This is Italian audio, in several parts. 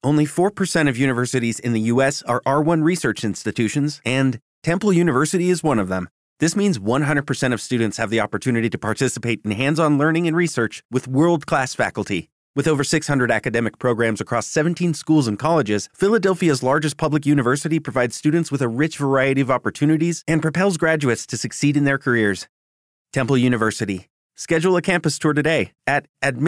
only 4% of universities in the U.S. are R1 research institutions, and Temple University is one of them. This means 100% of students have the opportunity to participate in hands-on learning and research with world-class faculty. With over 600 academic programs across 17 schools and colleges, Philadelphia's largest public university provides students with a rich variety of opportunities and propels graduates to succeed in their careers. Temple University. Schedule a campus tour today at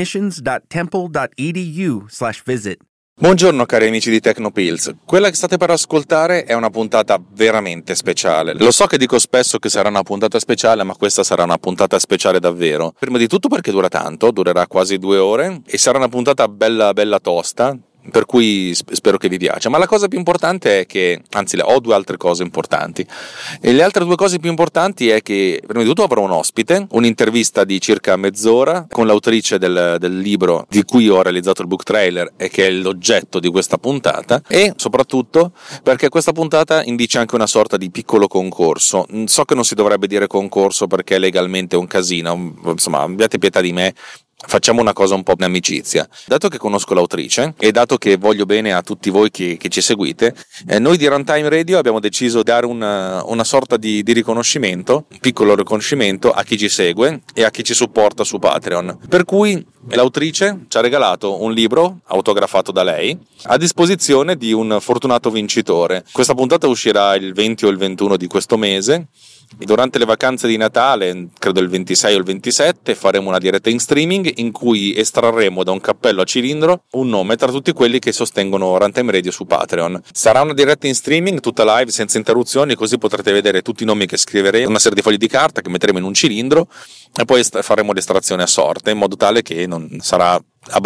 admissions.temple.edu/visit. Buongiorno cari amici di Tecnopills, quella che state per ascoltare è una puntata veramente speciale. Lo so che dico spesso che sarà una puntata speciale, ma questa sarà una puntata speciale davvero. Prima di tutto perché dura tanto, durerà quasi 2 ore e sarà una puntata bella tosta, per cui spero che vi piaccia. Ma la cosa più importante è che, anzi ho 2 altre cose importanti, e le altre 2 cose più importanti è che prima di tutto avrò un ospite, un'intervista di circa mezz'ora con l'autrice del libro di cui ho realizzato il book trailer e che è l'oggetto di questa puntata, e soprattutto perché questa puntata indice anche una sorta di piccolo concorso. So che non si dovrebbe dire concorso perché legalmente è un casino, insomma abbiate pietà di me. Facciamo una cosa un po' in amicizia. Dato che conosco l'autrice e dato che voglio bene a tutti voi che ci seguite, noi di Runtime Radio abbiamo deciso di dare una sorta di riconoscimento, un piccolo riconoscimento a chi ci segue e a chi ci supporta su Patreon. Per cui l'autrice ci ha regalato un libro autografato da lei a disposizione di un fortunato vincitore. Questa puntata uscirà il 20 o il 21 di questo mese. Durante le vacanze di Natale, credo il 26 o il 27, faremo una diretta in streaming in cui estrarremo da un cappello a cilindro un nome tra tutti quelli che sostengono Runtime Radio su Patreon. Sarà una diretta in streaming, tutta live, senza interruzioni, così potrete vedere tutti i nomi che scriveremo, una serie di fogli di carta che metteremo in un cilindro e poi faremo l'estrazione a sorte, in modo tale che non sarà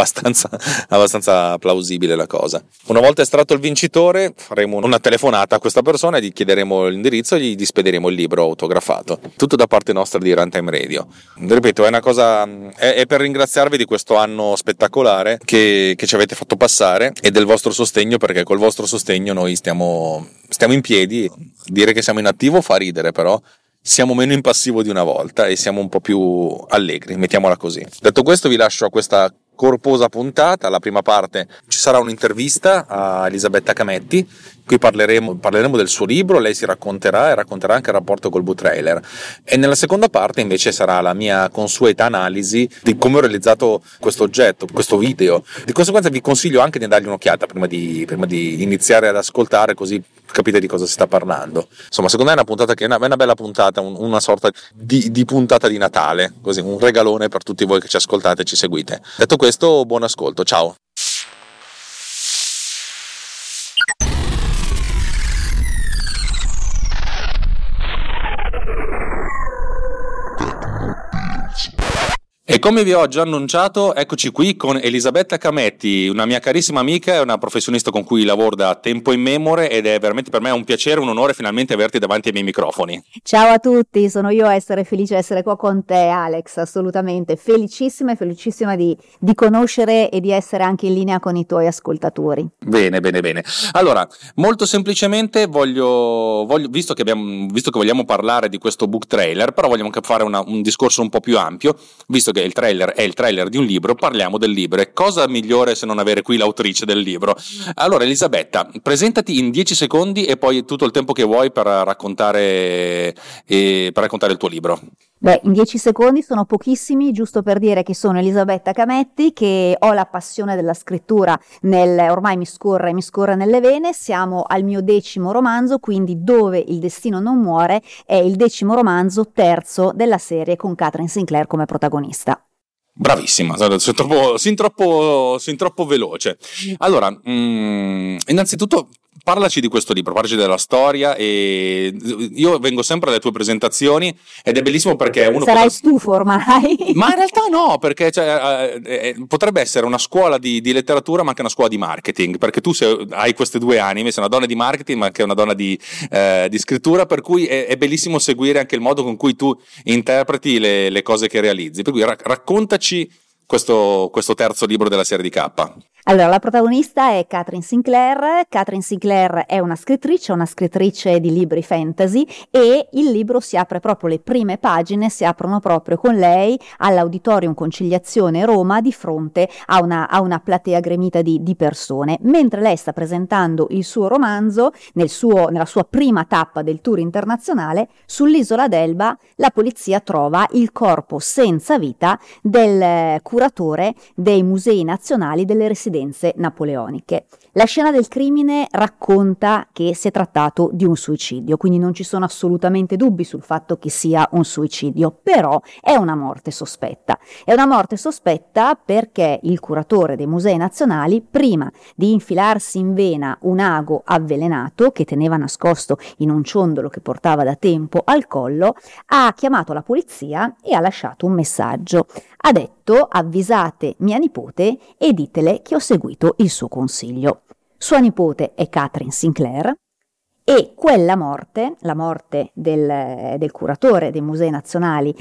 abbastanza plausibile la cosa. Una volta estratto il vincitore faremo una telefonata a questa persona e gli chiederemo l'indirizzo e gli spederemo il libro autografato, tutto da parte nostra di Runtime Radio. Ripeto, è una cosa, è per ringraziarvi di questo anno spettacolare che ci avete fatto passare e del vostro sostegno, perché col vostro sostegno noi stiamo in piedi. Dire che siamo in attivo fa ridere, però siamo meno in passivo di una volta e siamo un po' più allegri, mettiamola così. Detto questo, vi lascio a questa corposa puntata. La prima parte ci sarà un'intervista a Elisabetta Cametti, qui parleremo del suo libro, lei si racconterà e racconterà anche il rapporto col book trailer, e nella seconda parte invece sarà la mia consueta analisi di come ho realizzato questo oggetto, questo video. Di conseguenza vi consiglio anche di dargli un'occhiata prima di iniziare ad ascoltare, così capite di cosa si sta parlando. Insomma, secondo me è una puntata che è una bella puntata, una sorta di puntata di Natale, così un regalone per tutti voi che ci ascoltate e ci seguite. Detto questo, buon ascolto, ciao. E come vi ho già annunciato, eccoci qui con Elisabetta Cametti, una mia carissima amica e una professionista con cui lavoro da tempo immemore, ed è veramente per me un piacere, un onore finalmente averti davanti ai miei microfoni. Ciao a tutti, sono io a essere felice di essere qua con te, Alex, assolutamente, felicissima di conoscere e di essere anche in linea con i tuoi ascoltatori. Bene. Allora, molto semplicemente voglio visto che vogliamo parlare di questo book trailer, però vogliamo anche fare un discorso un po' più ampio, visto che il trailer è il trailer di un libro, parliamo del libro. E cosa migliore se non avere qui l'autrice del libro? Allora, Elisabetta, presentati in 10 secondi e poi tutto il tempo che vuoi per raccontare il tuo libro. Beh, in 10 secondi sono pochissimi, giusto per dire che sono Elisabetta Cametti, che ho la passione della scrittura, ormai mi scorre nelle vene. Siamo al mio 10° romanzo, quindi Dove il destino non muore è il 10° romanzo, terzo della serie, con Catherine Sinclair come protagonista. Bravissima, sin troppo veloce. Allora, innanzitutto parlaci di questo libro, parlaci della storia. E io vengo sempre alle tue presentazioni ed è bellissimo perché uno sarai stufo ormai. Ma in realtà no, perché potrebbe essere una scuola di letteratura ma anche una scuola di marketing, perché tu hai queste 2 anime, sei una donna di marketing ma anche una donna di scrittura, per cui è bellissimo seguire anche il modo con cui tu interpreti le cose che realizzi. Per cui raccontaci questo terzo libro della serie di K. Allora, la protagonista è Catherine Sinclair. Catherine Sinclair è una scrittrice di libri fantasy, e il libro si apre proprio, le prime pagine si aprono proprio con lei all'Auditorium Conciliazione Roma di fronte a una platea gremita di persone, mentre lei sta presentando il suo romanzo nella sua prima tappa del tour internazionale. Sull'isola d'Elba la polizia trova il corpo senza vita del curatore dei musei nazionali delle residenze napoleoniche. La scena del crimine racconta che si è trattato di un suicidio, quindi non ci sono assolutamente dubbi sul fatto che sia un suicidio, però è una morte sospetta. È una morte sospetta perché il curatore dei musei nazionali, prima di infilarsi in vena un ago avvelenato che teneva nascosto in un ciondolo che portava da tempo al collo, ha chiamato la polizia e ha lasciato un messaggio. Ha detto: avvisate mia nipote e ditele che ho seguito il suo consiglio. Sua nipote è Catherine Sinclair, e quella morte, la morte del curatore dei musei nazionali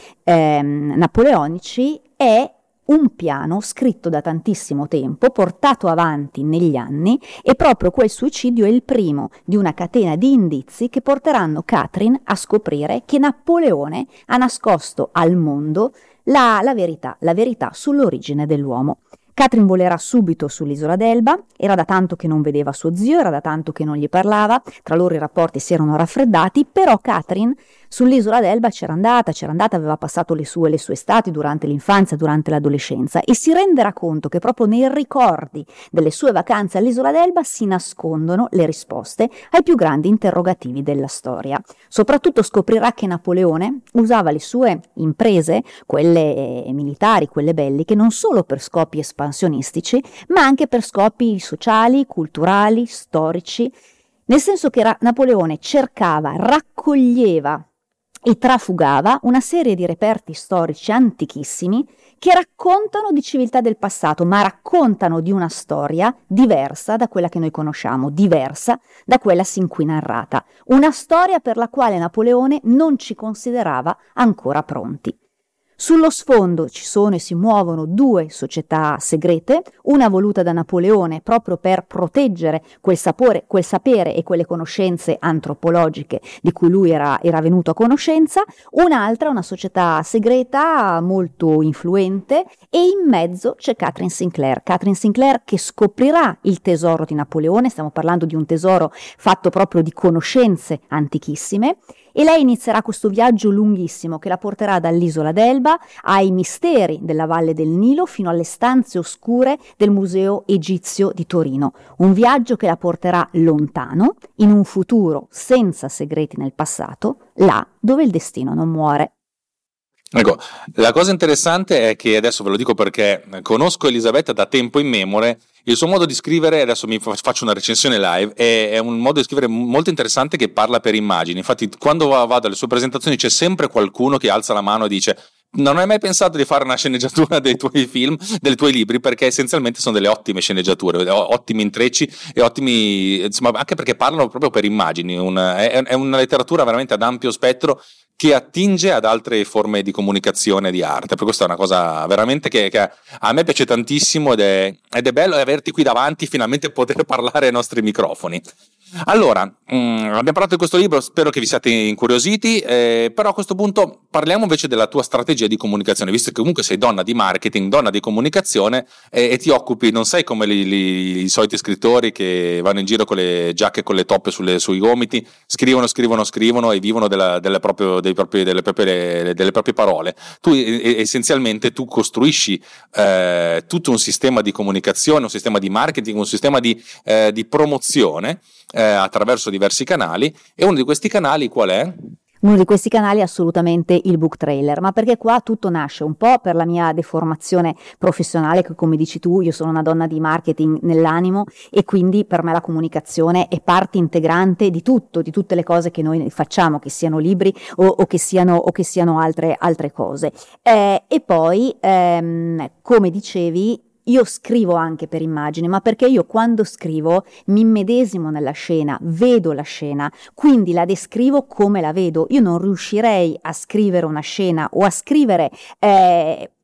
napoleonici, è un piano scritto da tantissimo tempo, portato avanti negli anni, e proprio quel suicidio è il primo di una catena di indizi che porteranno Catherine a scoprire che Napoleone ha nascosto al mondo la verità sull'origine dell'uomo. Catherine volerà subito sull'isola d'Elba, era da tanto che non vedeva suo zio, era da tanto che non gli parlava, tra loro i rapporti si erano raffreddati, però Catherine sull'isola d'Elba c'era andata, aveva passato le sue estati durante l'infanzia, durante l'adolescenza, e si renderà conto che proprio nei ricordi delle sue vacanze all'isola d'Elba si nascondono le risposte ai più grandi interrogativi della storia. Soprattutto scoprirà che Napoleone usava le sue imprese, quelle militari, quelle belliche, non solo per scopi espansionistici, ma anche per scopi sociali, culturali, storici, nel senso che Napoleone cercava, raccoglieva e trafugava una serie di reperti storici antichissimi che raccontano di civiltà del passato, ma raccontano di una storia diversa da quella che noi conosciamo, diversa da quella sin qui narrata, una storia per la quale Napoleone non ci considerava ancora pronti. Sullo sfondo ci sono e si muovono due società segrete, una voluta da Napoleone proprio per proteggere quel sapere e quelle conoscenze antropologiche di cui lui era venuto a conoscenza, un'altra, una società segreta molto influente, e in mezzo c'è Catherine Sinclair che scoprirà il tesoro di Napoleone. Stiamo parlando di un tesoro fatto proprio di conoscenze antichissime, e lei inizierà questo viaggio lunghissimo che la porterà dall'isola d'Elba ai misteri della Valle del Nilo fino alle stanze oscure del Museo Egizio di Torino. Un viaggio che la porterà lontano, in un futuro senza segreti nel passato, là dove il destino non muore. Ecco, la cosa interessante è che, adesso ve lo dico perché conosco Elisabetta da tempo immemore, il suo modo di scrivere, adesso mi faccio una recensione live, è un modo di scrivere molto interessante che parla per immagini. Infatti quando vado alle sue presentazioni c'è sempre qualcuno che alza la mano e dice: non hai mai pensato di fare una sceneggiatura dei tuoi film, dei tuoi libri? Perché essenzialmente sono delle ottime sceneggiature, ottimi intrecci e ottimi, insomma, anche perché parlano proprio per immagini. È una letteratura veramente ad ampio spettro che attinge ad altre forme di comunicazione e di arte. Per questo è una cosa veramente che a me piace tantissimo, ed è bello averti qui davanti, finalmente poter parlare ai nostri microfoni. Allora, abbiamo parlato di questo libro, spero che vi siate incuriositi, però a questo punto parliamo invece della tua strategia di comunicazione, visto che comunque sei donna di marketing, donna di comunicazione, e ti occupi, non sei come i soliti scrittori che vanno in giro con le giacche con le toppe sui gomiti, scrivono e vivono delle proprie parole. Tu essenzialmente costruisci tutto un sistema di comunicazione, un sistema di marketing, un sistema di promozione attraverso diversi canali, e uno di questi canali qual è? Uno di questi canali è assolutamente il book trailer, ma perché qua tutto nasce un po' per la mia deformazione professionale, che come dici tu io sono una donna di marketing nell'animo, e quindi per me la comunicazione è parte integrante di tutto, di tutte le cose che noi facciamo, che siano libri o che siano altre cose. E poi come dicevi, io scrivo anche per immagini, ma perché io quando scrivo mi immedesimo nella scena, vedo la scena, quindi la descrivo come la vedo. Io non riuscirei a scrivere una scena o a scrivere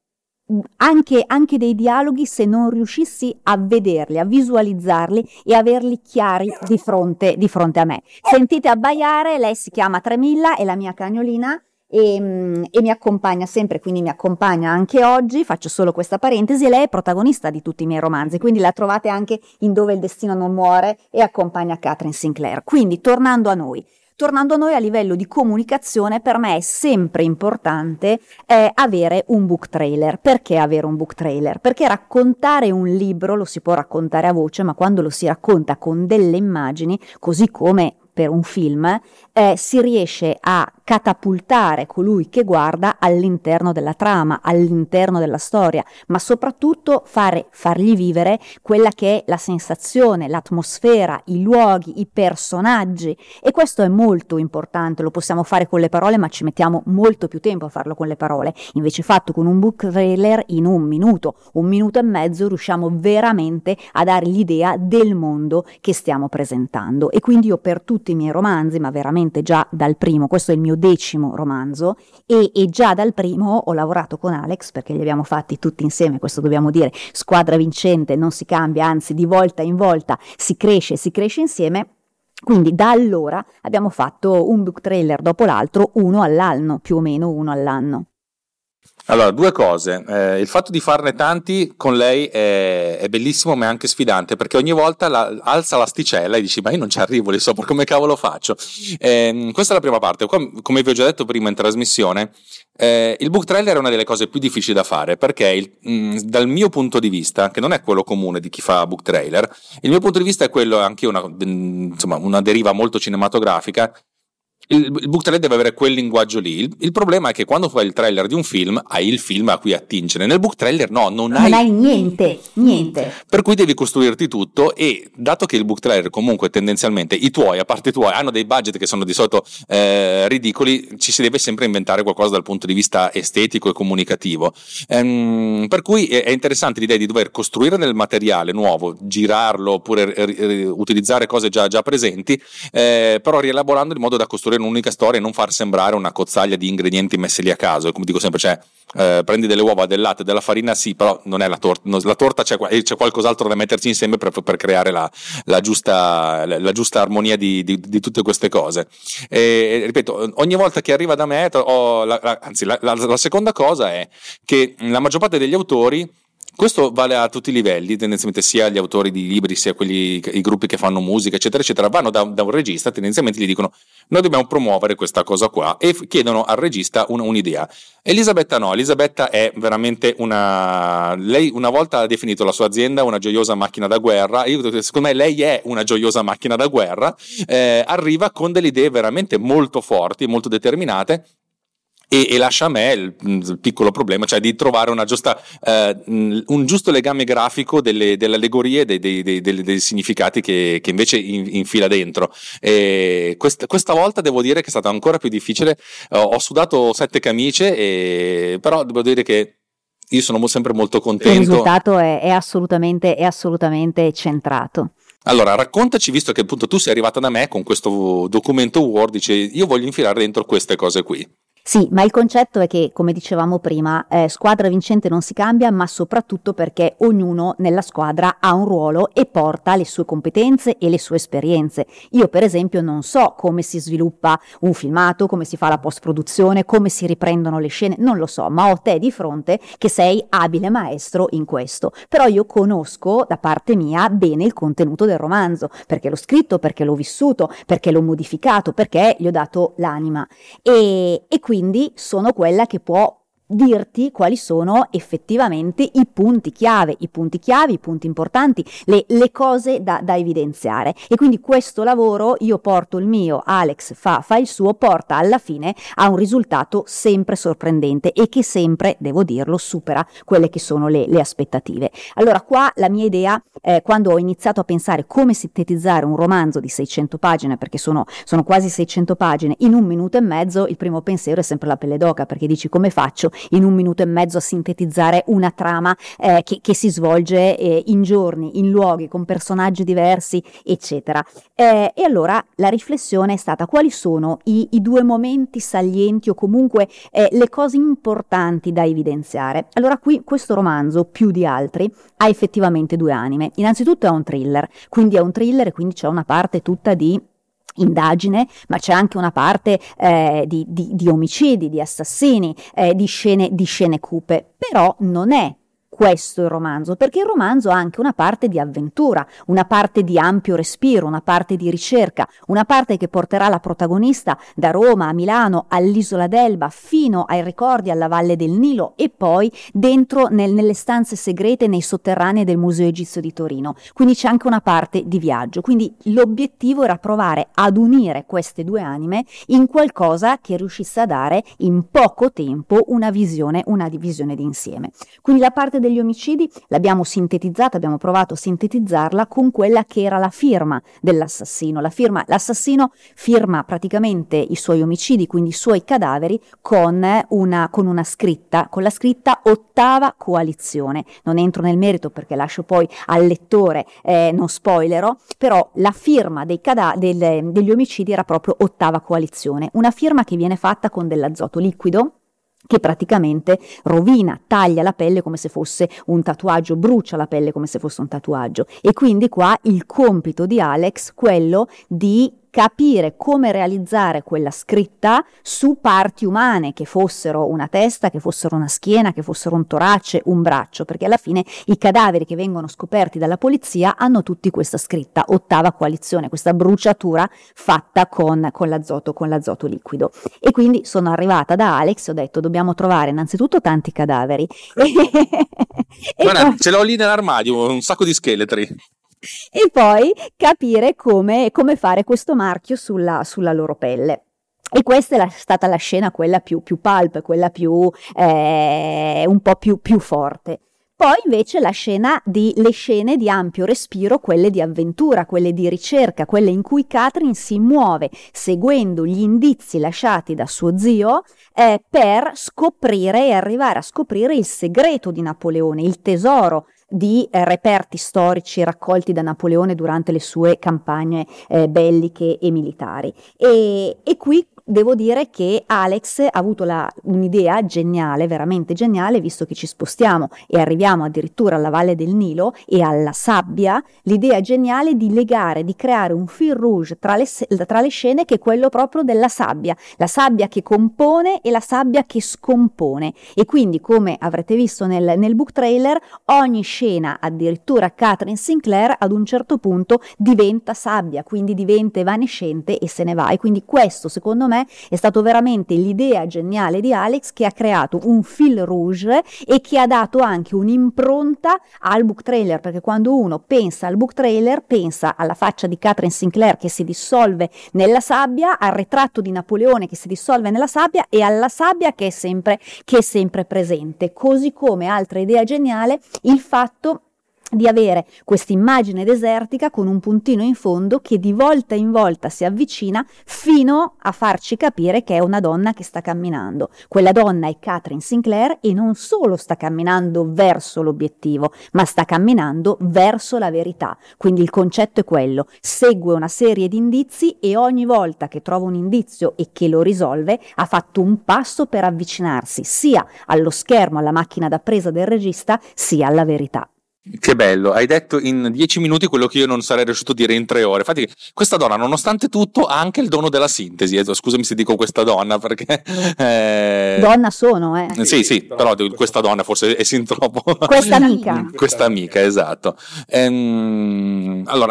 anche dei dialoghi se non riuscissi a vederli, a visualizzarli e averli chiari di fronte a me. Sentite abbaiare, lei si chiama Tremilla, è la mia cagnolina e mi accompagna sempre, quindi mi accompagna anche oggi. Faccio solo questa parentesi, e lei è protagonista di tutti i miei romanzi, quindi la trovate anche in Dove il destino non muore e accompagna Catherine Sinclair. Quindi tornando a noi a livello di comunicazione, per me è sempre importante avere un book trailer. Perché avere un book trailer? Perché raccontare un libro lo si può raccontare a voce, ma quando lo si racconta con delle immagini, così come per un film, si riesce a catapultare colui che guarda all'interno della trama, all'interno della storia, ma soprattutto fargli vivere quella che è la sensazione, l'atmosfera, i luoghi, i personaggi, e questo è molto importante. Lo possiamo fare con le parole, ma ci mettiamo molto più tempo a farlo con le parole. Invece fatto con un book trailer, in un minuto e mezzo riusciamo veramente a dare l'idea del mondo che stiamo presentando. E quindi io per tutti i miei romanzi, ma veramente già dal primo, questo è il mio 10° romanzo, e già dal primo ho lavorato con Alex, perché li abbiamo fatti tutti insieme, questo dobbiamo dire, squadra vincente, non si cambia, anzi di volta in volta si cresce insieme. Quindi da allora abbiamo fatto un book trailer dopo l'altro, uno all'anno, più o meno uno all'anno. Allora, 2 cose. Il fatto di farne tanti con lei è bellissimo, ma è anche sfidante, perché ogni volta alza l'asticella e dici: ma io non ci arrivo lì sopra, come cavolo faccio? Questa è la prima parte. Come vi ho già detto prima in trasmissione, il book trailer è una delle cose più difficili da fare, perché dal mio punto di vista, che non è quello comune di chi fa book trailer, il mio punto di vista è quello, anche una deriva molto cinematografica. Il book trailer deve avere quel linguaggio lì. Il problema è che quando fai il trailer di un film hai il film a cui attingere. Nel book trailer no, non hai niente. Per cui devi costruirti tutto, e dato che il book trailer comunque tendenzialmente a parte i tuoi, hanno dei budget che sono di solito ridicoli, ci si deve sempre inventare qualcosa dal punto di vista estetico e comunicativo. Per cui è interessante l'idea di dover costruire del materiale nuovo, girarlo oppure utilizzare cose già presenti, però rielaborando in modo da costruire un'unica storia e non far sembrare una cozzaglia di ingredienti messi lì a caso. Come dico sempre, prendi delle uova, del latte, della farina, sì, però non è la torta, c'è qualcos'altro da metterci insieme per creare la giusta armonia di tutte queste cose. E ripeto, ogni volta che arriva da me, la seconda cosa è che la maggior parte degli autori, questo vale a tutti i livelli, tendenzialmente sia gli autori di libri sia i gruppi che fanno musica eccetera eccetera, vanno da un regista, tendenzialmente gli dicono: noi dobbiamo promuovere questa cosa qua, e chiedono al regista un'idea. Elisabetta è veramente lei una volta ha definito la sua azienda una gioiosa macchina da guerra. Secondo me lei è una gioiosa macchina da guerra, arriva con delle idee veramente molto forti, molto determinate, e lascia a me il piccolo problema, cioè di trovare un giusto legame grafico delle allegorie, dei significati che invece infila dentro. E questa volta devo dire che è stata ancora più difficile. Ho sudato 7 camicie, però devo dire che io sono sempre molto contento. Il risultato è assolutamente centrato. Allora, raccontaci, visto che appunto tu sei arrivata da me con questo documento Word, dice: io voglio infilare dentro queste cose qui. Sì, ma il concetto è che, come dicevamo prima, squadra vincente non si cambia, ma soprattutto perché ognuno nella squadra ha un ruolo e porta le sue competenze e le sue esperienze. Io, per esempio, non so come si sviluppa un filmato, come si fa la post-produzione, come si riprendono le scene, non lo so, ma ho te di fronte che sei abile maestro in questo. Però io conosco da parte mia bene il contenuto del romanzo, perché l'ho scritto, perché l'ho vissuto, perché l'ho modificato, perché gli ho dato l'anima. E quindi sono quella che può dirti quali sono effettivamente i punti chiave, i punti importanti, le cose da evidenziare. E quindi questo lavoro, io porto il mio, Alex fa il suo, porta alla fine a un risultato sempre sorprendente e che sempre, devo dirlo, supera quelle che sono le aspettative. Allora qua la mia idea, quando ho iniziato a pensare come sintetizzare un romanzo di 600 pagine, perché sono quasi 600 pagine, in 1 minuto e mezzo, il primo pensiero è sempre la pelle d'oca, perché dici: come faccio? in 1 minuto e mezzo a sintetizzare una trama che si svolge in giorni, in luoghi, con personaggi diversi, eccetera. E allora la riflessione è stata: quali sono i 2 momenti salienti o comunque le cose importanti da evidenziare? Allora qui questo romanzo, più di altri, ha effettivamente 2 anime. Innanzitutto è un thriller, quindi c'è una parte tutta di indagine, ma c'è anche una parte di omicidi, di assassini, di scene cupe. Però non è questo il romanzo, perché il romanzo ha anche una parte di avventura, una parte di ampio respiro, una parte di ricerca, una parte che porterà la protagonista da Roma a Milano, all'isola d'Elba, fino ai ricordi alla Valle del Nilo e poi dentro nelle stanze segrete, nei sotterranei del Museo Egizio di Torino. Quindi c'è anche una parte di viaggio. Quindi l'obiettivo era provare ad unire queste 2 anime in qualcosa che riuscisse a dare in poco tempo una visione d'insieme. Quindi la parte degli omicidi l'abbiamo sintetizzata, abbiamo provato a sintetizzarla con quella che era la firma dell'assassino. L'assassino firma praticamente i suoi omicidi, quindi i suoi cadaveri, con una scritta, con la scritta Ottava Coalizione. Non entro nel merito perché lascio poi al lettore, non spoilerò, però la firma degli omicidi era proprio Ottava Coalizione, una firma che viene fatta con dell'azoto liquido, che praticamente rovina, taglia la pelle come se fosse un tatuaggio, brucia la pelle come se fosse un tatuaggio. E quindi qua il compito di Alex, quello di capire come realizzare quella scritta su parti umane, che fossero una testa, che fossero una schiena, che fossero un torace, un braccio, perché alla fine i cadaveri che vengono scoperti dalla polizia hanno tutti questa scritta Ottava Coalizione, questa bruciatura fatta con l'azoto liquido. E quindi sono arrivata da Alex e ho detto: dobbiamo trovare innanzitutto tanti cadaveri Guarda, ce l'ho lì nell'armadio, un sacco di scheletri. E poi capire come fare questo marchio sulla loro pelle. E questa è stata la scena, quella più pulp, quella più un po' più forte. Poi invece le scene di ampio respiro, quelle di avventura, quelle di ricerca, quelle in cui Katherine si muove seguendo gli indizi lasciati da suo zio per scoprire e arrivare a scoprire il segreto di Napoleone, il tesoro di reperti storici raccolti da Napoleone durante le sue campagne belliche e militari. E qui devo dire che Alex ha avuto un'idea geniale, veramente geniale, visto che ci spostiamo e arriviamo addirittura alla Valle del Nilo e alla sabbia, l'idea geniale di creare un fil rouge tra le scene, che è quello proprio della sabbia, la sabbia che compone e la sabbia che scompone. E quindi, come avrete visto nel book trailer, ogni scena, addirittura Katherine Sinclair, ad un certo punto diventa sabbia, quindi diventa evanescente e se ne va. E quindi questo, secondo me, è stato veramente l'idea geniale di Alex, che ha creato un fil rouge e che ha dato anche un'impronta al book trailer, perché quando uno pensa al book trailer pensa alla faccia di Katherine Sinclair che si dissolve nella sabbia, al ritratto di Napoleone che si dissolve nella sabbia e alla sabbia che è sempre presente. Così come altra idea geniale, il fatto di avere questa immagine desertica con un puntino in fondo che di volta in volta si avvicina fino a farci capire che è una donna che sta camminando. Quella donna è Katherine Sinclair e non solo sta camminando verso l'obiettivo, ma sta camminando verso la verità. Quindi il concetto è quello: segue una serie di indizi e ogni volta che trova un indizio e che lo risolve ha fatto un passo per avvicinarsi sia allo schermo, alla macchina da presa del regista, sia alla verità. Che bello, hai detto in 10 minuti quello che io non sarei riuscito a dire in 3 ore. Infatti questa donna, nonostante tutto, ha anche il dono della sintesi. Scusami se dico questa donna, perché donna sono, Sì, però questa donna forse è sin troppo. Questa amica, esatto. Allora,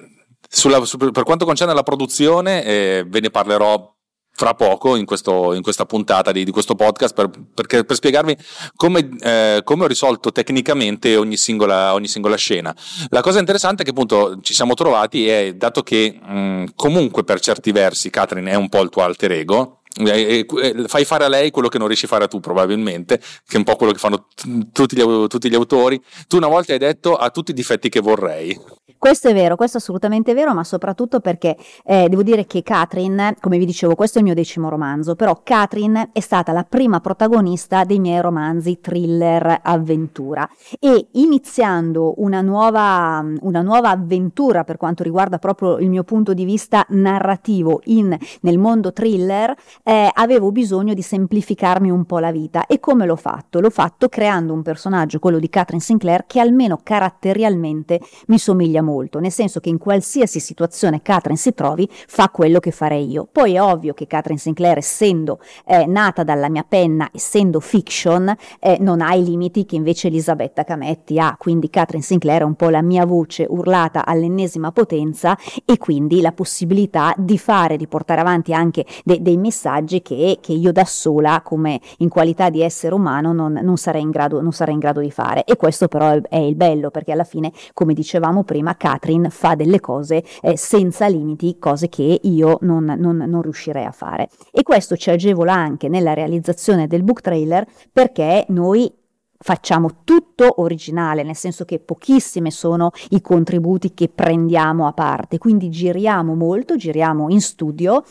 per quanto concerne la produzione, ve ne parlerò fra poco in questa puntata di questo podcast per spiegarvi come ho risolto tecnicamente ogni singola scena. La cosa interessante è che appunto ci siamo trovati, e dato che comunque per certi versi Katherine è un po' il tuo alter ego, fai fare a lei quello che non riesci a fare a tu, probabilmente, che è un po' quello che fanno tutti gli autori. Tu una volta hai detto: ha tutti i difetti che vorrei. Questo è vero, questo è assolutamente vero, ma soprattutto perché devo dire che Katherine, come vi dicevo, questo è il mio 10° romanzo, però Katherine è stata la prima protagonista dei miei romanzi thriller avventura, e iniziando una nuova avventura per quanto riguarda proprio il mio punto di vista narrativo nel mondo thriller, avevo bisogno di semplificarmi un po' la vita. E come l'ho fatto? L'ho fatto creando un personaggio, quello di Katherine Sinclair, che almeno caratterialmente mi somiglia molto, nel senso che in qualsiasi situazione Katherine si trovi fa quello che farei io. Poi è ovvio che Katherine Sinclair, essendo nata dalla mia penna, essendo fiction, non ha i limiti che invece Elisabetta Cametti ha, quindi Katherine Sinclair è un po' la mia voce urlata all'ennesima potenza, e quindi la possibilità di portare avanti anche dei messaggi che io da sola, come in qualità di essere umano, non sarei in grado di fare. E questo però è il bello, perché alla fine, come dicevamo prima, Katherine fa delle cose senza limiti, cose che io non riuscirei a fare. E questo ci agevola anche nella realizzazione del book trailer, perché noi facciamo tutto originale, nel senso che pochissime sono i contributi che prendiamo a parte, quindi giriamo molto, giriamo in studio,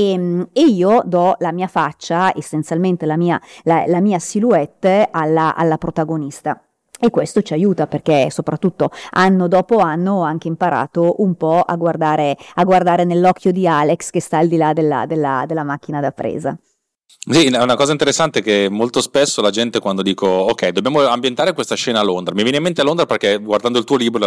e io do la mia faccia, essenzialmente la mia silhouette alla protagonista. E questo ci aiuta, perché soprattutto anno dopo anno ho anche imparato un po' a guardare nell'occhio di Alex, che sta al di là della macchina da presa. Sì, è una cosa interessante che molto spesso la gente, quando dico ok, dobbiamo ambientare questa scena a Londra, mi viene in mente a Londra perché guardando il tuo libro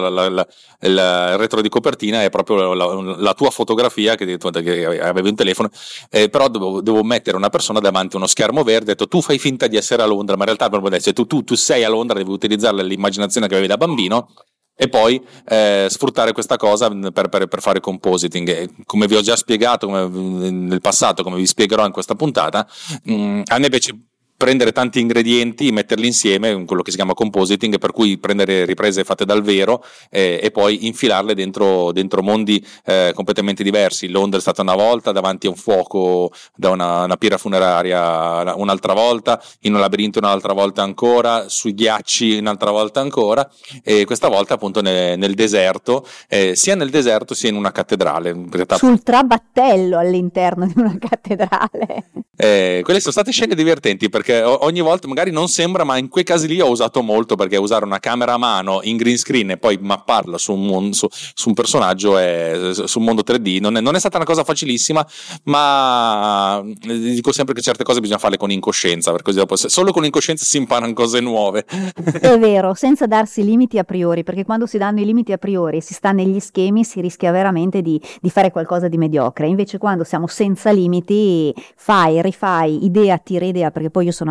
il retro di copertina è proprio la tua fotografia che avevi in telefono, però devo mettere una persona davanti a uno schermo verde, ho detto tu fai finta di essere a Londra, ma in realtà proprio adesso tu sei a Londra, devi utilizzare l'immaginazione che avevi da bambino e poi sfruttare questa cosa per fare compositing. Come vi ho già spiegato nel passato, come vi spiegherò in questa puntata, a me piace prendere tanti ingredienti, metterli insieme, quello che si chiama compositing, per cui prendere riprese fatte dal vero e poi infilarle dentro mondi completamente diversi. Londra è stata una volta davanti a un fuoco da una pira funeraria un'altra volta, in un labirinto un'altra volta ancora, sui ghiacci un'altra volta ancora, e questa volta appunto nel deserto, sia nel deserto sia in una cattedrale. Sul trabattello all'interno di una cattedrale. Quelle sono state scene divertenti, perché ogni volta magari non sembra, ma in quei casi lì ho usato molto, perché usare una camera a mano in green screen e poi mapparla su un personaggio su un mondo 3D non è stata una cosa facilissima, ma dico sempre che certe cose bisogna farle con incoscienza, perché così dopo solo con incoscienza si imparano cose nuove. È vero, senza darsi limiti a priori, perché quando si danno i limiti a priori e si sta negli schemi si rischia veramente di fare qualcosa di mediocre. Invece quando siamo senza limiti, fai, rifai, idea, tira idea, perché poi io sono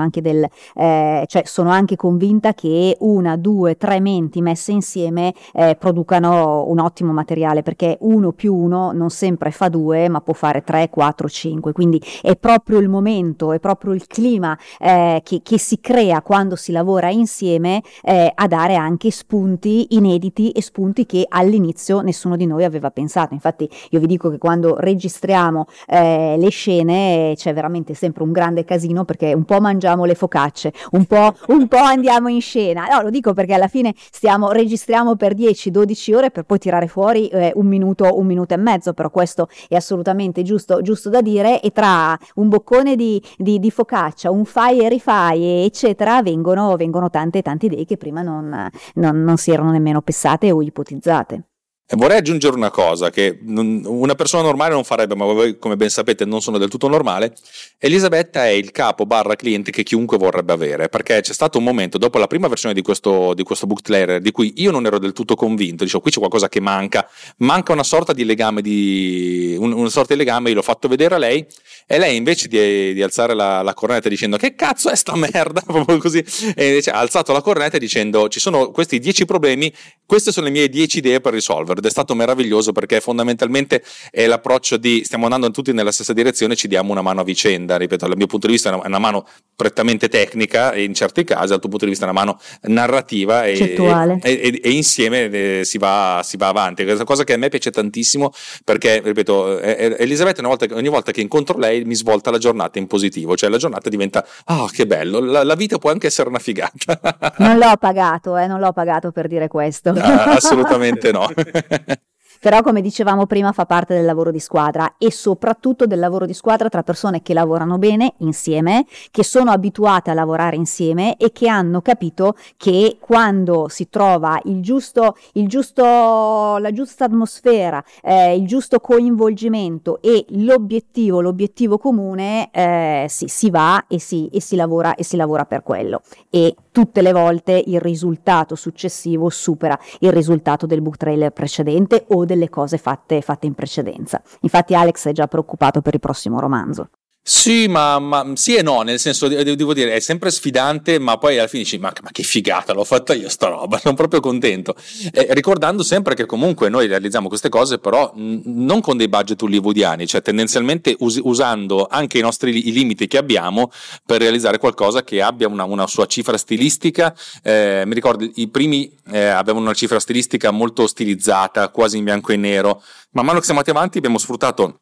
anche convinta che 1, 2, 3 menti messe insieme producano un ottimo materiale, perché 1 più 1 non sempre fa 2, ma può fare 3, 4, 5, quindi è proprio il momento, è proprio il clima che si crea quando si lavora insieme a dare anche spunti inediti e spunti che all'inizio nessuno di noi aveva pensato. Infatti io vi dico che quando registriamo le scene c'è veramente sempre un grande casino, perché un po' mangiamo le focacce, un po' andiamo in scena. No, lo dico perché alla fine registriamo per 10-12 ore per poi tirare fuori 1 minuto e mezzo, però questo è assolutamente giusto da dire, e tra un boccone di focaccia, un fai e rifai eccetera vengono tante idee che prima non si erano nemmeno pensate o ipotizzate. E vorrei aggiungere una cosa che una persona normale non farebbe, ma voi come ben sapete non sono del tutto normale. Elisabetta è il capo / cliente che chiunque vorrebbe avere, perché c'è stato un momento dopo la prima versione di questo book trailer di cui io non ero del tutto convinto, dicevo qui c'è qualcosa che manca una sorta di legame, una sorta di legame. Io l'ho fatto vedere a lei e lei, invece di alzare la cornetta dicendo che cazzo è sta merda, proprio così, e invece ha alzato la cornetta dicendo ci sono questi 10 problemi, queste sono le mie 10 idee per risolverli. revolver, ed è stato meraviglioso perché fondamentalmente è l'approccio di stiamo andando tutti nella stessa direzione, ci diamo una mano a vicenda. Ripeto, dal mio punto di vista è una mano prettamente tecnica e in certi casi dal tuo punto di vista è una mano narrativa e insieme si va avanti. Questa cosa che a me piace tantissimo perché, ripeto, Elisabetta ogni volta che incontro lei mi svolta la giornata in positivo, cioè la giornata diventa che bello, la vita può anche essere una figata. Non l'ho pagato per dire questo. Assolutamente no. Però, come dicevamo prima, fa parte del lavoro di squadra e soprattutto del lavoro di squadra tra persone che lavorano bene insieme, che sono abituate a lavorare insieme e che hanno capito che quando si trova la giusta atmosfera, il giusto coinvolgimento e l'obiettivo comune, si va e si lavora per quello. E tutte le volte il risultato successivo supera il risultato del book trailer precedente o delle cose fatte in precedenza. Infatti Alex è già preoccupato per il prossimo romanzo. Sì, ma sì e no, nel senso, devo dire, è sempre sfidante, ma poi alla fine dici, ma che figata, l'ho fatta io sta roba, sono proprio contento. Ricordando sempre che comunque noi realizziamo queste cose, però non con dei budget hollywoodiani, cioè tendenzialmente usando anche i limiti che abbiamo per realizzare qualcosa che abbia una sua cifra stilistica. Mi ricordo, i primi avevano una cifra stilistica molto stilizzata, quasi in bianco e nero. Man mano che siamo andati avanti abbiamo sfruttato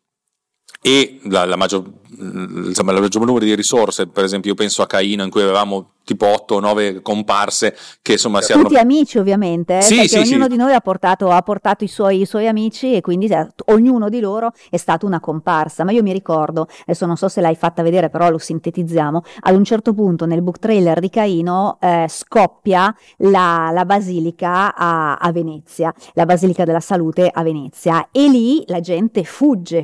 e la maggior numero di risorse. Per esempio io penso a Caino, in cui avevamo tipo 8 o 9 comparse che insomma tutti amici ovviamente, perché ognuno di noi ha portato i suoi amici e quindi ognuno di loro è stato una comparsa. Ma io mi ricordo, adesso non so se l'hai fatta vedere, però lo sintetizziamo, ad un certo punto nel book trailer di Caino scoppia la basilica a Venezia, la Basilica della Salute a Venezia, e lì la gente fugge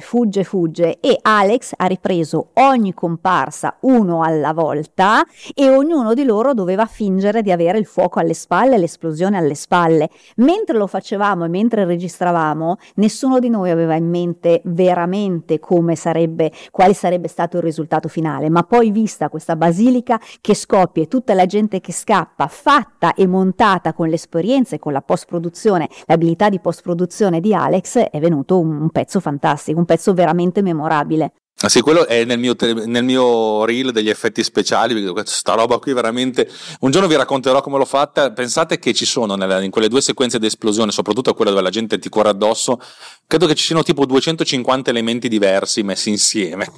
e Alex ha ripreso ogni comparsa uno alla volta e ognuno di loro doveva fingere di avere il fuoco alle spalle, l'esplosione alle spalle. Mentre lo facevamo e mentre registravamo, nessuno di noi aveva in mente veramente quale sarebbe stato il risultato finale, ma poi vista questa basilica che scoppia e tutta la gente che scappa, fatta e montata con l'esperienza e con la post-produzione, l'abilità di post-produzione di Alex, è venuto un pezzo fantastico, un pezzo veramente memorabile. Sì, quello è nel mio reel degli effetti speciali. Sta roba qui veramente, un giorno vi racconterò come l'ho fatta. Pensate che ci sono in quelle 2 sequenze di esplosione, soprattutto quella dove la gente ti corre addosso, credo che ci siano tipo 250 elementi diversi messi insieme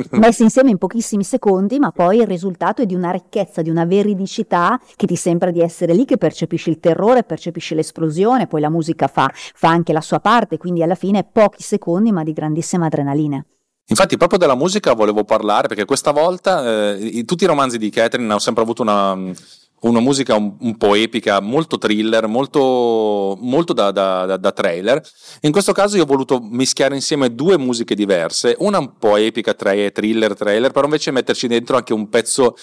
in pochissimi secondi, ma poi il risultato è di una ricchezza, di una veridicità che ti sembra di essere lì, che percepisci il terrore, percepisci l'esplosione, poi la musica fa anche la sua parte, quindi alla fine pochi secondi ma di grandissima adrenalina. Infatti proprio della musica volevo parlare, perché questa volta tutti i romanzi di Catherine hanno sempre avuto una musica un po' epica, molto thriller, molto da trailer. In questo caso io ho voluto mischiare insieme 2 musiche diverse, una un po' epica, trailer, però invece metterci dentro anche un pezzo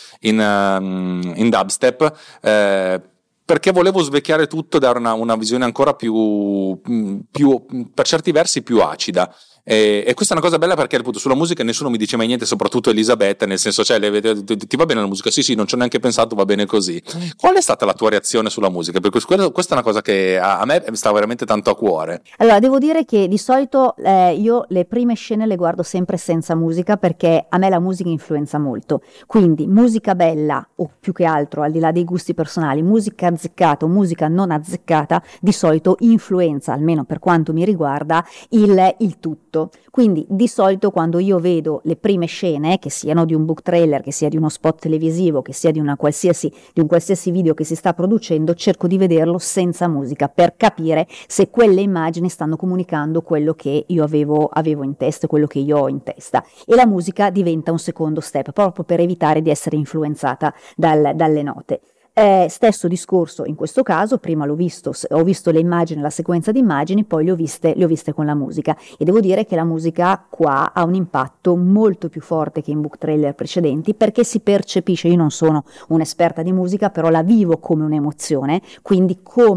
in dubstep, perché volevo svecchiare tutto e dare una visione ancora più per certi versi più acida. E questa è una cosa bella, perché appunto sulla musica nessuno mi dice mai niente, soprattutto Elisabetta, nel senso, cioè, ti va bene la musica? Sì, non ci ho neanche pensato, va bene così. Qual è stata la tua reazione sulla musica? Perché questa è una cosa che a me sta veramente tanto a cuore. Allora, devo dire che di solito io le prime scene le guardo sempre senza musica, perché a me la musica influenza molto, quindi musica bella, o più che altro, al di là dei gusti personali, musica azzeccata o musica non azzeccata, di solito influenza, almeno per quanto mi riguarda, il tutto. Quindi di solito quando io vedo le prime scene, che siano di un book trailer, che sia di uno spot televisivo, che sia di un qualsiasi video che si sta producendo, cerco di vederlo senza musica per capire se quelle immagini stanno comunicando quello che io avevo in testa, quello che io ho in testa, e la musica diventa un secondo step proprio per evitare di essere influenzata dalle note. Stesso discorso in questo caso, prima ho visto le immagini, la sequenza di immagini, poi le ho viste con la musica, e devo dire che la musica qua ha un impatto molto più forte che in book trailer precedenti, perché si percepisce, io non sono un'esperta di musica, però la vivo come un'emozione, quindi come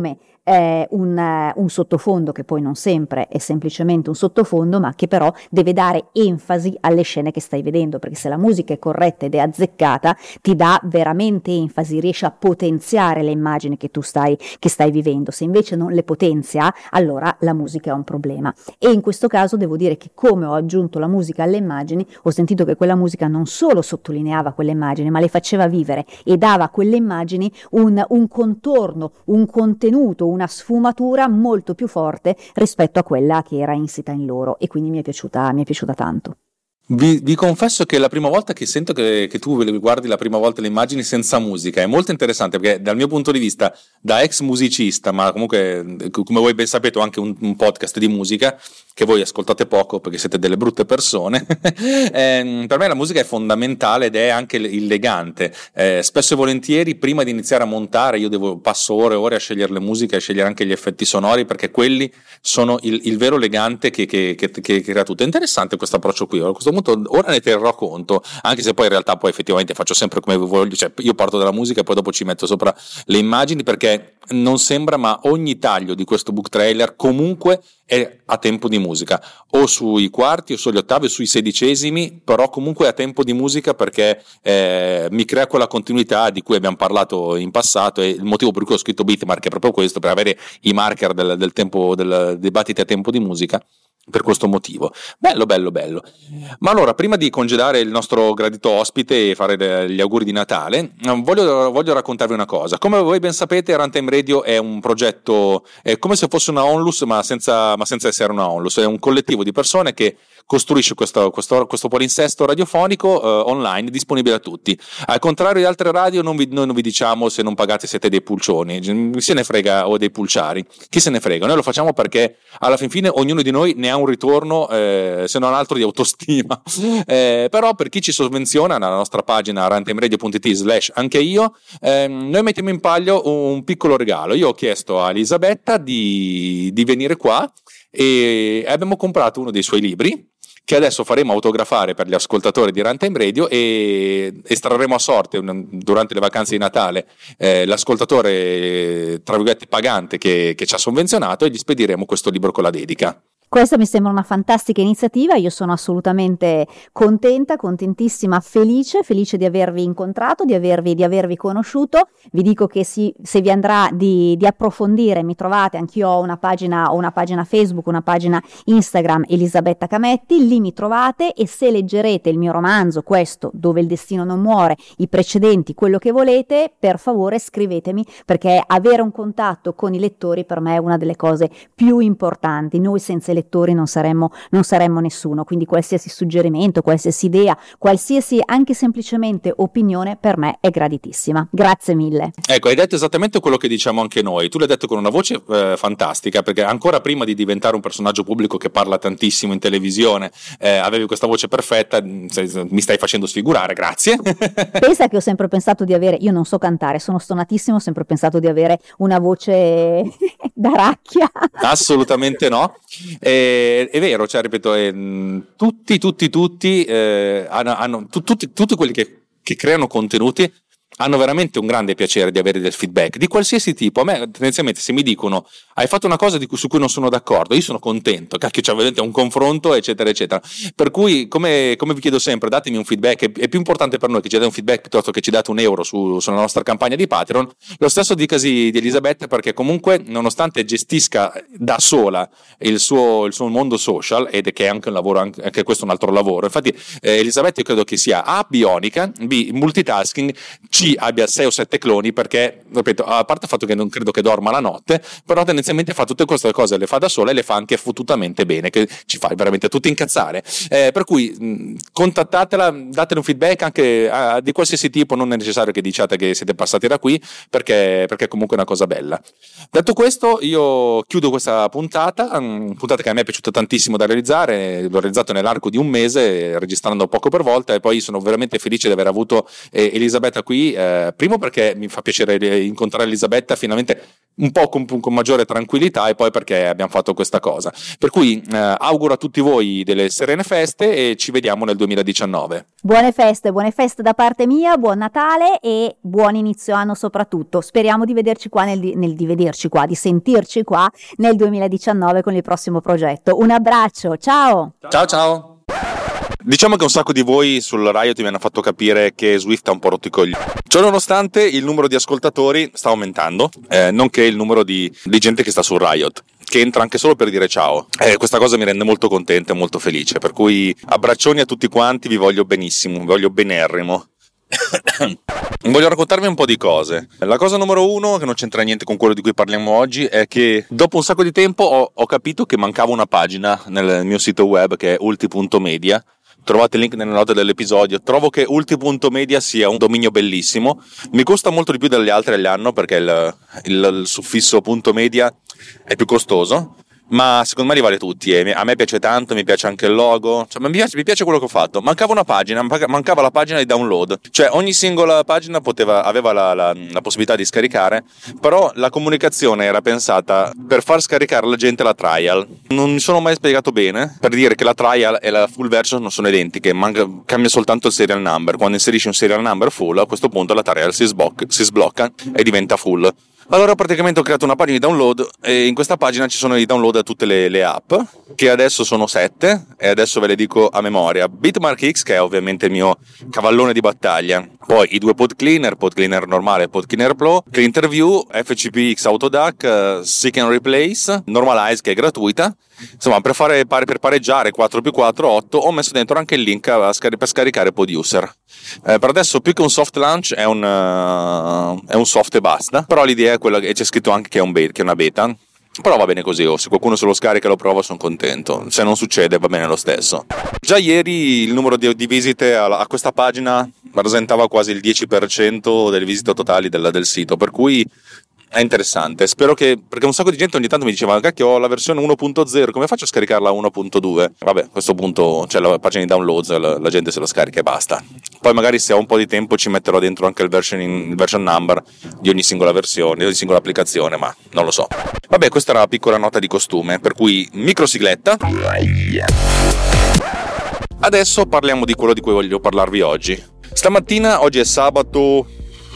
un sottofondo che poi non sempre è semplicemente un sottofondo, ma che però deve dare enfasi alle scene che stai vedendo, perché se la musica è corretta ed è azzeccata ti dà veramente enfasi, riesce a potenziare le immagini che tu stai vivendo. Se invece non le potenzia, allora la musica è un problema. E in questo caso devo dire che, come ho aggiunto la musica alle immagini, ho sentito che quella musica non solo sottolineava quelle immagini, ma le faceva vivere e dava a quelle immagini un contorno, un contenuto, una sfumatura molto più forte rispetto a quella che era insita in loro, e quindi mi è piaciuta tanto. Vi confesso che la prima volta che sento che tu guardi la prima volta le immagini senza musica è molto interessante, perché dal mio punto di vista, da ex musicista, ma comunque come voi ben sapete ho anche un podcast di musica che voi ascoltate poco perché siete delle brutte persone, per me la musica è fondamentale ed è anche elegante. Spesso e volentieri prima di iniziare a montare io passo ore e ore a scegliere le musiche, a scegliere anche gli effetti sonori, perché quelli sono il vero elegante che crea tutto. È interessante questo approccio qui. A questo punto ora ne terrò conto, anche se poi in realtà poi effettivamente faccio sempre come voglio, cioè io parto dalla musica e poi dopo ci metto sopra le immagini, perché non sembra, ma ogni taglio di questo book trailer comunque è a tempo di musica, o sui quarti o sugli ottavi o sui sedicesimi, però comunque è a tempo di musica, perché mi crea quella continuità di cui abbiamo parlato in passato, e il motivo per cui ho scritto Beatmark è proprio questo, per avere i marker del tempo dei battiti a tempo di musica. Per questo motivo. Bello. Ma allora, prima di congedare il nostro gradito ospite e fare gli auguri di Natale, voglio raccontarvi una cosa. Come voi ben sapete, Runtime Radio è un progetto, è come se fosse una onlus, ma senza essere una onlus. È un collettivo di persone che costruisce questo palinsesto radiofonico online, disponibile a tutti. Al contrario di altre radio, noi non vi diciamo se non pagate siete dei pulcioni, chi se ne frega, o dei pulciari, chi se ne frega. Noi lo facciamo perché alla fin fine ognuno di noi ne ha un ritorno, se non altro di autostima. Però per chi ci sovvenziona, nella nostra pagina runtimeradio.it/anche noi mettiamo in palio un piccolo regalo. Io ho chiesto a Elisabetta di venire qua e abbiamo comprato uno dei suoi libri, che adesso faremo autografare per gli ascoltatori di Runtime Radio, e estrarremo a sorte durante le vacanze di Natale l'ascoltatore tra virgolette pagante che ci ha sovvenzionato, e gli spediremo questo libro con la dedica. Questa mi sembra una fantastica iniziativa, io sono assolutamente contentissima, felice di avervi incontrato, di avervi conosciuto. Vi dico che se vi andrà di approfondire, mi trovate, anch'io ho una pagina Facebook, una pagina Instagram, Elisabetta Cametti, lì mi trovate, e se leggerete il mio romanzo, questo, Dove il destino non muore, i precedenti, quello che volete, per favore scrivetemi, perché avere un contatto con i lettori per me è una delle cose più importanti. Noi senza lettori non saremmo nessuno, quindi qualsiasi suggerimento, qualsiasi idea, qualsiasi anche semplicemente opinione per me è graditissima. Grazie mille. Ecco, hai detto esattamente quello che diciamo anche noi. Tu l'hai detto con una voce fantastica, perché ancora prima di diventare un personaggio pubblico che parla tantissimo in televisione, avevi questa voce perfetta. Mi stai facendo sfigurare, grazie. Pensa che ho sempre pensato di avere, io non so cantare, sono stonatissimo, ho sempre pensato di avere una voce da racchia. Assolutamente no. È vero, cioè ripeto, tutti quelli che creano contenuti hanno veramente un grande piacere di avere del feedback di qualsiasi tipo. A me tendenzialmente, se mi dicono hai fatto una cosa su cui non sono d'accordo, io sono contento, cacchio, cioè vedete, un confronto eccetera eccetera. Per cui come vi chiedo sempre, datemi un feedback. È più importante per noi che ci date un feedback piuttosto che ci date €1 sulla nostra campagna di Patreon. Lo stesso dicasi di Elisabetta, perché comunque nonostante gestisca da sola il suo mondo social, ed è che è anche un lavoro, anche questo è un altro lavoro, infatti Elisabetta io credo che sia A, bionica, B, multitasking, C, abbia 6 o 7 cloni, perché ripeto, a parte il fatto che non credo che dorma la notte, però tendenzialmente fa tutte queste cose, le fa da sola e le fa anche fottutamente bene, che ci fa veramente tutti incazzare, per cui contattatela, datele un feedback anche di qualsiasi tipo, non è necessario che diciate che siete passati da qui, perché comunque è una cosa bella. Detto questo, io chiudo questa puntata che a me è piaciuta tantissimo da realizzare. L'ho realizzato nell'arco di un mese, registrando poco per volta, e poi sono veramente felice di aver avuto Elisabetta qui, primo perché mi fa piacere incontrare Elisabetta finalmente un po' con maggiore tranquillità, e poi perché abbiamo fatto questa cosa. Per cui auguro a tutti voi delle serene feste e ci vediamo nel 2019. Buone feste da parte mia, buon Natale e buon inizio anno soprattutto. Speriamo di vederci qua di sentirci qua nel 2019 con il prossimo progetto. Un abbraccio, ciao! Ciao! Diciamo che un sacco di voi sul Riot mi hanno fatto capire che Swift ha un po' rotto i coglioni. Ciononostante, il numero di ascoltatori sta aumentando, nonché il numero di gente che sta sul Riot, che entra anche solo per dire ciao. Questa cosa mi rende molto contento e molto felice, per cui abbraccioni a tutti quanti, vi voglio benissimo, vi voglio benerrimo. Voglio raccontarvi un po' di cose. La cosa numero 1, che non c'entra niente con quello di cui parliamo oggi, è che dopo un sacco di tempo ho capito che mancava una pagina nel mio sito web, che è ulti.media. Trovate il link nelle note dell'episodio. Trovo che ulti.media sia un dominio bellissimo. Mi costa molto di più delle altre all'anno, perché il suffisso .media è più costoso, ma secondo me li vale tutti, e a me piace tanto, mi piace anche il logo, cioè, mi piace quello che ho fatto. Mancava una pagina, mancava la pagina di download, cioè ogni singola pagina aveva la possibilità di scaricare, però la comunicazione era pensata per far scaricare alla gente la trial. Non mi sono mai spiegato bene, per dire che la trial e la full version non sono identiche, cambia soltanto il serial number. Quando inserisci un serial number full, a questo punto la trial si sblocca e diventa full. Allora praticamente ho creato una pagina di download, e in questa pagina ci sono i download a tutte le app, che adesso sono 7, e adesso ve le dico a memoria. Bitmark X, che è ovviamente il mio cavallone di battaglia, poi i 2 pod cleaner normale e pod cleaner pro, Cleanterview, FCPX Autodac, Seek and Replace, Normalize, che è gratuita. Insomma, per pareggiare 4+4 8, ho messo dentro anche il link per scaricare Poduser. Per adesso più che un soft launch è un soft e basta, però l'idea è quella che c'è scritto anche che è una beta, però va bene così, o se qualcuno se lo scarica e lo prova sono contento, se non succede va bene lo stesso. Già ieri il numero di visite a questa pagina rappresentava quasi il 10% delle visite totali del sito, per cui è interessante. Spero perché un sacco di gente ogni tanto mi diceva: cacchio, ho la versione 1.0, come faccio a scaricarla a 1.2? Vabbè, a questo punto c'è la pagina di downloads, la gente se la scarica e basta. Poi magari se ho un po' di tempo ci metterò dentro anche il version number di ogni singola versione, di ogni singola applicazione, ma non lo so. Vabbè, questa era una piccola nota di costume, per cui microsigletta. Adesso parliamo di quello di cui voglio parlarvi oggi. Oggi è sabato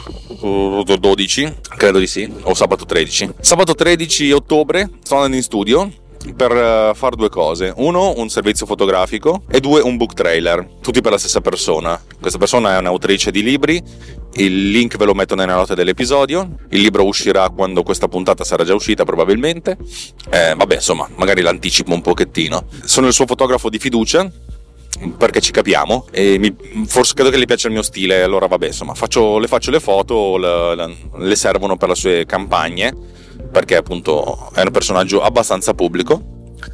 12, credo di sì, o sabato 13. Sabato 13 ottobre sto andando in studio per fare 2 cose: 1, un servizio fotografico, e 2, un book trailer, tutti per la stessa persona. Questa persona è un'autrice di libri, il link ve lo metto nelle note dell'episodio. Il libro uscirà quando questa puntata sarà già uscita, probabilmente. Vabbè, insomma, magari l'anticipo un pochettino. Sono il suo fotografo di fiducia, perché ci capiamo, e forse credo che le piace il mio stile. Allora vabbè, insomma, le faccio le foto, le servono per le sue campagne, perché appunto è un personaggio abbastanza pubblico,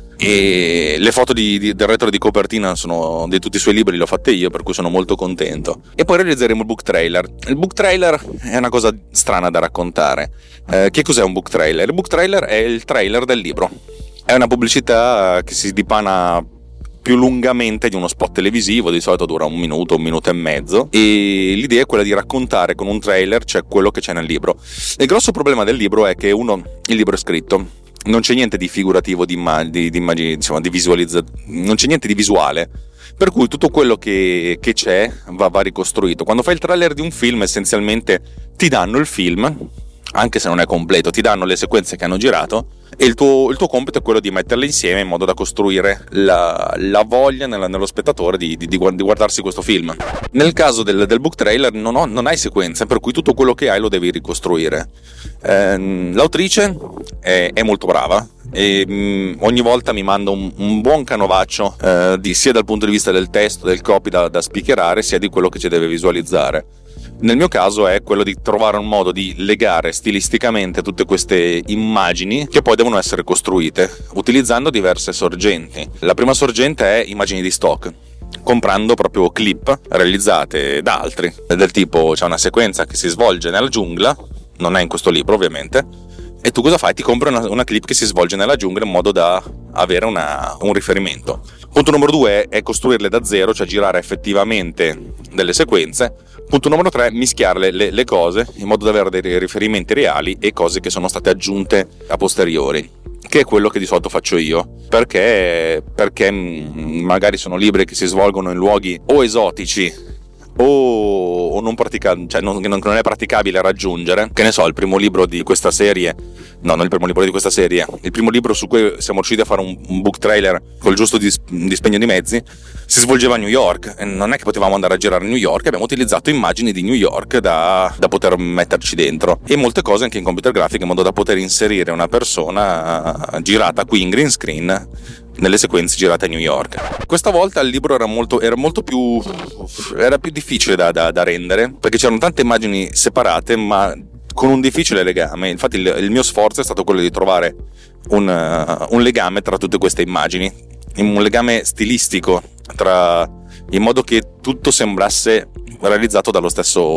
e le foto del retro di copertina sono di tutti i suoi libri, le ho fatte io, per cui sono molto contento. E poi realizzeremo il book trailer. Il book trailer è una cosa strana da raccontare. Che cos'è un book trailer? Il book trailer è il trailer del libro, è una pubblicità che si dipana più lungamente di uno spot televisivo, di solito dura 1 minuto, 1 minuto e mezzo, e l'idea è quella di raccontare con un trailer, cioè quello che c'è nel libro. Il grosso problema del libro è che il libro è scritto, non c'è niente di figurativo, di immagini, insomma, di visualizzazione, non c'è niente di visuale, per cui tutto quello che c'è va ricostruito. Quando fai il trailer di un film, essenzialmente ti danno il film, anche se non è completo, ti danno le sequenze che hanno girato, e il tuo compito è quello di metterle insieme in modo da costruire la voglia nello spettatore di guardarsi questo film. Nel caso del book trailer non hai sequenze, per cui tutto quello che hai lo devi ricostruire. L'autrice è molto brava, e ogni volta mi manda un buon canovaccio sia dal punto di vista del testo, del copy da speakerare, sia di quello che ci deve visualizzare. Nel mio caso è quello di trovare un modo di legare stilisticamente tutte queste immagini, che poi devono essere costruite utilizzando diverse sorgenti. La prima sorgente è immagini di stock, comprando proprio clip realizzate da altri, del tipo c'è una sequenza che si svolge nella giungla, non è in questo libro ovviamente, E tu cosa fai? Ti compri una clip che si svolge nella giungla in modo da avere un riferimento. Punto numero 2 è costruirle da zero, cioè girare effettivamente delle sequenze. Punto numero 3, mischiare le cose in modo da avere dei riferimenti reali e cose che sono state aggiunte a posteriori, che è quello che di solito faccio io, perché magari sono libri che si svolgono in luoghi o esotici o non cioè non è praticabile raggiungere. Che ne so, il primo libro di questa serie, no, non il primo libro di questa serie, il primo libro su cui siamo riusciti a fare un book trailer col giusto dispendio di mezzi, si svolgeva a New York e non è che potevamo andare a girare a New York, abbiamo utilizzato immagini di New York da poter metterci dentro, e molte cose anche in computer graphic, in modo da poter inserire una persona girata qui in green screen nelle sequenze girate a New York. Questa volta il libro era più difficile da rendere, perché c'erano tante immagini separate ma con un difficile legame. Infatti il mio sforzo è stato quello di trovare un legame tra tutte queste immagini, un legame stilistico in modo che tutto sembrasse realizzato dalla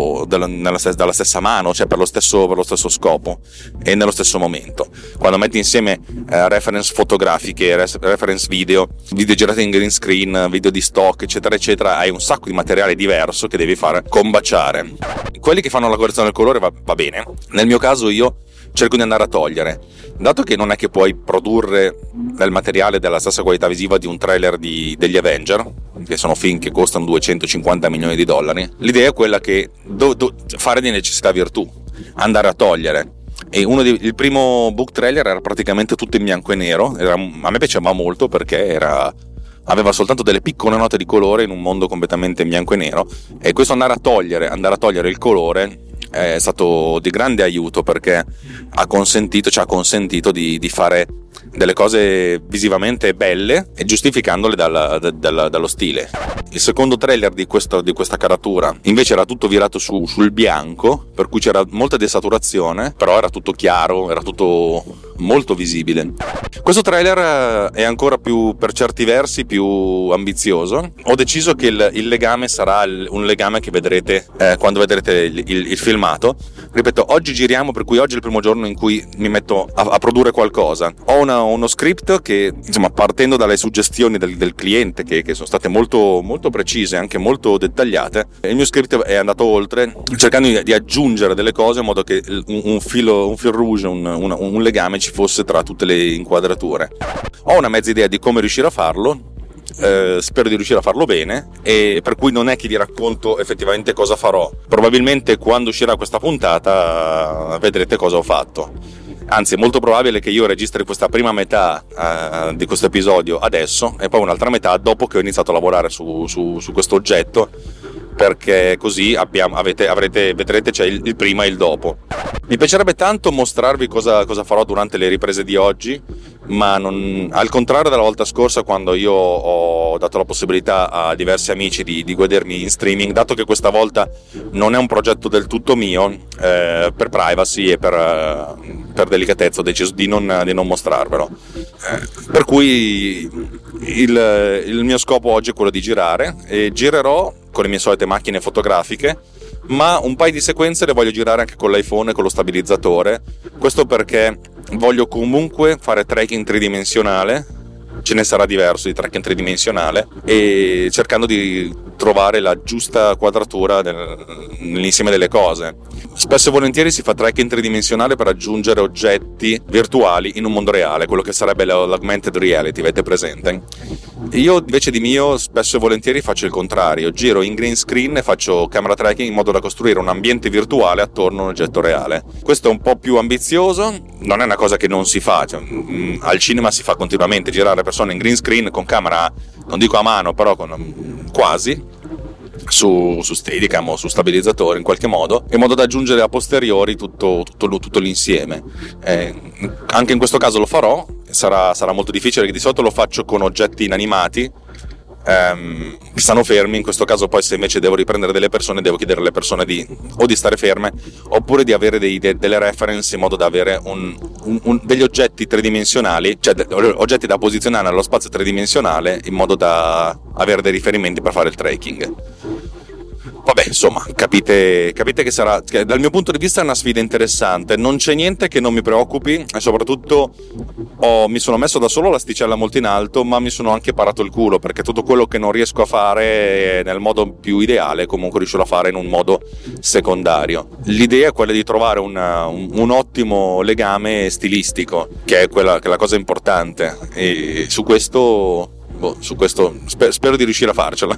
stessa mano, cioè per lo stesso scopo e nello stesso momento. Quando metti insieme reference fotografiche, reference video girati in green screen, video di stock, eccetera eccetera, hai un sacco di materiale diverso che devi fare combaciare. Quelli che fanno la correzione del colore va bene. Nel mio caso io cerco di andare a togliere, dato che non è che puoi produrre del materiale della stessa qualità visiva di un trailer degli Avenger, che sono film che costano $250 milioni. L'idea è quella che fare di necessità virtù, andare a togliere. E il primo book trailer era praticamente tutto in bianco e nero. A me piaceva molto perché aveva soltanto delle piccole note di colore in un mondo completamente in bianco e nero, e questo andare a togliere il colore è stato di grande aiuto, perché ci ha consentito di fare delle cose visivamente belle e giustificandole dallo stile. Il secondo trailer di questa caratura invece era tutto virato sul bianco, per cui c'era molta desaturazione, però era tutto chiaro, era tutto molto visibile. Questo trailer è ancora più, per certi versi, più ambizioso. Ho deciso che il legame sarà un legame che vedrete quando vedrete il filmato. Ripeto, oggi giriamo, per cui oggi è il primo giorno in cui mi metto a produrre qualcosa. Ho uno script che, insomma, partendo dalle suggestioni del cliente, che sono state molto, molto precise, anche molto dettagliate, il mio script è andato oltre, cercando di aggiungere delle cose in modo che un fil rouge, un legame ci fosse tra tutte le inquadrature. Ho una mezza idea di come riuscire a farlo. Spero di riuscire a farlo bene, e per cui non è che vi racconto effettivamente cosa farò. Probabilmente quando uscirà questa puntata vedrete cosa ho fatto. Anzi, è molto probabile che io registri questa prima metà di questo episodio adesso e poi un'altra metà dopo che ho iniziato a lavorare su questo oggetto, perché così vedrete c'è il prima e il dopo. Mi piacerebbe tanto mostrarvi cosa farò durante le riprese di oggi, ma al contrario della volta scorsa, quando io ho dato la possibilità a diversi amici di godermi in streaming, dato che questa volta non è un progetto del tutto mio, per privacy e per delicatezza ho deciso di non mostrarvelo. Per cui il mio scopo oggi è quello di girare, e girerò con le mie solite macchine fotografiche, ma un paio di sequenze le voglio girare anche con l'iPhone e con lo stabilizzatore. Questo perché voglio comunque fare tracking tridimensionale, ce ne sarà diverso di tracking tridimensionale, e cercando di trovare la giusta quadratura nell'insieme delle cose. Spesso e volentieri si fa tracking tridimensionale per aggiungere oggetti virtuali in un mondo reale, quello che sarebbe l'augmented reality, avete presente? Io invece di mio spesso e volentieri faccio il contrario, giro in green screen e faccio camera tracking in modo da costruire un ambiente virtuale attorno a un oggetto reale. Questo è un po' più ambizioso, non è una cosa che non si fa, al cinema si fa continuamente, girare persone in green screen con camera, non dico a mano, però quasi, su Steadicam o su stabilizzatore in qualche modo, in modo da aggiungere a posteriori tutto l'insieme. Anche in questo caso lo farò, sarà molto difficile, perché di solito lo faccio con oggetti inanimati che stanno fermi. In questo caso poi, se invece devo riprendere delle persone, devo chiedere alle persone di stare ferme, oppure di avere delle reference in modo da avere degli oggetti tridimensionali, cioè oggetti da posizionare nello spazio tridimensionale, in modo da avere dei riferimenti per fare il tracking. Vabbè, insomma, capite che sarà, che dal mio punto di vista è una sfida interessante. Non c'è niente che non mi preoccupi e soprattutto mi sono messo da solo l'asticella molto in alto, ma mi sono anche parato il culo, perché tutto quello che non riesco a fare nel modo più ideale comunque riesco a fare in un modo secondario. L'idea è quella di trovare un ottimo legame stilistico, che è la cosa importante, e su questo spero di riuscire a farcela.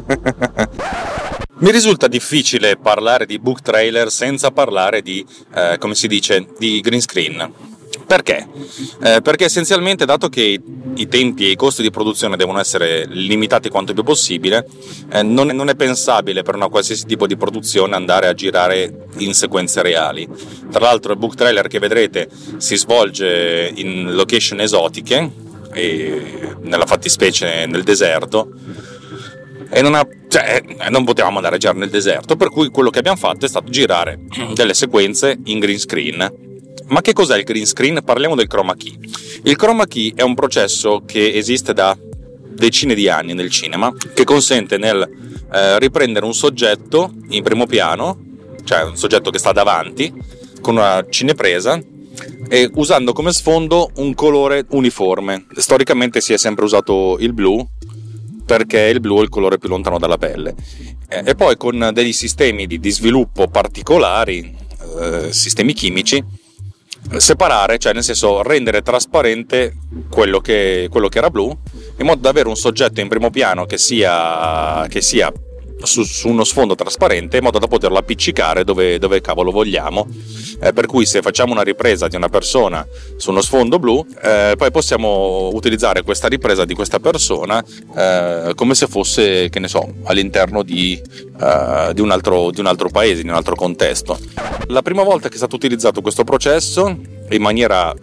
Mi risulta difficile parlare di book trailer senza parlare di, come si dice, di green screen. Perché? Perché essenzialmente, dato che i tempi e i costi di produzione devono essere limitati quanto più possibile, non è pensabile per una qualsiasi tipo di produzione andare a girare in sequenze reali. Tra l'altro il book trailer che vedrete si svolge in location esotiche, e nella fattispecie nel deserto, e non potevamo andare a girare nel deserto, per cui quello che abbiamo fatto è stato girare delle sequenze in green screen. Ma che cos'è il green screen? Parliamo del chroma key. Il chroma key è un processo che esiste da decine di anni nel cinema, che consente nel riprendere un soggetto in primo piano, cioè un soggetto che sta davanti con una cinepresa, e usando come sfondo un colore uniforme. Storicamente si è sempre usato il blu, perché il blu è il colore più lontano dalla pelle, e poi con degli sistemi di sviluppo particolari, sistemi chimici, separare, cioè nel senso rendere trasparente quello che era blu, in modo da avere un soggetto in primo piano che sia su uno sfondo trasparente, in modo da poterlo appiccicare dove cavolo vogliamo. Per cui se facciamo una ripresa di una persona su uno sfondo blu, poi possiamo utilizzare questa ripresa di questa persona come se fosse, che ne so, all'interno di un altro paese, di un altro contesto. La prima volta che è stato utilizzato questo processo in maniera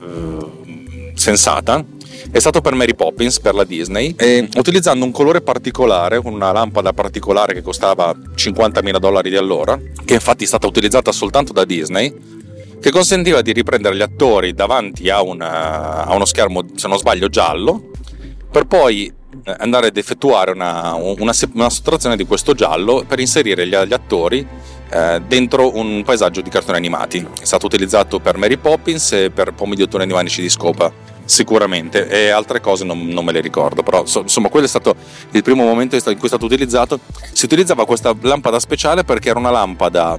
sensata è stato per Mary Poppins, per la Disney, e utilizzando un colore particolare, con una lampada particolare che costava $50.000 di allora, che infatti è stata utilizzata soltanto da Disney, che consentiva di riprendere gli attori davanti a uno schermo, se non sbaglio, giallo, per poi andare ad effettuare una sottrazione di questo giallo per inserire gli attori dentro un paesaggio di cartoni animati. È stato utilizzato per Mary Poppins e per Pomi di Ottone e Divanici di Scopa, sicuramente, e altre cose non me le ricordo, però insomma quello è stato il primo momento in cui è stato utilizzato. Si utilizzava questa lampada speciale perché era una lampada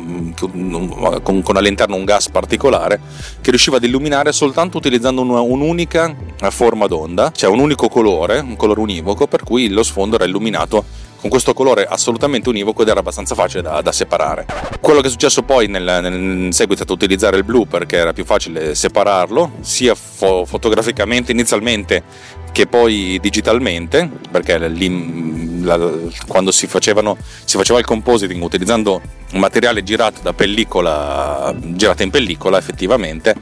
con all'interno un gas particolare che riusciva ad illuminare soltanto utilizzando un'unica forma d'onda, cioè un unico colore, un colore univoco, per cui lo sfondo era illuminato con questo colore assolutamente univoco ed era abbastanza facile da separare. Quello che è successo poi nel seguito è stato utilizzare il blu, perché era più facile separarlo sia fotograficamente inizialmente che poi digitalmente, perché quando si faceva il compositing utilizzando un materiale girato in pellicola, effettivamente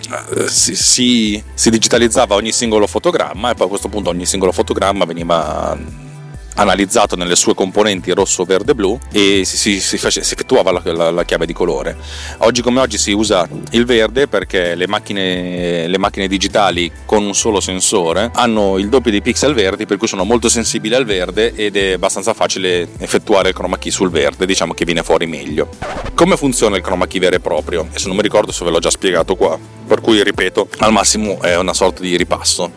si digitalizzava ogni singolo fotogramma, e poi a questo punto ogni singolo fotogramma veniva analizzato nelle sue componenti rosso, verde, blu, e si effettuava la chiave di colore. Oggi come oggi si usa il verde perché le macchine digitali con un solo sensore hanno il doppio dei pixel verdi, per cui sono molto sensibili al verde ed è abbastanza facile effettuare il chroma key sul verde, diciamo che viene fuori meglio. Come funziona il chroma key vero e proprio? E se non mi ricordo se ve l'ho già spiegato qua, per cui ripeto, al massimo è una sorta di ripasso.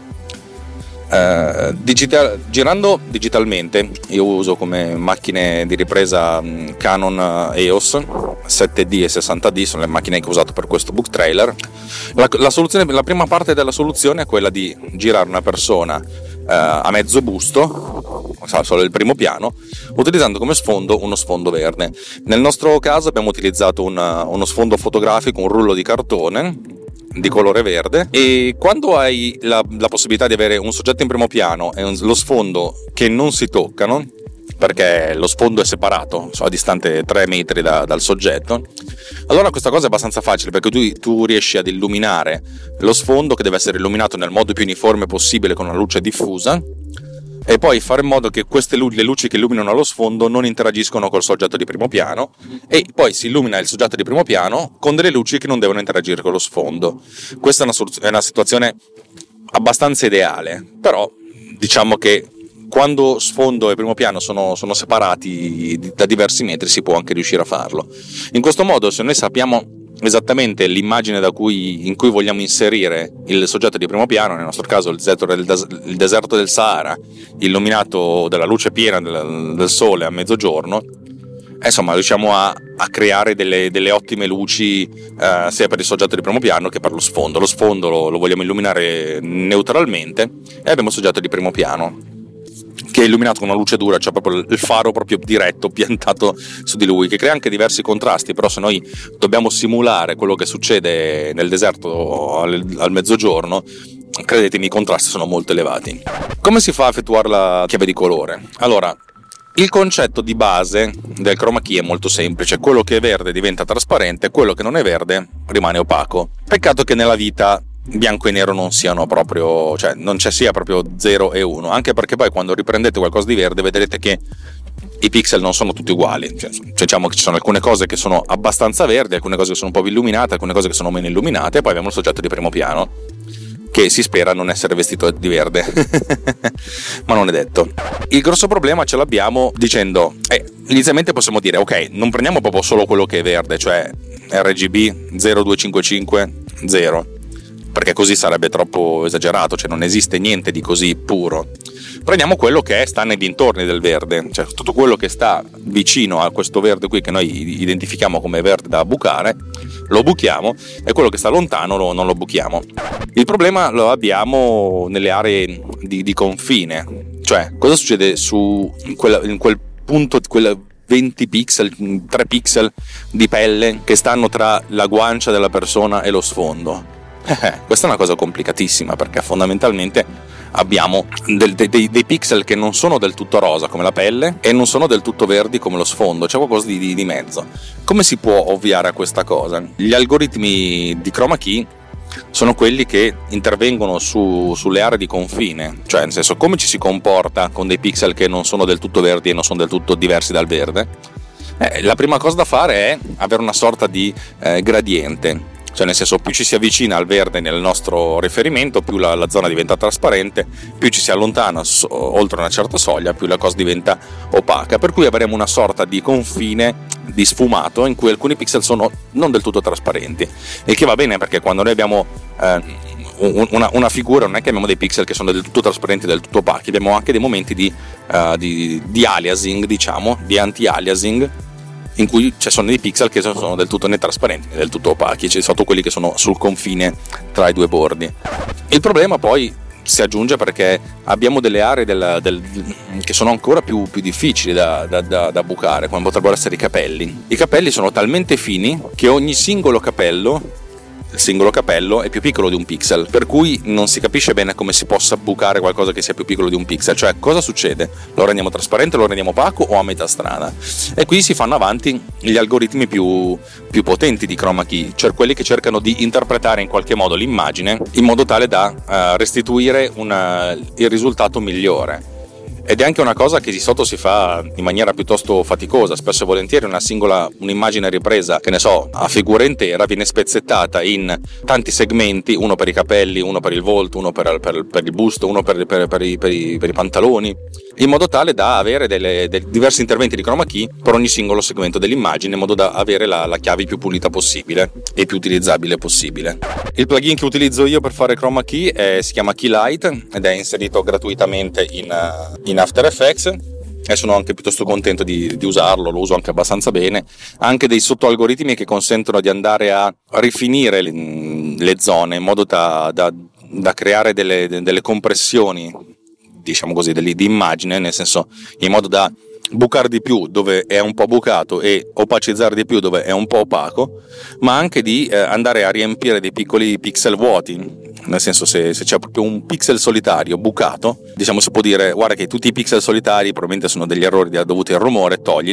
Girando digitalmente, io uso come macchine di ripresa Canon EOS 7D e 60D, sono le macchine che ho usato per questo book trailer. La prima parte della soluzione è quella di girare una persona a mezzo busto, solo il primo piano, utilizzando come sfondo uno sfondo verde. Nel nostro caso abbiamo utilizzato uno sfondo fotografico, un rullo di cartone di colore verde, e quando hai la possibilità di avere un soggetto in primo piano e lo sfondo che non si toccano, perché lo sfondo è separato, a distante 3 metri dal soggetto, allora questa cosa è abbastanza facile, perché tu riesci ad illuminare lo sfondo, che deve essere illuminato nel modo più uniforme possibile con una luce diffusa, e poi fare in modo che le luci che illuminano lo sfondo non interagiscono col soggetto di primo piano, e poi si illumina il soggetto di primo piano con delle luci che non devono interagire con lo sfondo. Questa è una situazione abbastanza ideale, però diciamo che quando sfondo e primo piano sono separati da diversi metri si può anche riuscire a farlo. In questo modo, se noi sappiamo esattamente l'immagine in cui vogliamo inserire il soggetto di primo piano, nel nostro caso il deserto del Sahara, illuminato dalla luce piena del sole a mezzogiorno, insomma riusciamo a creare delle ottime luci sia per il soggetto di primo piano che per lo sfondo. Lo sfondo lo vogliamo illuminare neutralmente e abbiamo il soggetto di primo piano che è illuminato con una luce dura, cioè proprio il faro proprio diretto piantato su di lui, che crea anche diversi contrasti. Però se noi dobbiamo simulare quello che succede nel deserto al mezzogiorno, credetemi, i contrasti sono molto elevati. Come si fa a effettuare la chiave di colore? Allora, il concetto di base del chroma key è molto semplice: quello che è verde diventa trasparente, quello che non è verde rimane opaco. Peccato che nella vita bianco e nero non siano proprio, cioè non ci sia proprio 0 e 1, anche perché poi quando riprendete qualcosa di verde vedrete che i pixel non sono tutti uguali, cioè, diciamo che ci sono alcune cose che sono abbastanza verdi, alcune cose che sono un po' più illuminate, alcune cose che sono meno illuminate, e poi abbiamo il soggetto di primo piano che si spera non essere vestito di verde ma non è detto. Il grosso problema ce l'abbiamo dicendo inizialmente possiamo dire ok, non prendiamo proprio solo quello che è verde, cioè RGB 0255 0, perché così sarebbe troppo esagerato, cioè non esiste niente di così puro. Prendiamo quello che sta nei dintorni del verde, cioè tutto quello che sta vicino a questo verde qui che noi identifichiamo come verde da bucare, lo buchiamo, e quello che sta lontano non lo buchiamo. Il problema lo abbiamo nelle aree di confine, cioè cosa succede in quel punto, quella 20 pixel, 3 pixel di pelle che stanno tra la guancia della persona e lo sfondo. Questa è una cosa complicatissima, perché fondamentalmente abbiamo dei pixel che non sono del tutto rosa come la pelle e non sono del tutto verdi come lo sfondo, c'è qualcosa di mezzo. Come si può ovviare a questa cosa? Gli algoritmi di chroma key sono quelli che intervengono sulle aree di confine, cioè nel senso come ci si comporta con dei pixel che non sono del tutto verdi e non sono del tutto diversi dal verde. La prima cosa da fare è avere una sorta di gradiente. Cioè nel senso, più ci si avvicina al verde nel nostro riferimento, più la zona diventa trasparente, più ci si allontana oltre una certa soglia, più la cosa diventa opaca, per cui avremo una sorta di confine di sfumato in cui alcuni pixel sono non del tutto trasparenti, e che va bene perché quando noi abbiamo una figura non è che abbiamo dei pixel che sono del tutto trasparenti, del tutto opachi, abbiamo anche dei momenti di aliasing, diciamo, di anti-aliasing, in cui ci sono dei pixel che sono del tutto né trasparenti né del tutto opachi, ci sono quelli che sono sul confine tra i due bordi. Il problema poi si aggiunge perché abbiamo delle aree che sono ancora più difficili da bucare, come potrebbero essere i capelli. I capelli sono talmente fini che ogni singolo capello è più piccolo di un pixel, per cui non si capisce bene come si possa bucare qualcosa che sia più piccolo di un pixel, cioè cosa succede? Lo rendiamo trasparente, lo rendiamo opaco o a metà strada? E qui si fanno avanti gli algoritmi più potenti di chroma key, cioè quelli che cercano di interpretare in qualche modo l'immagine in modo tale da restituire il risultato migliore. Ed è anche una cosa che di sotto si fa in maniera piuttosto faticosa. Spesso e volentieri un'immagine ripresa, che ne so, a figura intera, viene spezzettata in tanti segmenti, uno per i capelli, uno per il volto, uno per il busto, uno per i pantaloni, in modo tale da avere dei diversi interventi di chroma key per ogni singolo segmento dell'immagine, in modo da avere la chiave più pulita possibile e più utilizzabile possibile. Il plugin che utilizzo io per fare chroma key si chiama Keylight ed è inserito gratuitamente in After Effects, e sono anche piuttosto contento di usarlo, lo uso anche abbastanza bene. Ha anche dei sottoalgoritmi che consentono di andare a rifinire le zone in modo da creare delle compressioni, diciamo così, di immagine, nel senso, in modo da bucare di più dove è un po' bucato e opacizzare di più dove è un po' opaco, ma anche di andare a riempire dei piccoli pixel vuoti. Nel senso, se c'è proprio un pixel solitario bucato, diciamo, si può dire guarda che tutti i pixel solitari probabilmente sono degli errori dovuti al rumore, toglili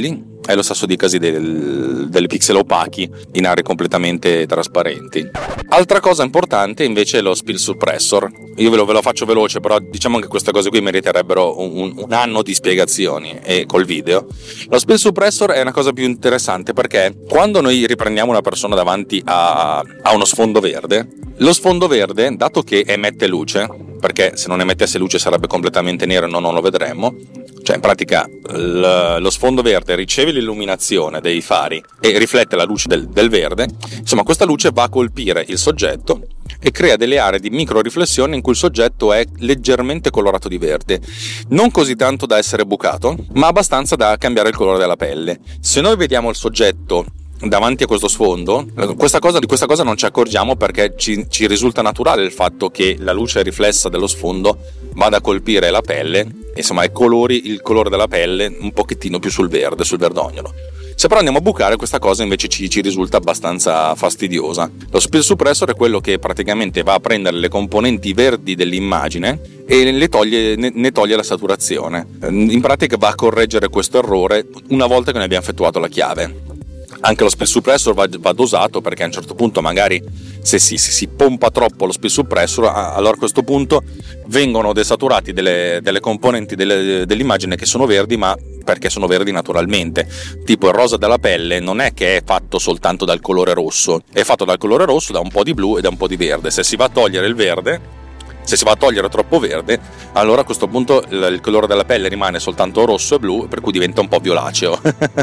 È lo stesso dicasi delle pixel opachi in aree completamente trasparenti. Altra cosa importante invece è lo spill suppressor. Io ve lo faccio veloce, però diciamo che queste cose qui meriterebbero un anno di spiegazioni e col video. Lo spill suppressor è una cosa più interessante perché quando noi riprendiamo una persona davanti a uno sfondo verde, lo sfondo verde, dato che emette luce, perché se non emettesse luce sarebbe completamente nero e non lo vedremmo, cioè in pratica lo sfondo verde riceve l'illuminazione dei fari e riflette la luce del verde. Insomma, questa luce va a colpire il soggetto e crea delle aree di micro riflessione in cui il soggetto è leggermente colorato di verde, non così tanto da essere bucato, ma abbastanza da cambiare il colore della pelle. Se noi vediamo il soggetto davanti a questo sfondo, di questa cosa non ci accorgiamo perché ci risulta naturale il fatto che la luce riflessa dello sfondo vada a colpire la pelle, insomma il colore della pelle un pochettino più sul verde, sul verdognolo. Se però andiamo a bucare, questa cosa invece ci risulta abbastanza fastidiosa. Lo spill suppressor è quello che praticamente va a prendere le componenti verdi dell'immagine e ne toglie la saturazione. In pratica va a correggere questo errore una volta che noi abbiamo effettuato la chiave. Anche lo spill suppressor va dosato, perché a un certo punto magari se si pompa troppo lo spill suppressor, allora a questo punto vengono desaturati delle componenti dell'immagine che sono verdi, ma perché sono verdi naturalmente. Tipo il rosa della pelle non è che è fatto soltanto dal colore rosso, è fatto dal colore rosso, da un po' di blu e da un po' di verde. Se si va a togliere il verde, se si va a togliere troppo verde, allora a questo punto il colore della pelle rimane soltanto rosso e blu, per cui diventa un po' violaceo.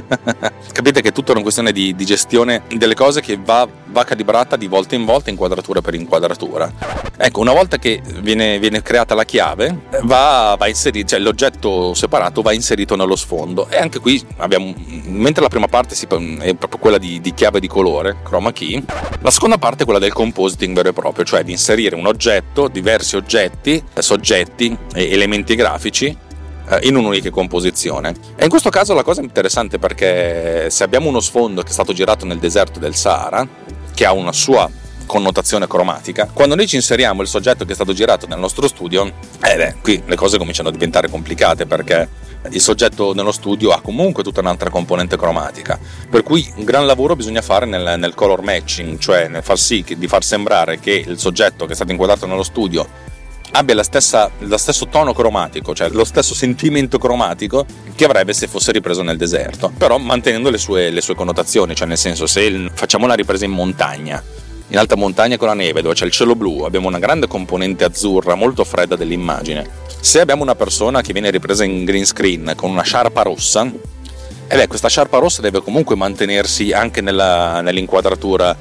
Capite che è tutta una questione di gestione delle cose che va calibrata di volta in volta, inquadratura per inquadratura. Ecco, una volta che viene creata la chiave, va inserito, cioè l'oggetto separato va inserito nello sfondo. E anche qui abbiamo, mentre la prima parte è proprio quella di chiave di colore, chroma key, la seconda parte è quella del compositing vero e proprio, cioè di inserire un oggetto, diversi oggetti, soggetti e elementi grafici in un'unica composizione. E in questo caso la cosa è interessante perché se abbiamo uno sfondo che è stato girato nel deserto del Sahara, che ha una sua connotazione cromatica, quando noi ci inseriamo il soggetto che è stato girato nel nostro studio, qui le cose cominciano a diventare complicate, perché il soggetto nello studio ha comunque tutta un'altra componente cromatica, per cui un gran lavoro bisogna fare nel color matching, cioè nel far sì di far sembrare che il soggetto che è stato inquadrato nello studio abbia lo stesso tono cromatico, cioè lo stesso sentimento cromatico che avrebbe se fosse ripreso nel deserto, però mantenendo le sue connotazioni. Cioè nel senso, se facciamo una ripresa in montagna, in alta montagna con la neve, dove c'è il cielo blu, abbiamo una grande componente azzurra molto fredda dell'immagine. Se abbiamo una persona che viene ripresa in green screen con una sciarpa rossa, questa sciarpa rossa deve comunque mantenersi anche nell'inquadratura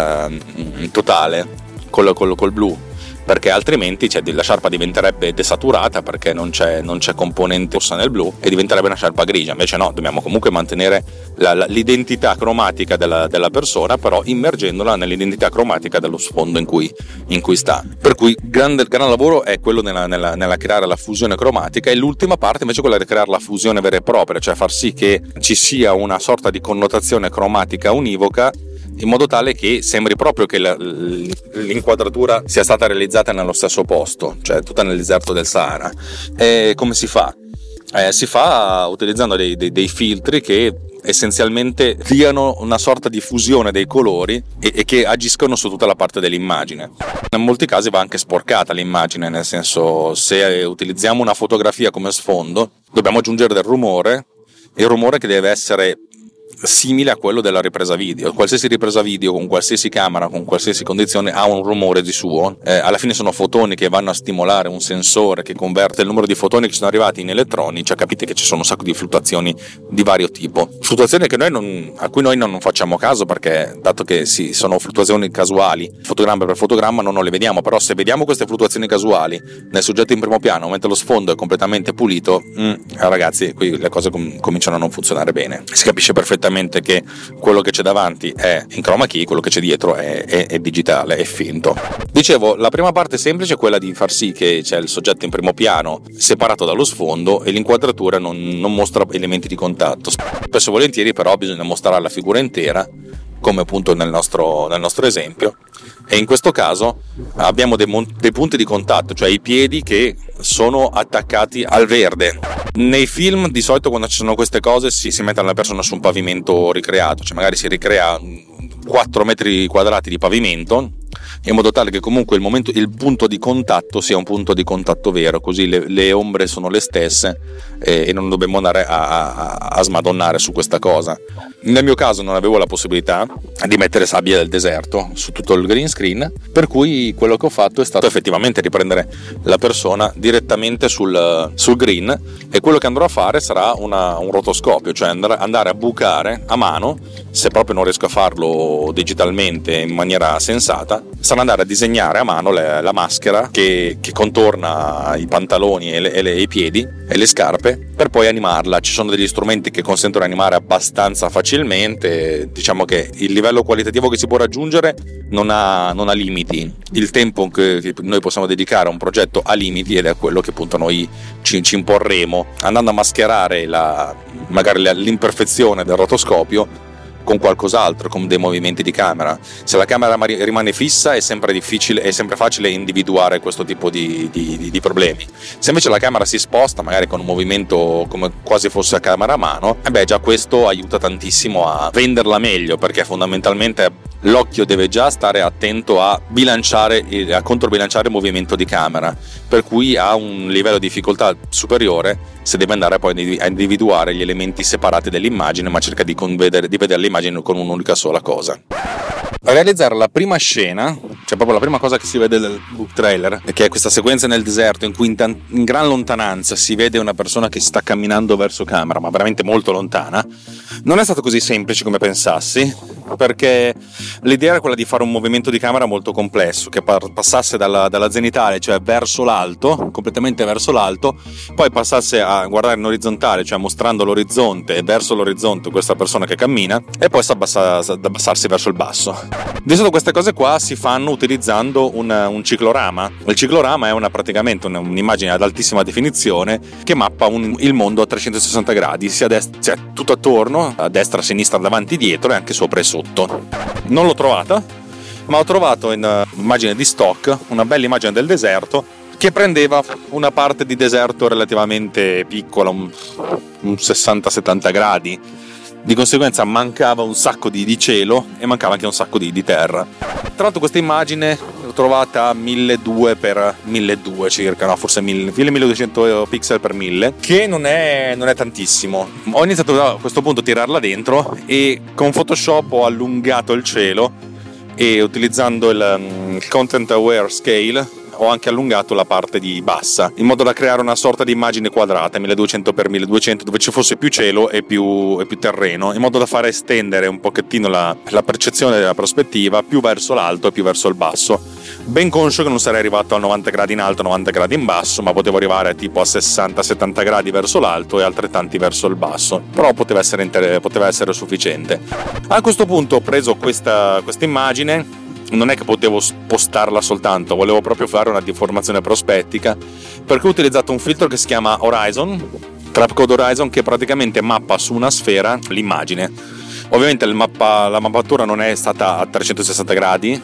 totale col blu, perché altrimenti la sciarpa diventerebbe desaturata, perché non c'è componente rossa nel blu e diventerebbe una sciarpa grigia. Invece no, dobbiamo comunque mantenere l'identità cromatica della persona, però immergendola nell'identità cromatica dello sfondo in cui sta. Per cui gran lavoro è quello nella creare la fusione cromatica, e l'ultima parte invece è quella di creare la fusione vera e propria, cioè far sì che ci sia una sorta di connotazione cromatica univoca, in modo tale che sembri proprio che l'inquadratura sia stata realizzata nello stesso posto, cioè tutta nel deserto del Sahara. E come si fa? Si fa utilizzando dei filtri che essenzialmente diano una sorta di fusione dei colori e che agiscono su tutta la parte dell'immagine. In molti casi va anche sporcata l'immagine, nel senso, se utilizziamo una fotografia come sfondo dobbiamo aggiungere del rumore, il rumore che deve essere simile a quello della ripresa video. Qualsiasi ripresa video con qualsiasi camera, con qualsiasi condizione, ha un rumore di suo. Alla fine sono fotoni che vanno a stimolare un sensore che converte il numero di fotoni che sono arrivati in elettroni. Cioè capite che ci sono un sacco di fluttuazioni di vario tipo, fluttuazioni a cui noi non facciamo caso, perché dato che sono fluttuazioni casuali, fotogramma per fotogramma non le vediamo. Però se vediamo queste fluttuazioni casuali nel soggetto in primo piano, mentre lo sfondo è completamente pulito, ragazzi, qui le cose cominciano a non funzionare bene. Si capisce perfettamente che quello che c'è davanti è in chroma key, quello che c'è dietro è digitale, è finto. Dicevo, la prima parte semplice è quella di far sì che c'è il soggetto in primo piano separato dallo sfondo e l'inquadratura non mostra elementi di contatto. Spesso e volentieri però bisogna mostrare la figura intera come appunto nel nostro esempio, e in questo caso abbiamo dei punti di contatto, cioè i piedi che sono attaccati al verde. Nei film di solito quando ci sono queste cose si mette la persona su un pavimento ricreato, cioè magari si ricrea 4 metri quadrati di pavimento, in modo tale che comunque il punto di contatto sia un punto di contatto vero, così le ombre sono le stesse e non dobbiamo andare a smadonnare su questa cosa. Nel mio caso non avevo la possibilità di mettere sabbia del deserto su tutto il green screen, per cui quello che ho fatto è stato effettivamente riprendere la persona direttamente sul green, e quello che andrò a fare sarà un rotoscopio, cioè andare a bucare a mano, se proprio non riesco a farlo digitalmente in maniera sensata, sarà andare a disegnare a mano la maschera che contorna i pantaloni e i piedi e le scarpe, per poi animarla. Ci sono degli strumenti che consentono di animare abbastanza facilmente, diciamo che il livello qualitativo che si può raggiungere non ha limiti. Il tempo che noi possiamo dedicare a un progetto ha limiti, ed è quello che appunto noi ci imporremo, andando a mascherare magari l'imperfezione del rotoscopio con qualcos'altro, con dei movimenti di camera. Se la camera rimane fissa è sempre difficile, è sempre facile individuare questo tipo di problemi. Se invece la camera si sposta, magari con un movimento come quasi fosse a camera a mano, già questo aiuta tantissimo a venderla meglio, perché fondamentalmente l'occhio deve già stare attento a controbilanciare il movimento di camera, per cui ha un livello di difficoltà superiore se deve andare poi a individuare gli elementi separati dell'immagine, ma cerca di vedere l'immagine con un'unica sola cosa. Realizzare la prima scena, cioè proprio la prima cosa che si vede nel book trailer, che è questa sequenza nel deserto in cui in gran lontananza si vede una persona che sta camminando verso camera, ma veramente molto lontana, non è stato così semplice come pensassi, perché l'idea era quella di fare un movimento di camera molto complesso, che passasse dalla zenitale, cioè verso l'alto, completamente verso l'alto, poi passasse a guardare in orizzontale, cioè mostrando l'orizzonte, e verso l'orizzonte questa persona che cammina, e poi ad abbassarsi verso il basso. Di solito queste cose qua si fanno utilizzando un ciclorama. Il ciclorama è praticamente un'immagine ad altissima definizione che mappa il mondo a 360 gradi, sia tutto attorno, a destra, a sinistra, davanti, dietro, e anche sopra e sotto. Non l'ho trovata, ma ho trovato in immagine di stock una bella immagine del deserto che prendeva una parte di deserto relativamente piccola, un 60-70 gradi. Di conseguenza mancava un sacco di cielo e mancava anche un sacco di terra. Tra l'altro questa immagine l'ho trovata a 1200x1200 circa, no, forse 1200 pixel per 1000, che non è tantissimo. Ho iniziato a questo punto a tirarla dentro e con Photoshop ho allungato il cielo, e utilizzando il Content Aware Scale ho anche allungato la parte di bassa, in modo da creare una sorta di immagine quadrata 1200x1200, dove ci fosse più cielo e più terreno, in modo da fare estendere un pochettino la percezione della prospettiva più verso l'alto e più verso il basso, ben conscio che non sarei arrivato a 90 gradi in alto, 90 gradi in basso, ma potevo arrivare tipo a 60-70 gradi verso l'alto e altrettanti verso il basso, però poteva essere sufficiente. A questo punto ho preso questa immagine. Non è che potevo spostarla soltanto, volevo proprio fare una deformazione prospettica, perché ho utilizzato un filtro che si chiama Horizon, Trapcode Horizon, che praticamente mappa su una sfera l'immagine. Ovviamente la mappatura non è stata a 360 gradi,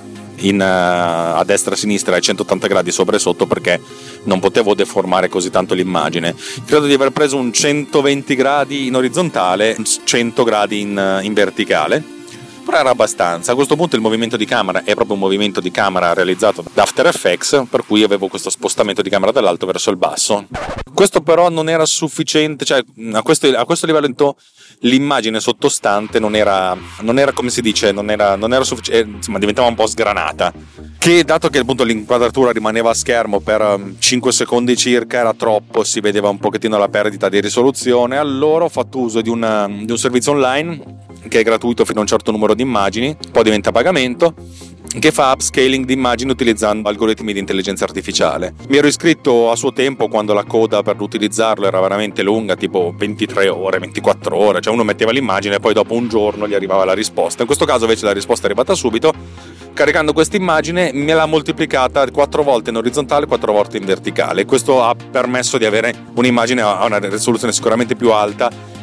a destra e a sinistra e 180 gradi sopra e sotto, perché non potevo deformare così tanto l'immagine. Credo di aver preso un 120 gradi in orizzontale, 100 gradi in verticale, però era abbastanza. A questo punto il movimento di camera è proprio un movimento di camera realizzato da After Effects, per cui avevo questo spostamento di camera dall'alto verso il basso. Questo però non era sufficiente, cioè a questo livello l'immagine sottostante non era come si dice, non era sufficiente, insomma diventava un po' sgranata, che dato che appunto l'inquadratura rimaneva a schermo per 5 secondi circa era troppo, si vedeva un pochettino la perdita di risoluzione. Allora ho fatto uso di un servizio online che è gratuito fino a un certo numero di immagini, poi diventa a pagamento, che fa upscaling di immagini utilizzando algoritmi di intelligenza artificiale. Mi ero iscritto a suo tempo quando la coda per utilizzarlo era veramente lunga, tipo 23 ore, 24 ore, cioè uno metteva l'immagine e poi dopo un giorno gli arrivava la risposta. In questo caso invece la risposta è arrivata subito. Caricando questa immagine me l'ha moltiplicata 4 volte in orizzontale, 4 volte in verticale. Questo ha permesso di avere un'immagine a una risoluzione sicuramente più alta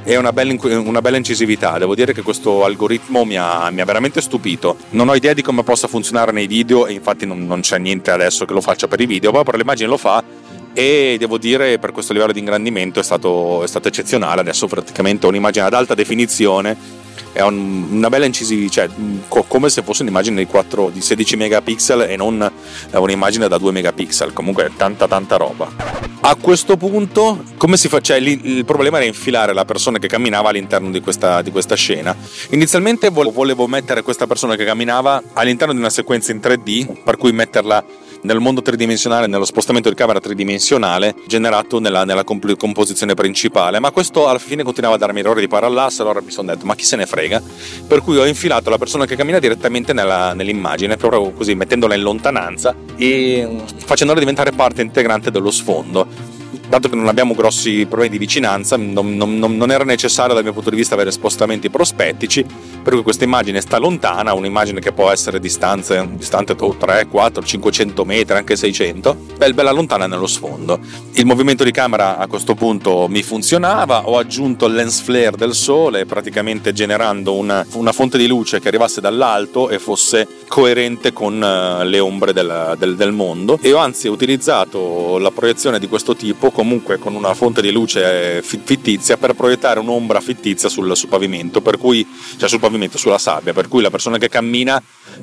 e una bella incisività. Devo dire che questo algoritmo mi ha veramente stupito. Non ho idea di come possa funzionare nei video e infatti non c'è niente adesso che lo faccia per i video, però per le immagini lo fa, e devo dire per questo livello di ingrandimento è stato eccezionale. Adesso praticamente ho un'immagine ad alta definizione, è una bella incisiva, cioè come se fosse un'immagine di 16 megapixel e non un'immagine da 2 megapixel. Comunque tanta roba. A questo punto come si fa? Cioè, il problema era infilare la persona che camminava all'interno di questa scena. Inizialmente volevo mettere questa persona che camminava all'interno di una sequenza in 3D, per cui metterla nel mondo tridimensionale, nello spostamento di camera tridimensionale generato nella composizione principale, ma questo alla fine continuava a darmi errori di parallasse. Allora mi sono detto, ma chi se ne frega, per cui ho infilato la persona che cammina direttamente nell'immagine, proprio così, mettendola in lontananza e facendola diventare parte integrante dello sfondo. Dato che non abbiamo grossi problemi di vicinanza, non era necessario dal mio punto di vista avere spostamenti prospettici, per cui questa immagine sta lontana, un'immagine che può essere distante 3, 4, 500 metri, anche 600, bella lontana nello sfondo. Il movimento di camera a questo punto mi funzionava, ho aggiunto il lens flare del sole, praticamente generando una fonte di luce che arrivasse dall'alto e fosse coerente con le ombre del mondo, e ho anzi utilizzato la proiezione di questo tipo comunque con una fonte di luce fittizia per proiettare un'ombra fittizia sul pavimento, per cui, cioè sul pavimento, sulla sabbia, per cui la persona che cammina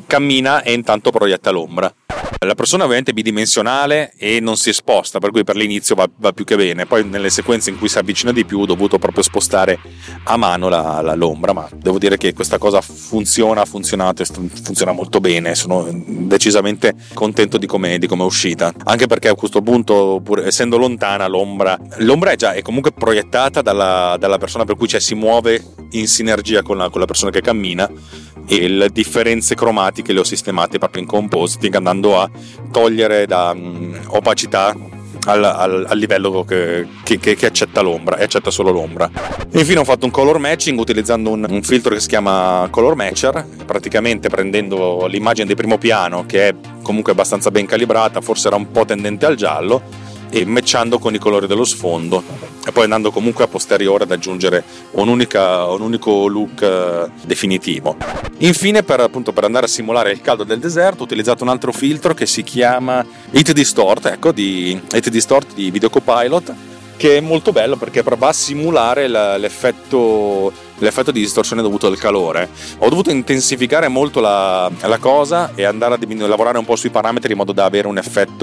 e intanto proietta l'ombra. La persona è ovviamente bidimensionale e non si sposta, per cui per l'inizio va più che bene. Poi nelle sequenze in cui si avvicina di più ho dovuto proprio spostare a mano l'ombra, ma devo dire che questa cosa ha funzionato e funziona molto bene. Sono decisamente contento di come è uscita, anche perché a questo punto, pur essendo lontana, l'ombra è comunque proiettata dalla persona, per cui si muove in sinergia con la persona che cammina, e le differenze cromatiche le ho sistemate proprio in compositing, andando a togliere da opacità al livello che accetta l'ombra, e accetta solo l'ombra. Infine ho fatto un color matching utilizzando un filtro che si chiama Color Matcher, praticamente prendendo l'immagine di primo piano, che è comunque abbastanza ben calibrata, forse era un po' tendente al giallo, e matchando con i colori dello sfondo, e poi andando comunque a posteriore ad aggiungere un unico look definitivo. Infine, per andare a simulare il caldo del deserto, ho utilizzato un altro filtro che si chiama Heat Distort, di Video Copilot, che è molto bello perché va a simulare l'effetto di distorsione dovuto al calore. Ho dovuto intensificare molto la cosa e andare a lavorare un po' sui parametri in modo da avere un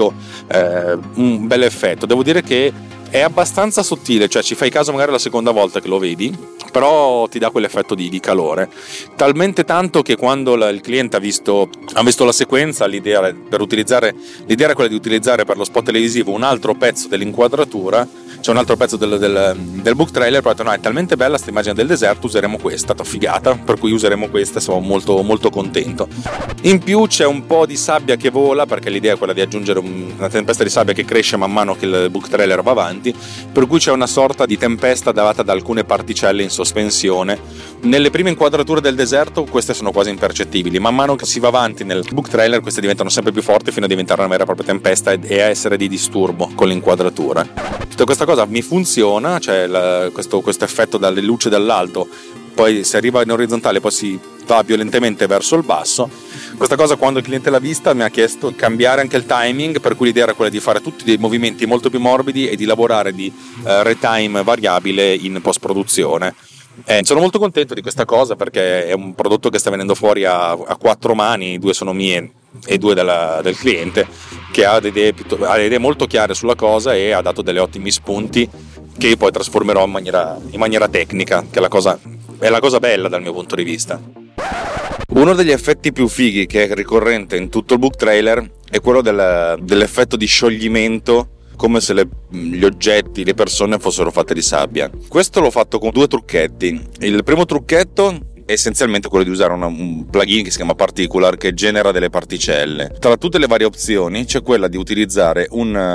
bel effetto. Devo dire che è abbastanza sottile, cioè ci fai caso magari la seconda volta che lo vedi, però ti dà quell'effetto di calore, talmente tanto che quando il cliente ha visto la sequenza, l'idea era quella di utilizzare per lo spot televisivo un altro pezzo dell'inquadratura, cioè un altro pezzo del book trailer. Però ho detto, no, è talmente bella questa immagine del deserto, useremo questa, figata, per cui useremo questa, sono molto molto contento. In più c'è un po' di sabbia che vola, perché l'idea è quella di aggiungere una tempesta di sabbia che cresce man mano che il book trailer va avanti, per cui c'è una sorta di tempesta data da alcune particelle in sospensione. Nelle prime inquadrature del deserto queste sono quasi impercettibili, man mano che si va avanti nel book trailer queste diventano sempre più forti fino a diventare una vera e propria tempesta e a essere di disturbo con l'inquadratura. Tutta questa cosa mi funziona, cioè questo effetto dalle luci dall'alto, poi si arriva in orizzontale, poi si va violentemente verso il basso. Questa cosa, quando il cliente l'ha vista, mi ha chiesto di cambiare anche il timing, per cui l'idea era quella di fare tutti dei movimenti molto più morbidi e di lavorare di retime variabile in post-produzione. Sono molto contento di questa cosa perché è un prodotto che sta venendo fuori a 4 mani, 2 sono mie e 2 del cliente, che ha delle idee molto chiare sulla cosa e ha dato degli ottimi spunti che io poi trasformerò in maniera tecnica, che è la cosa bella dal mio punto di vista. Uno degli effetti più fighi che è ricorrente in tutto il book trailer è quello dell'effetto di scioglimento, come se gli oggetti, le persone fossero fatte di sabbia. Questo l'ho fatto con 2 trucchetti. Il primo trucchetto è essenzialmente quello di usare un plugin che si chiama Particular, che genera delle particelle. Tra tutte le varie opzioni c'è quella di utilizzare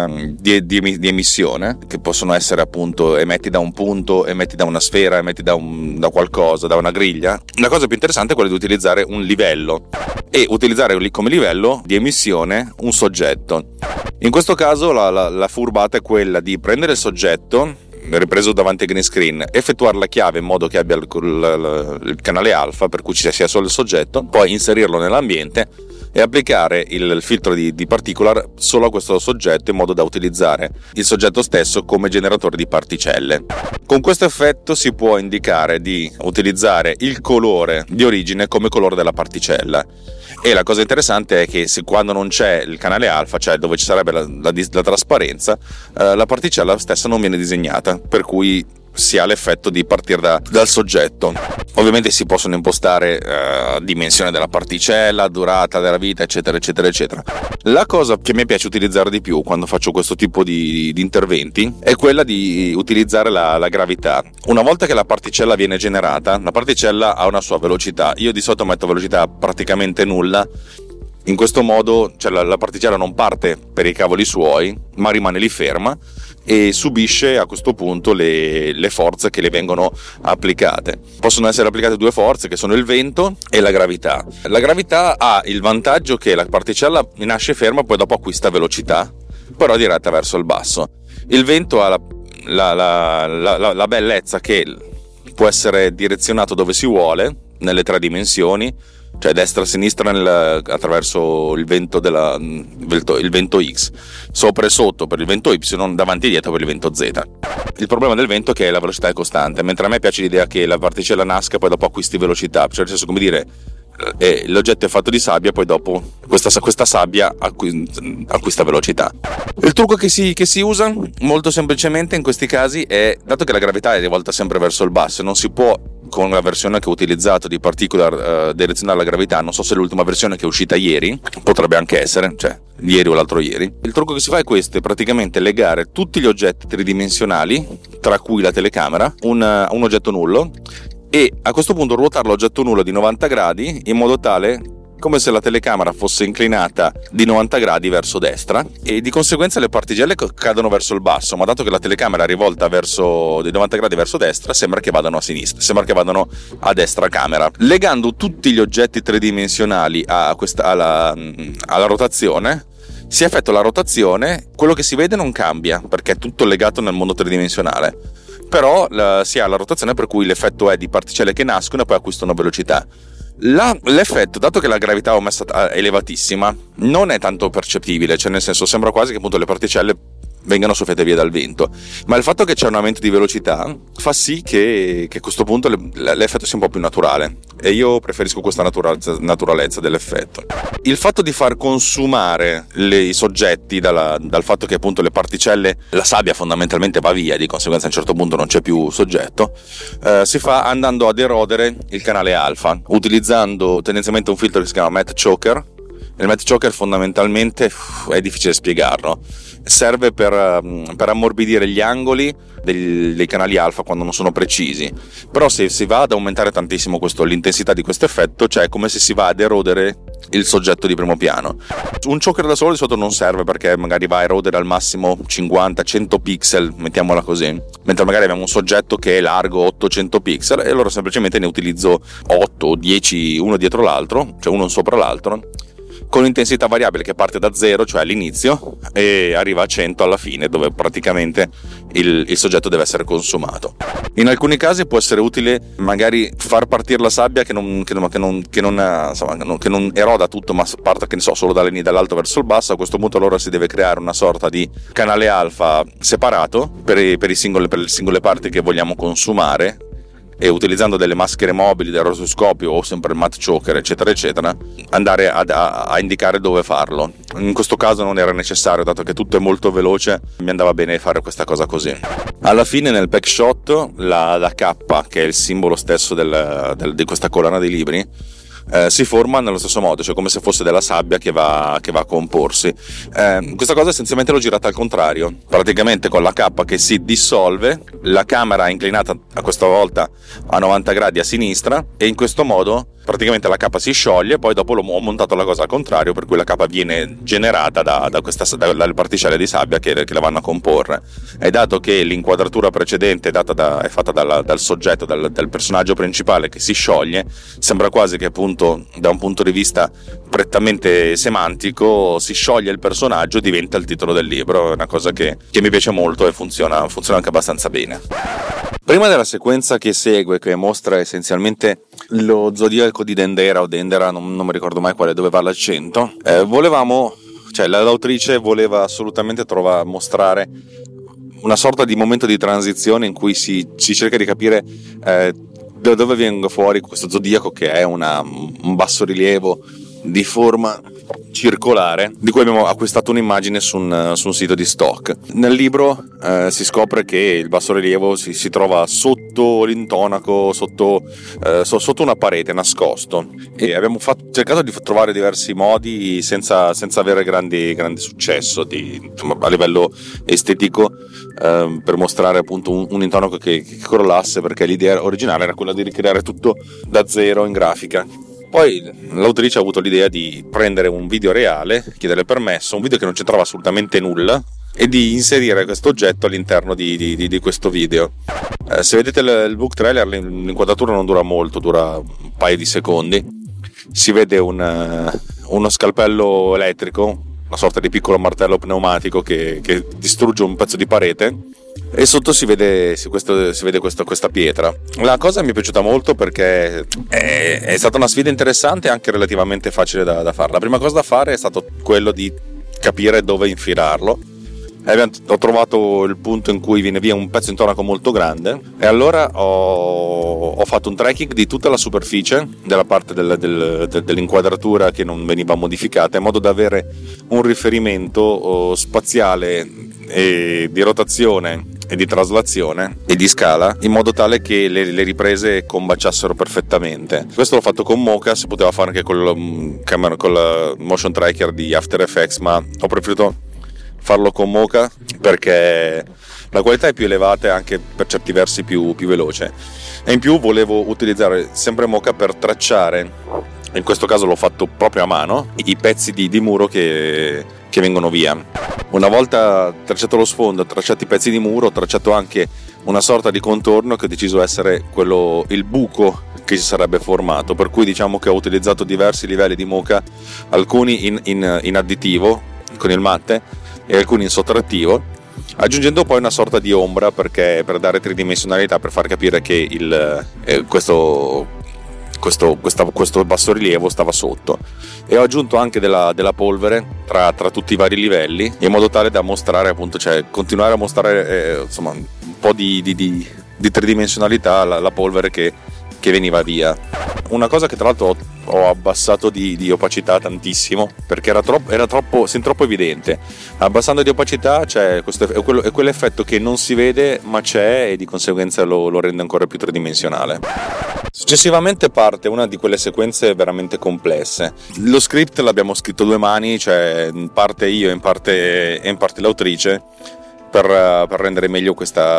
di emissione, che possono essere appunto emetti da un punto, emetti da una sfera, emetti da qualcosa, da una griglia. La cosa più interessante è quella di utilizzare un livello e utilizzare come livello di emissione un soggetto. In questo caso la furbata è quella di prendere il soggetto, ripreso davanti al green screen, effettuare la chiave in modo che abbia il canale alfa, per cui ci sia solo il soggetto, poi inserirlo nell'ambiente e applicare il filtro di particular solo a questo soggetto, in modo da utilizzare il soggetto stesso come generatore di particelle. Con questo effetto si può indicare di utilizzare il colore di origine come colore della particella. E la cosa interessante è che quando non c'è il canale alfa, cioè dove ci sarebbe la trasparenza, la particella stessa non viene disegnata, per cui si ha l'effetto di partire dal soggetto. Ovviamente si possono impostare dimensione della particella, durata della vita, eccetera eccetera eccetera. La cosa che mi piace utilizzare di più quando faccio questo tipo di interventi è quella di utilizzare la gravità. Una volta che la particella viene generata, la particella ha una sua velocità. Io di solito metto velocità praticamente nulla. In questo modo, cioè, la particella non parte per i cavoli suoi, ma rimane lì ferma e subisce a questo punto le forze che le vengono applicate. Possono essere applicate due forze, che sono il vento e la gravità. La gravità ha il vantaggio che la particella nasce ferma, poi dopo acquista velocità, però diretta verso il basso. Il vento ha la bellezza che può essere direzionato dove si vuole, nelle tre dimensioni, cioè destra e sinistra attraverso il vento il vento X, sopra e sotto per il vento Y, davanti e dietro per il vento Z. Il problema del vento è che la velocità è costante, mentre a me piace l'idea che la particella nasca e poi dopo acquisti velocità, cioè nel senso, come dire, l'oggetto è fatto di sabbia, poi dopo questa sabbia acquista velocità. Il trucco che si usa molto semplicemente in questi casi è, dato che la gravità è rivolta sempre verso il basso, non si può, con la versione che ho utilizzato di particular, direzionare la gravità. Non so se è l'ultima versione che è uscita ieri, potrebbe anche essere, cioè ieri o l'altro ieri. Il trucco che si fa è questo: è praticamente legare tutti gli oggetti tridimensionali, tra cui la telecamera, un oggetto nullo, e a questo punto ruotare l'oggetto nullo di 90 gradi in modo tale come se la telecamera fosse inclinata di 90 gradi verso destra, e di conseguenza le particelle cadono verso il basso, ma dato che la telecamera è rivolta di 90 gradi verso destra, sembra che vadano a sinistra, sembra che vadano a destra camera. Legando tutti gli oggetti tridimensionali alla rotazione, si effettua la rotazione, quello che si vede non cambia perché è tutto legato nel mondo tridimensionale, però si ha la rotazione, per cui l'effetto è di particelle che nascono e poi acquistano velocità. L'effetto, dato che la gravità ho messa elevatissima, non è tanto percettibile, cioè nel senso, sembra quasi che appunto le particelle vengano soffiate via dal vento, ma il fatto che c'è un aumento di velocità fa sì che a questo punto l'effetto sia un po' più naturale, e io preferisco questa naturalezza dell'effetto. Il fatto di far consumare i soggetti dal fatto che appunto le particelle, la sabbia fondamentalmente va via, di conseguenza a un certo punto non c'è più soggetto, si fa andando ad erodere il canale alfa, utilizzando tendenzialmente un filtro che si chiama Matte Choker. Il Matte Choker fondamentalmente è difficile spiegarlo, serve per ammorbidire gli angoli dei canali alfa quando non sono precisi, però se si va ad aumentare tantissimo l'intensità di questo effetto, cioè è come se si va ad erodere il soggetto di primo piano. Un choker da solo di solito non serve, perché magari va a erodere al massimo 50-100 pixel, mettiamola così, mentre magari abbiamo un soggetto che è largo 800 pixel, e allora semplicemente ne utilizzo 8 o 10 uno dietro l'altro, cioè uno sopra l'altro, con intensità variabile che parte da 0, cioè all'inizio, e arriva a 100 alla fine, dove praticamente il soggetto deve essere consumato. In alcuni casi può essere utile magari far partire la sabbia che non eroda tutto, ma parta, che ne so, solo dall'alto verso il basso. A questo punto allora si deve creare una sorta di canale alfa separato per le singole parti che vogliamo consumare, e utilizzando delle maschere mobili del rotoscopio o sempre il Matte Choker eccetera eccetera, andare a indicare dove farlo. In questo caso non era necessario, dato che tutto è molto veloce, mi andava bene fare questa cosa così. Alla fine nel pack shot la K, che è il simbolo stesso di questa collana di libri, si forma nello stesso modo, cioè come se fosse della sabbia che va a comporsi. Questa cosa essenzialmente l'ho girata al contrario, praticamente con la K che si dissolve, la camera è inclinata a questa volta a 90 gradi a sinistra, e in questo modo praticamente la K si scioglie. Poi dopo ho montato la cosa al contrario, per cui la K viene generata dalle particelle di sabbia che la vanno a comporre, e dato che l'inquadratura precedente è fatta dal soggetto, dal personaggio principale che si scioglie, sembra quasi che appunto appunto da un punto di vista prettamente semantico si scioglie il personaggio e diventa il titolo del libro. È una cosa che mi piace molto e funziona anche abbastanza bene. Prima della sequenza che segue, che mostra essenzialmente lo zodiaco di Dendera o Dendera, non mi ricordo mai dove va l'accento, l'autrice voleva assolutamente mostrare una sorta di momento di transizione in cui si cerca di capire da dove venga fuori questo zodiaco, che è un bassorilievo di forma circolare, di cui abbiamo acquistato un'immagine su un sito di stock. Nel libro si scopre che il bassorilievo si trova sotto l'intonaco, sotto una parete, nascosto, e abbiamo cercato di trovare diversi modi senza avere grande successo a livello estetico, per mostrare appunto un intonaco che crollasse, perché l'idea originale era quella di ricreare tutto da zero in grafica. Poi l'autrice ha avuto l'idea di prendere un video reale, chiedere permesso, un video che non c'entrava assolutamente nulla, e di inserire questo oggetto all'interno di questo video. Se vedete il book trailer, l'inquadratura non dura molto, dura un paio di secondi. Si vede uno scalpello elettrico, una sorta di piccolo martello pneumatico che distrugge un pezzo di parete, e sotto si vede questa pietra. La cosa mi è piaciuta molto perché è stata una sfida interessante e anche relativamente facile da fare. La prima cosa da fare è stato quello di capire dove infilarlo. Ho trovato il punto in cui viene via un pezzo intonaco molto grande, e allora ho fatto un tracking di tutta la superficie della parte dell'inquadratura che non veniva modificata, in modo da avere un riferimento spaziale e di rotazione e di traslazione e di scala, in modo tale che le riprese combaciassero perfettamente. Questo l'ho fatto con Mocha, si poteva fare anche col motion tracker di After Effects, ma ho preferito farlo con Mocha perché la qualità è più elevata e anche per certi versi più veloce, e in più volevo utilizzare sempre Mocha per tracciare, in questo caso l'ho fatto proprio a mano, i pezzi di muro che vengono via. Una volta tracciato lo sfondo, tracciati i pezzi di muro, ho tracciato anche una sorta di contorno che ho deciso essere il buco che si sarebbe formato, per cui diciamo che ho utilizzato diversi livelli di Mocha, alcuni in additivo con il matte e alcuni in sottrattivo, aggiungendo poi una sorta di ombra per dare tridimensionalità, per far capire che questo bassorilievo stava sotto. E ho aggiunto anche della polvere tra tutti i vari livelli, in modo tale da mostrare appunto, continuare a mostrare un po' di tridimensionalità alla polvere che veniva via. Una cosa che tra l'altro ho abbassato di opacità tantissimo, perché era troppo evidente. Abbassando di opacità c'è quell'effetto che non si vede ma c'è, e di conseguenza lo rende ancora più tridimensionale. Successivamente parte una di quelle sequenze veramente complesse. Lo script l'abbiamo scritto 2 mani, in parte io e in parte l'autrice, per rendere meglio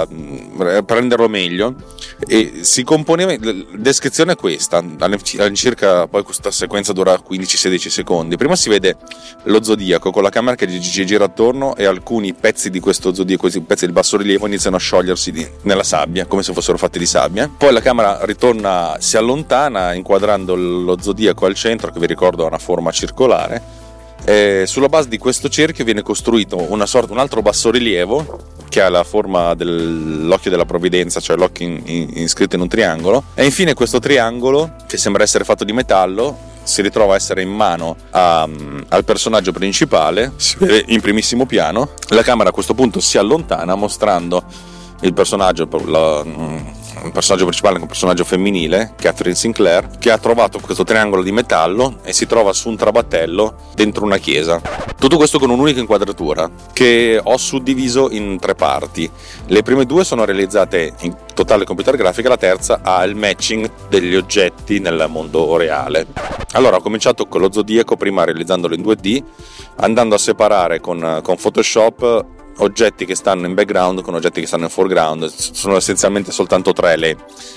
per renderlo meglio, e si componeva. La descrizione è questa all'incirca. Poi questa sequenza dura 15-16 secondi. Prima si vede lo zodiaco con la camera che gira attorno, e alcuni pezzi di questo zodiaco, questi pezzi del bassorilievo, iniziano a sciogliersi nella sabbia, come se fossero fatti di sabbia. Poi la camera ritorna, si allontana, inquadrando lo zodiaco al centro, che vi ricordo ha una forma circolare. Sulla base di questo cerchio viene costruito un altro bassorilievo che ha la forma dell'occhio della provvidenza, cioè l'occhio inscritto in un triangolo, e infine questo triangolo, che sembra essere fatto di metallo, si ritrova a essere in mano al personaggio principale. Si vede in primissimo piano. La camera a questo punto si allontana, mostrando il personaggio principale, un personaggio femminile, Catherine Sinclair, che ha trovato questo triangolo di metallo e si trova su un trabattello dentro una chiesa. Tutto questo con un'unica inquadratura che ho suddiviso in 3 parti. Le prime 2 sono realizzate in totale computer grafica, la terza ha il matching degli oggetti nel mondo reale. Allora ho cominciato con lo zodiaco, prima realizzandolo in 2D, andando a separare con Photoshop oggetti che stanno in background con oggetti che stanno in foreground. Sono essenzialmente soltanto 3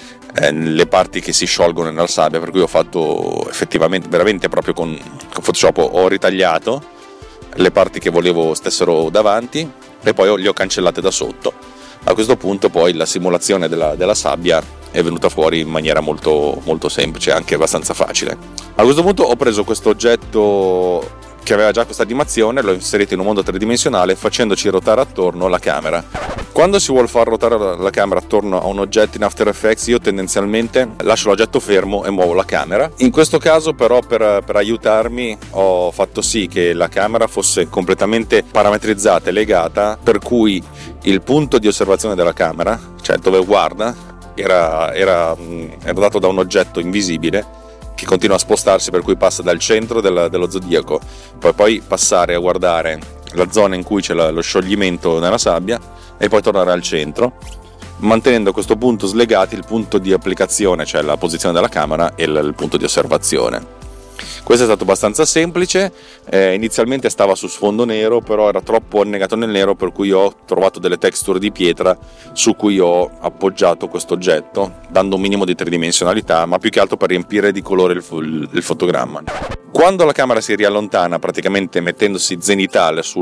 le parti che si sciolgono nella sabbia, per cui ho fatto effettivamente veramente proprio con Photoshop ho ritagliato le parti che volevo stessero davanti, e poi le ho cancellate da sotto. A questo punto poi la simulazione della sabbia è venuta fuori in maniera molto, molto semplice, anche abbastanza facile. A questo punto ho preso questo oggetto che aveva già questa animazione, l'ho inserito in un mondo tridimensionale facendoci ruotare attorno la camera. Quando si vuole far ruotare la camera attorno a un oggetto in After Effects, io tendenzialmente lascio l'oggetto fermo e muovo la camera. In questo caso però per aiutarmi ho fatto sì che la camera fosse completamente parametrizzata e legata, per cui il punto di osservazione della camera, cioè dove guarda, era dato da un oggetto invisibile che continua a spostarsi, per cui passa dal centro dello zodiaco, poi passare a guardare la zona in cui c'è lo scioglimento nella sabbia e poi tornare al centro, mantenendo a questo punto slegati il punto di applicazione, cioè la posizione della camera, e il punto di osservazione. Questo è stato abbastanza semplice, inizialmente stava su sfondo nero, però era troppo annegato nel nero, per cui ho trovato delle texture di pietra su cui ho appoggiato questo oggetto, dando un minimo di tridimensionalità, ma più che altro per riempire di colore il fotogramma. Quando la camera si riallontana, praticamente mettendosi zenitale su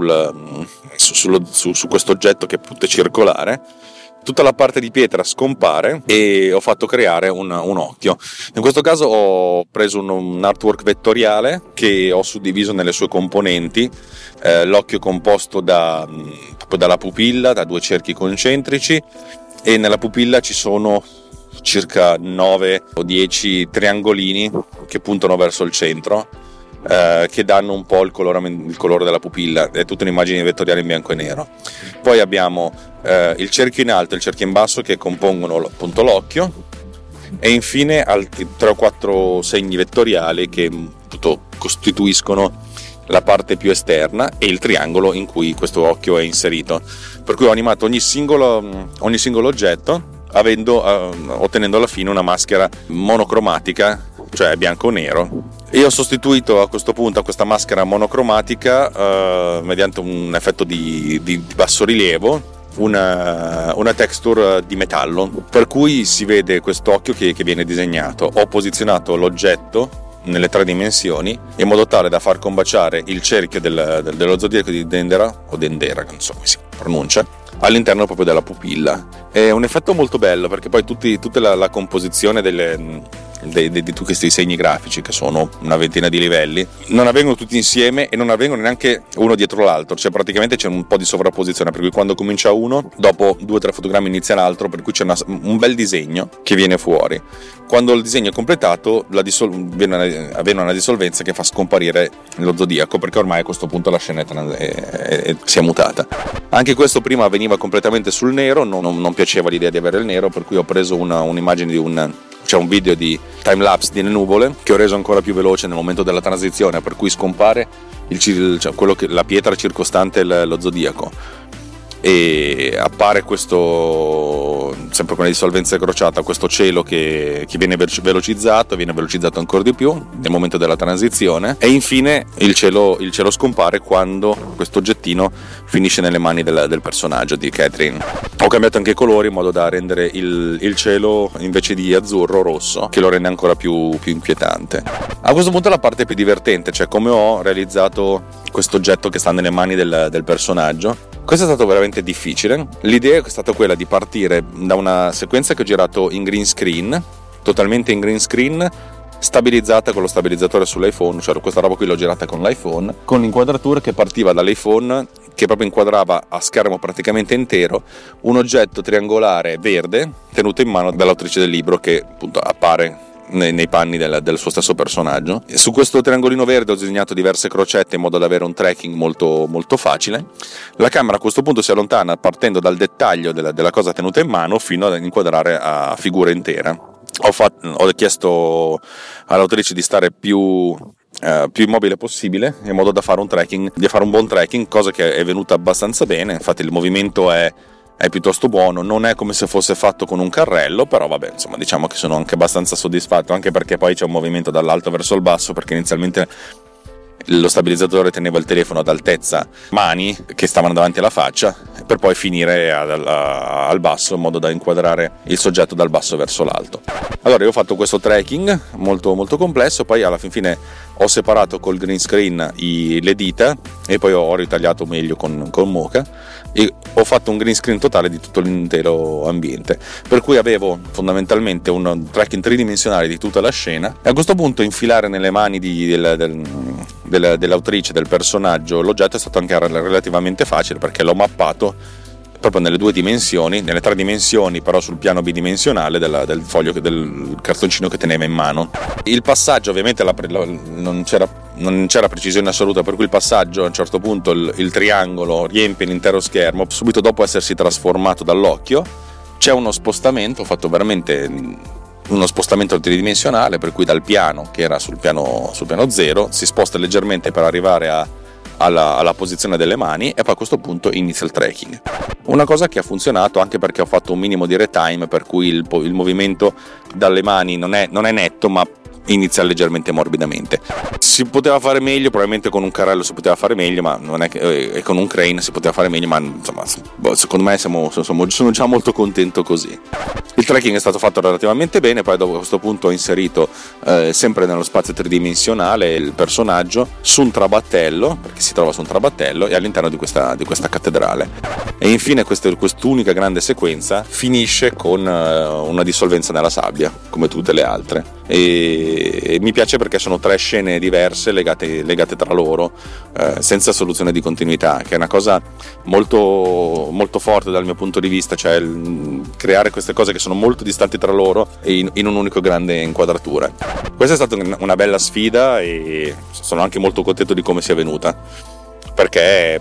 questo oggetto che è appunto circolare, tutta la parte di pietra scompare e ho fatto creare un occhio. In questo caso ho preso un artwork vettoriale che ho suddiviso nelle sue componenti. L'occhio è composto proprio dalla pupilla, da 2 cerchi concentrici, e nella pupilla ci sono circa 9 o 10 triangolini che puntano verso il centro, che danno un po' il colore della pupilla. È tutta un'immagine vettoriale in bianco e nero. Poi abbiamo il cerchio in alto e il cerchio in basso che compongono appunto l'occhio, e infine altri 3 o 4 segni vettoriali che appunto costituiscono la parte più esterna e il triangolo in cui questo occhio è inserito, per cui ho animato ogni singolo oggetto, ottenendo alla fine una maschera monocromatica, cioè bianco o nero. Io ho sostituito a questo punto a questa maschera monocromatica mediante un effetto di basso rilievo una texture di metallo, per cui si vede quest'occhio che viene disegnato. Ho posizionato l'oggetto nelle 3 dimensioni in modo tale da far combaciare il cerchio dello zodiaco di Dendera, o Dendera, non so come si pronuncia, all'interno proprio della pupilla. È un effetto molto bello, perché poi tutta la composizione di tutti questi segni grafici, che sono una ventina di livelli, non avvengono tutti insieme e non avvengono neanche uno dietro l'altro, cioè praticamente c'è un po' di sovrapposizione, per cui quando comincia uno, dopo 2 o 3 fotogrammi inizia l'altro, per cui c'è un bel disegno che viene fuori. Quando il disegno è completato avviene una dissolvenza che fa scomparire lo zodiaco, perché ormai a questo punto la scena si è mutata. Anche questo prima veniva completamente sul nero, non piaceva l'idea di avere il nero, per cui ho preso un'immagine c'è un video di timelapse di nuvole che ho reso ancora più veloce nel momento della transizione, per cui scompare la pietra circostante lo zodiaco e appare questo, sempre con la dissolvenza crociata, questo cielo che viene velocizzato ancora di più nel momento della transizione, e infine il cielo scompare quando questo oggettino finisce nelle mani del personaggio di Catherine. Ho cambiato anche i colori in modo da rendere il cielo, invece di azzurro, rosso, che lo rende ancora più inquietante. A questo punto la parte più divertente, cioè come ho realizzato questo oggetto che sta nelle mani del personaggio. Questo è stato veramente difficile. L'idea è stata quella di partire da una sequenza che ho girato in green screen, totalmente in green screen, stabilizzata con lo stabilizzatore sull'iPhone, cioè questa roba qui l'ho girata con l'iPhone, con l'inquadratura che partiva dall'iPhone, che proprio inquadrava a schermo praticamente intero un oggetto triangolare verde tenuto in mano dall'autrice del libro, che appunto appare nei panni del suo stesso personaggio. E su questo triangolino verde ho disegnato diverse crocette in modo da avere un tracking molto, molto facile. La camera a questo punto si allontana partendo dal dettaglio della cosa tenuta in mano fino ad inquadrare a figura intera. Ho chiesto all'autrice di stare più immobile possibile, in modo da fare un buon tracking, cosa che è venuta abbastanza bene. Infatti il movimento è piuttosto buono, non è come se fosse fatto con un carrello, però vabbè, insomma, diciamo che sono anche abbastanza soddisfatto, anche perché poi c'è un movimento dall'alto verso il basso, perché inizialmente lo stabilizzatore teneva il telefono ad altezza mani che stavano davanti alla faccia, per poi finire al basso in modo da inquadrare il soggetto dal basso verso l'alto. Allora io ho fatto questo tracking molto molto complesso, poi alla fine ho separato col green screen le dita e poi ho ritagliato meglio con Mocha e ho fatto un green screen totale di tutto l'intero ambiente, per cui avevo fondamentalmente un tracking tridimensionale di tutta la scena e a questo punto infilare nelle mani dell'autrice, del personaggio, l'oggetto è stato anche relativamente facile, perché l'ho mappato proprio nelle 2 dimensioni, nelle 3 dimensioni però sul piano bidimensionale del foglio, del cartoncino che teneva in mano. Il passaggio ovviamente non c'era precisione assoluta, per cui il passaggio a un certo punto il triangolo riempie l'intero schermo subito dopo essersi trasformato dall'occhio. C'è uno spostamento, ho fatto veramente uno spostamento tridimensionale, per cui dal piano che era sul piano 0 si sposta leggermente per arrivare alla posizione delle mani e poi a questo punto inizia il tracking. Una cosa che ha funzionato anche perché ho fatto un minimo di retime, per cui il movimento dalle mani non è netto, ma inizia leggermente morbidamente. Si poteva fare meglio, probabilmente con un carrello si poteva fare meglio, ma non è che, e con un crane si poteva fare meglio, ma insomma secondo me sono già molto contento così. Il tracking è stato fatto relativamente bene, poi dopo a questo punto ho inserito sempre nello spazio tridimensionale il personaggio su un trabattello, perché si trova su un trabattello, e all'interno di questa cattedrale. E infine quest'unica grande sequenza finisce con una dissolvenza nella sabbia, come tutte le altre. E mi piace perché sono 3 scene diverse legate tra loro, senza soluzione di continuità, che è una cosa molto, molto forte dal mio punto di vista, cioè creare queste cose che sono molto distanti tra loro in un'unica grande inquadratura. Questa è stata una bella sfida e sono anche molto contento di come sia venuta, perché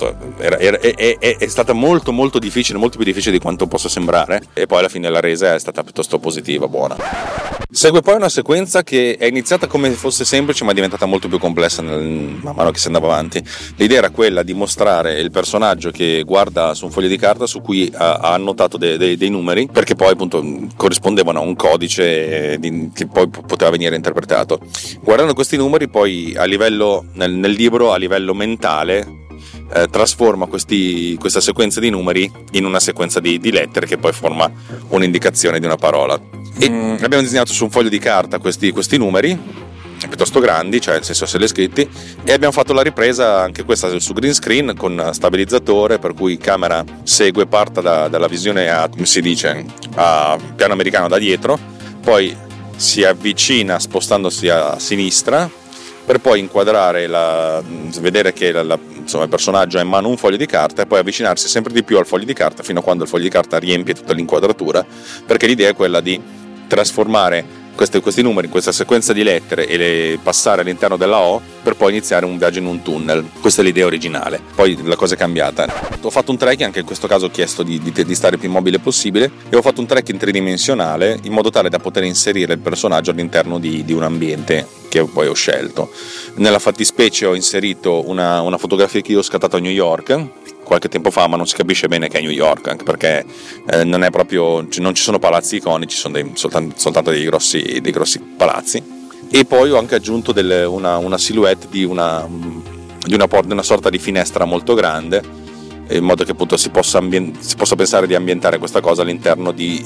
è stata molto molto difficile, molto più difficile di quanto possa sembrare, e poi alla fine la resa è stata piuttosto positiva, buona. Segue poi una sequenza che è iniziata come fosse semplice, ma è diventata molto più complessa man mano che si andava avanti. L'idea era quella di mostrare il personaggio che guarda su un foglio di carta su cui ha annotato dei numeri, perché poi appunto corrispondevano a un codice che poi poteva venire interpretato. Guardando questi numeri poi nel libro a livello mentale trasforma questa sequenza di numeri in una sequenza di lettere che poi forma un'indicazione di una parola. E abbiamo disegnato su un foglio di carta questi numeri piuttosto grandi, cioè nel senso se li scritti, e abbiamo fatto la ripresa anche questa su green screen con stabilizzatore, per cui camera parta dalla visione a piano americano da dietro, poi si avvicina spostandosi a sinistra per poi inquadrare vedere che il personaggio ha in mano un foglio di carta e poi avvicinarsi sempre di più al foglio di carta fino a quando il foglio di carta riempie tutta l'inquadratura, perché l'idea è quella di trasformare questi numeri in questa sequenza di lettere e passare all'interno della O per poi iniziare un viaggio in un tunnel. Questa è l'idea originale, poi la cosa è cambiata. Ho fatto un tracking, anche in questo caso ho chiesto di stare più immobile possibile, e ho fatto un tracking tridimensionale in modo tale da poter inserire il personaggio all'interno di un ambiente che poi ho scelto. Nella fattispecie ho inserito una fotografia che io ho scattato a New York qualche tempo fa, ma non si capisce bene che è New York, anche perché non è proprio, non ci sono palazzi iconici, sono soltanto dei grossi palazzi. E poi ho anche aggiunto una silhouette di una sorta di finestra molto grande, in modo che appunto si possa pensare di ambientare questa cosa all'interno di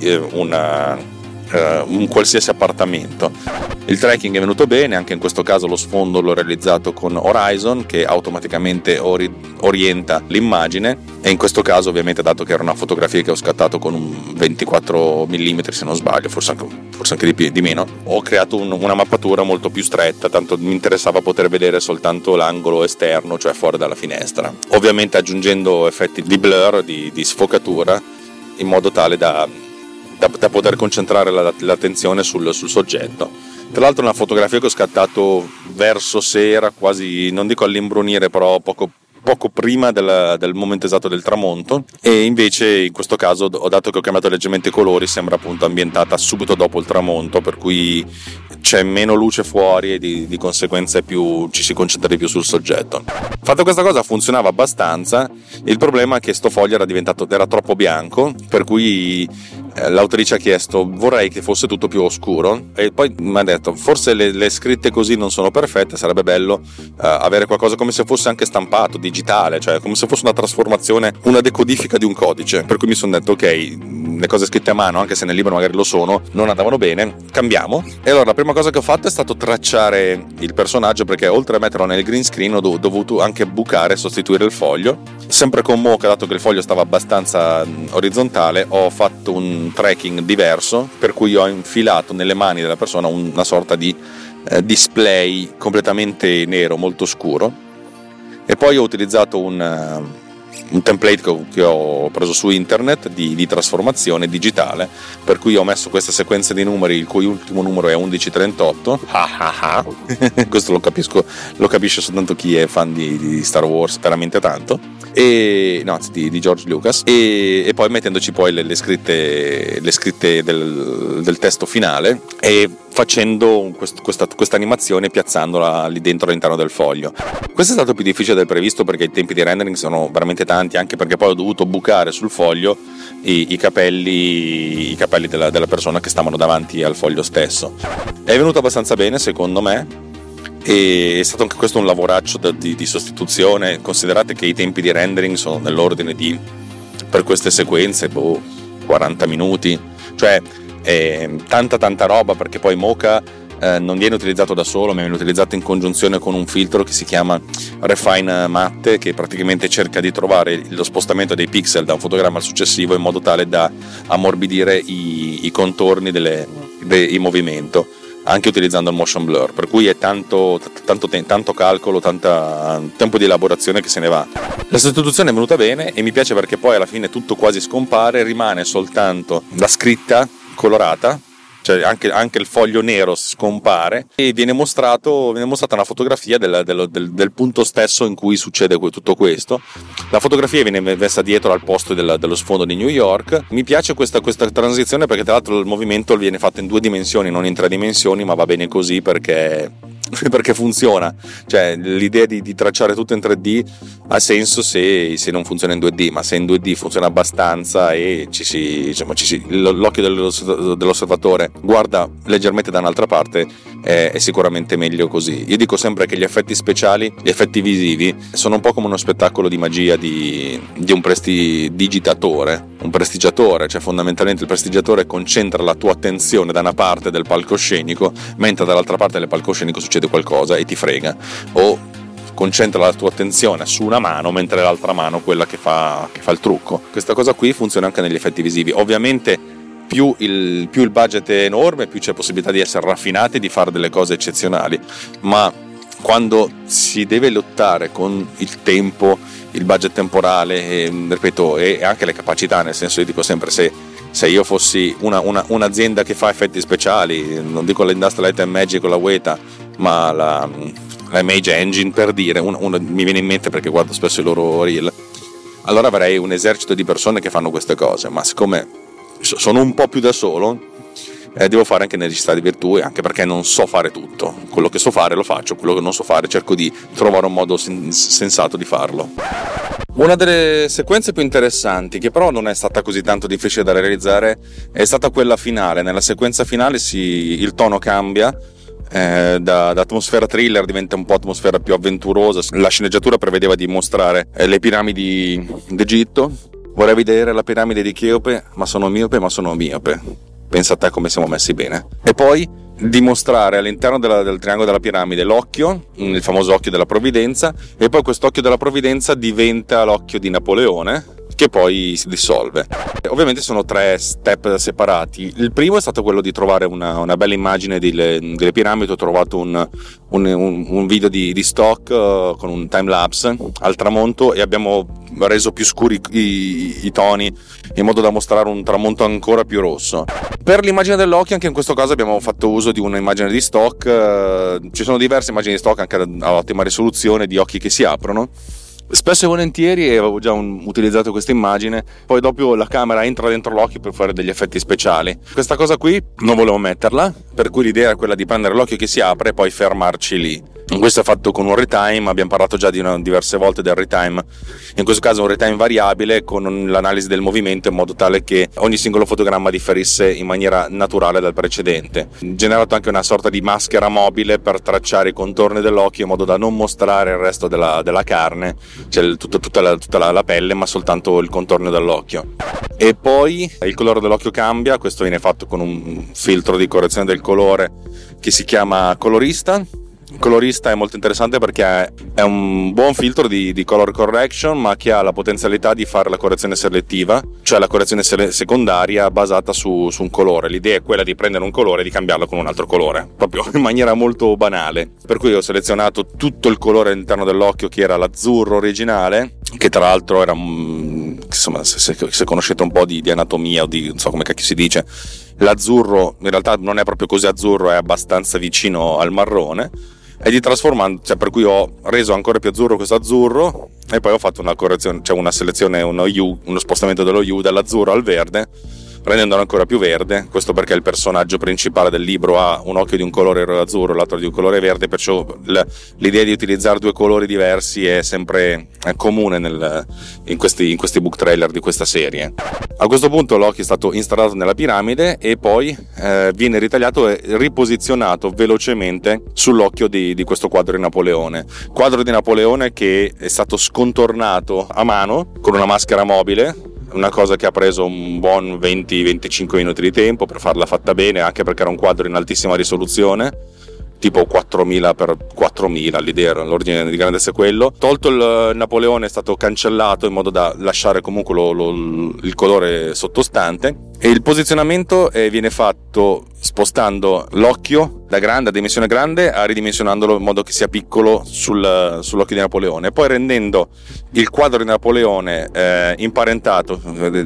un qualsiasi appartamento. Il tracking è venuto bene, anche in questo caso lo sfondo l'ho realizzato con Horizon, che automaticamente orienta l'immagine, e in questo caso ovviamente, dato che era una fotografia che ho scattato con un 24 mm se non sbaglio, forse anche di meno, ho creato una mappatura molto più stretta, tanto mi interessava poter vedere soltanto l'angolo esterno, cioè fuori dalla finestra, ovviamente aggiungendo effetti di blur, di sfocatura, in modo tale da poter concentrare l'attenzione sul soggetto. Tra l'altro una fotografia che ho scattato verso sera, quasi, non dico all'imbrunire, però poco prima del momento esatto del tramonto, e invece in questo caso, dato che ho cambiato leggermente i colori, sembra appunto ambientata subito dopo il tramonto, per cui c'è meno luce fuori e di conseguenza ci si concentra di più sul soggetto. Fatta questa cosa funzionava abbastanza, il problema è che sto foglio era troppo bianco, per cui l'autrice ha chiesto vorrei che fosse tutto più oscuro, e poi mi ha detto forse le scritte così non sono perfette, sarebbe bello avere qualcosa come se fosse anche stampato, digitale, cioè come se fosse una trasformazione, una decodifica di un codice. Per cui mi sono detto ok, le cose scritte a mano, anche se nel libro magari lo sono, non andavano bene, cambiamo. E allora la prima cosa che ho fatto è stato tracciare il personaggio, perché oltre a metterlo nel green screen ho dovuto anche bucare, sostituire il foglio. Sempre con Mocha, dato che il foglio stava abbastanza orizzontale, ho fatto un tracking diverso, per cui ho infilato nelle mani della persona una sorta di display completamente nero, molto scuro, e poi ho utilizzato un template che ho preso su internet di trasformazione digitale, per cui ho messo questa sequenza di numeri il cui ultimo numero è 1138. Questo lo capisce soltanto chi è fan di Star Wars veramente tanto, di George Lucas, e poi mettendoci poi le scritte del testo finale e facendo questa animazione, piazzandola lì dentro all'interno del foglio. Questo è stato più difficile del previsto, perché i tempi di rendering sono veramente tanti, anche perché poi ho dovuto bucare sul foglio i capelli della persona che stavano davanti al foglio stesso. È venuto abbastanza bene secondo me, e è stato anche questo un lavoraccio di sostituzione. Considerate che i tempi di rendering sono nell'ordine di, per queste sequenze, 40 minuti, cioè tanta roba, perché poi Mocha non viene utilizzato da solo, ma viene utilizzato in congiunzione con un filtro che si chiama Refine Matte, che praticamente cerca di trovare lo spostamento dei pixel da un fotogramma al successivo in modo tale da ammorbidire i contorni in movimento, anche utilizzando il motion blur, per cui è tanto calcolo, tempo di elaborazione che se ne va. La sostituzione è venuta bene e mi piace, perché poi alla fine tutto quasi scompare, rimane soltanto la scritta colorata, cioè anche il foglio nero scompare, e viene mostrata una fotografia del punto stesso in cui succede tutto questo. La fotografia viene messa dietro al posto dello sfondo di New York. Mi piace questa transizione, perché tra l'altro il movimento viene fatto in 2 dimensioni, non in 3 dimensioni, ma va bene così perché funziona. Cioè l'idea di tracciare tutto in 3D ha senso se non funziona in 2D, ma se in 2D funziona abbastanza e l'occhio dell'osservatore guarda leggermente da un'altra parte, è sicuramente meglio così. Io dico sempre che gli effetti speciali, gli effetti visivi, sono un po' come uno spettacolo di magia di un prestigiatore, cioè fondamentalmente il prestigiatore concentra la tua attenzione da una parte del palcoscenico, mentre dall'altra parte del palcoscenico succede qualcosa e ti frega, o concentra la tua attenzione su una mano mentre l'altra mano quella che fa il trucco. Questa cosa qui funziona anche negli effetti visivi. Ovviamente più il budget è enorme, più c'è possibilità di essere raffinati e di fare delle cose eccezionali, ma quando si deve lottare con il tempo, il budget temporale, ripeto, e anche le capacità, nel senso, io dico sempre, se io fossi un'azienda che fa effetti speciali, non dico l'Industrial Light and Magic o la Weta, ma la Image Engine, per dire, mi viene in mente perché guardo spesso i loro reel, allora avrei un esercito di persone che fanno queste cose, ma siccome sono un po' più da solo, devo fare anche necessità di virtù, e anche perché non so fare tutto. Quello che so fare lo faccio, quello che non so fare cerco di trovare un modo sensato di farlo. Una delle sequenze più interessanti, che però non è stata così tanto difficile da realizzare, è stata quella finale. Nella sequenza finale il tono cambia, da atmosfera thriller diventa un po' atmosfera più avventurosa. La sceneggiatura prevedeva di mostrare le piramidi d'Egitto. Vorrei vedere la piramide di Cheope, ma sono miope. Pensa a te come siamo messi bene. E poi dimostrare all'interno del triangolo della piramide l'occhio, il famoso occhio della provvidenza, e poi quest'occhio della provvidenza diventa l'occhio di Napoleone, che poi si dissolve. Ovviamente sono 3 step separati. Il primo è stato quello di trovare una bella immagine delle piramidi. Ho trovato un video di stock con un time lapse al tramonto, e abbiamo reso più scuri i toni in modo da mostrare un tramonto ancora più rosso. Per l'immagine dell'occhio, anche in questo caso abbiamo fatto uso di un'immagine di stock. Ci sono diverse immagini di stock anche a ottima risoluzione di occhi che si aprono. Spesso e volentieri avevo già utilizzato questa immagine, poi dopo la camera entra dentro l'occhio per fare degli effetti speciali. Questa cosa qui non volevo metterla, per cui l'idea era quella di prendere l'occhio che si apre e poi fermarci lì. Questo è fatto con un retime, abbiamo parlato già diverse volte del retime, in questo caso un retime variabile con l'analisi del movimento in modo tale che ogni singolo fotogramma differisse in maniera naturale dal precedente. Generato anche una sorta di maschera mobile per tracciare i contorni dell'occhio in modo da non mostrare il resto della carne, cioè tutta la pelle, ma soltanto il contorno dell'occhio. E poi il colore dell'occhio cambia, questo viene fatto con un filtro di correzione del colore che si chiama Colorista. Colorista è molto interessante perché è un buon filtro di color correction, ma che ha la potenzialità di fare la correzione selettiva, cioè la correzione secondaria basata su un colore. L'idea è quella di prendere un colore e di cambiarlo con un altro colore, proprio in maniera molto banale. Per cui ho selezionato tutto il colore all'interno dell'occhio, che era l'azzurro originale, che tra l'altro era, insomma, se conoscete un po' di anatomia o di non so come cacchio si dice, l'azzurro in realtà non è proprio così azzurro, è abbastanza vicino al marrone, e di trasformando, cioè, per cui ho reso ancora più azzurro questo azzurro, e poi ho fatto una correzione, cioè una selezione, uno spostamento dello hue dall'azzurro al verde, rendendolo ancora più verde. Questo perché il personaggio principale del libro ha un occhio di un colore azzurro e l'altro di un colore verde, perciò l'idea di utilizzare due colori diversi è sempre comune in questi book trailer di questa serie. A questo punto l'occhio è stato installato nella piramide e poi viene ritagliato e riposizionato velocemente sull'occhio di questo quadro di Napoleone che è stato scontornato a mano con una maschera mobile, una cosa che ha preso un buon 20-25 minuti di tempo per farla fatta bene, anche perché era un quadro in altissima risoluzione, tipo 4000x4000, l'ordine di grandezza è quello. Tolto il Napoleone, è stato cancellato in modo da lasciare comunque il colore sottostante, e il posizionamento viene fatto spostando l'occhio da grande a dimensione grande, ridimensionandolo in modo che sia piccolo sull'occhio di Napoleone, poi rendendo il quadro di Napoleone imparentato,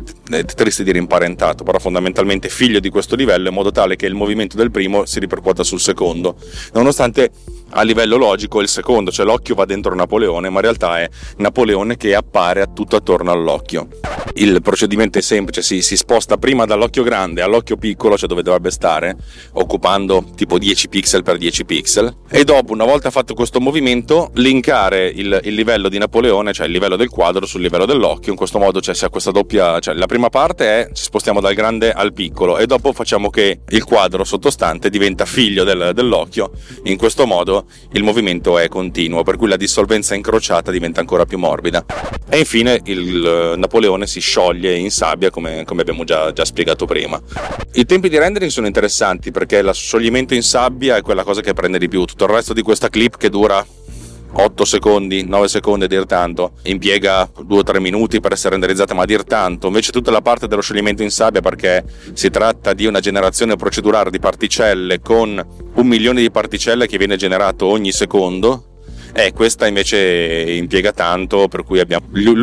è triste dire imparentato, però fondamentalmente figlio di questo livello, in modo tale che il movimento del primo si ripercuota sul secondo, nonostante a livello logico il secondo, cioè l'occhio va dentro Napoleone, ma in realtà è Napoleone che appare tutto attorno all'occhio. Il procedimento è semplice, si sposta prima dall'occhio grande all'occhio piccolo, cioè dove dovrebbe stare, occupando tipo 10 pixel per 10 pixel, e dopo, una volta fatto questo movimento, linkare il livello di Napoleone, cioè il livello del quadro, sul livello dell'occhio. In questo modo, cioè, si ha questa doppia, cioè la prima parte è ci spostiamo dal grande al piccolo e dopo facciamo che il quadro sottostante diventa figlio dell'occhio. In questo modo il movimento è continuo, per cui la dissolvenza incrociata diventa ancora più morbida, e infine il Napoleone si scioglie in sabbia, come abbiamo già spiegato prima. I tempi di rendering sono interessanti perché lo scioglimento in sabbia è quella cosa che prende di più. Tutto il resto di questa clip, che dura 8 secondi, 9 secondi a dir tanto, impiega 2-3 minuti per essere renderizzata, ma a dir tanto. Invece tutta la parte dello scioglimento in sabbia, perché si tratta di una generazione procedurale di particelle con 1 milione di particelle che viene generato ogni secondo, questa invece impiega tanto, per cui abbiamo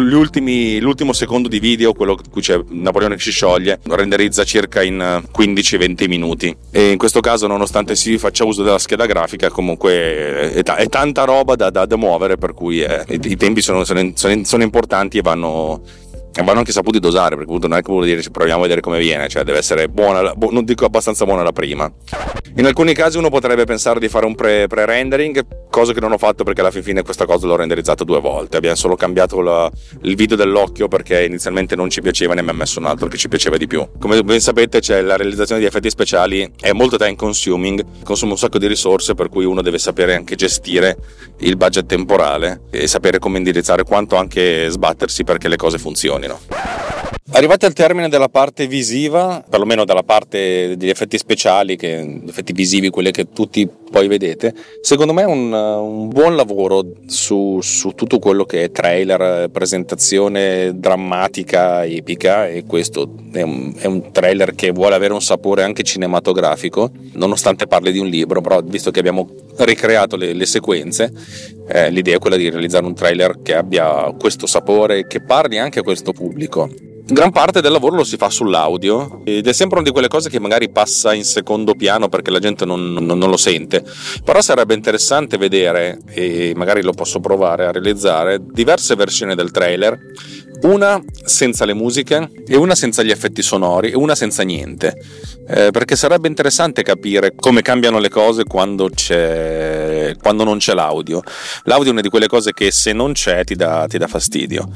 l'ultimo secondo di video, quello in cui c'è Napoleone che si scioglie, renderizza circa in 15-20 minuti, e in questo caso, nonostante si faccia uso della scheda grafica, comunque è tanta roba da muovere, per cui i tempi sono importanti e vanno anche saputi dosare, perché appunto non è che vuol dire proviamo a vedere come viene, cioè deve essere buona, non dico abbastanza buona la prima. In alcuni casi uno potrebbe pensare di fare un pre-rendering, cosa che non ho fatto perché alla fine questa cosa l'ho renderizzato 2 volte. Abbiamo solo cambiato il video dell'occhio perché inizialmente non ci piaceva, ne abbiamo messo un altro che ci piaceva di più. Come ben sapete, la realizzazione di effetti speciali è molto time consuming, consuma un sacco di risorse, per cui uno deve sapere anche gestire il budget temporale e sapere come indirizzare, quanto anche sbattersi perché le cose funzionino. Arrivati al termine della parte visiva, perlomeno dalla parte degli effetti speciali, effetti visivi, quelli che tutti poi vedete, secondo me è un buon lavoro su tutto quello che è trailer, presentazione drammatica, epica, e questo è un trailer che vuole avere un sapore anche cinematografico, nonostante parli di un libro, però visto che abbiamo ricreato le sequenze, l'idea è quella di realizzare un trailer che abbia questo sapore, che parli anche a questo pubblico. Gran parte del lavoro lo si fa sull'audio ed è sempre una di quelle cose che magari passa in secondo piano perché la gente non lo sente, però sarebbe interessante vedere, e magari lo posso provare a realizzare, diverse versioni del trailer, una senza le musiche e una senza gli effetti sonori e una senza niente, perché sarebbe interessante capire come cambiano le cose quando c'è quando non c'è l'audio. L'audio è una di quelle cose che se non c'è ti dà fastidio.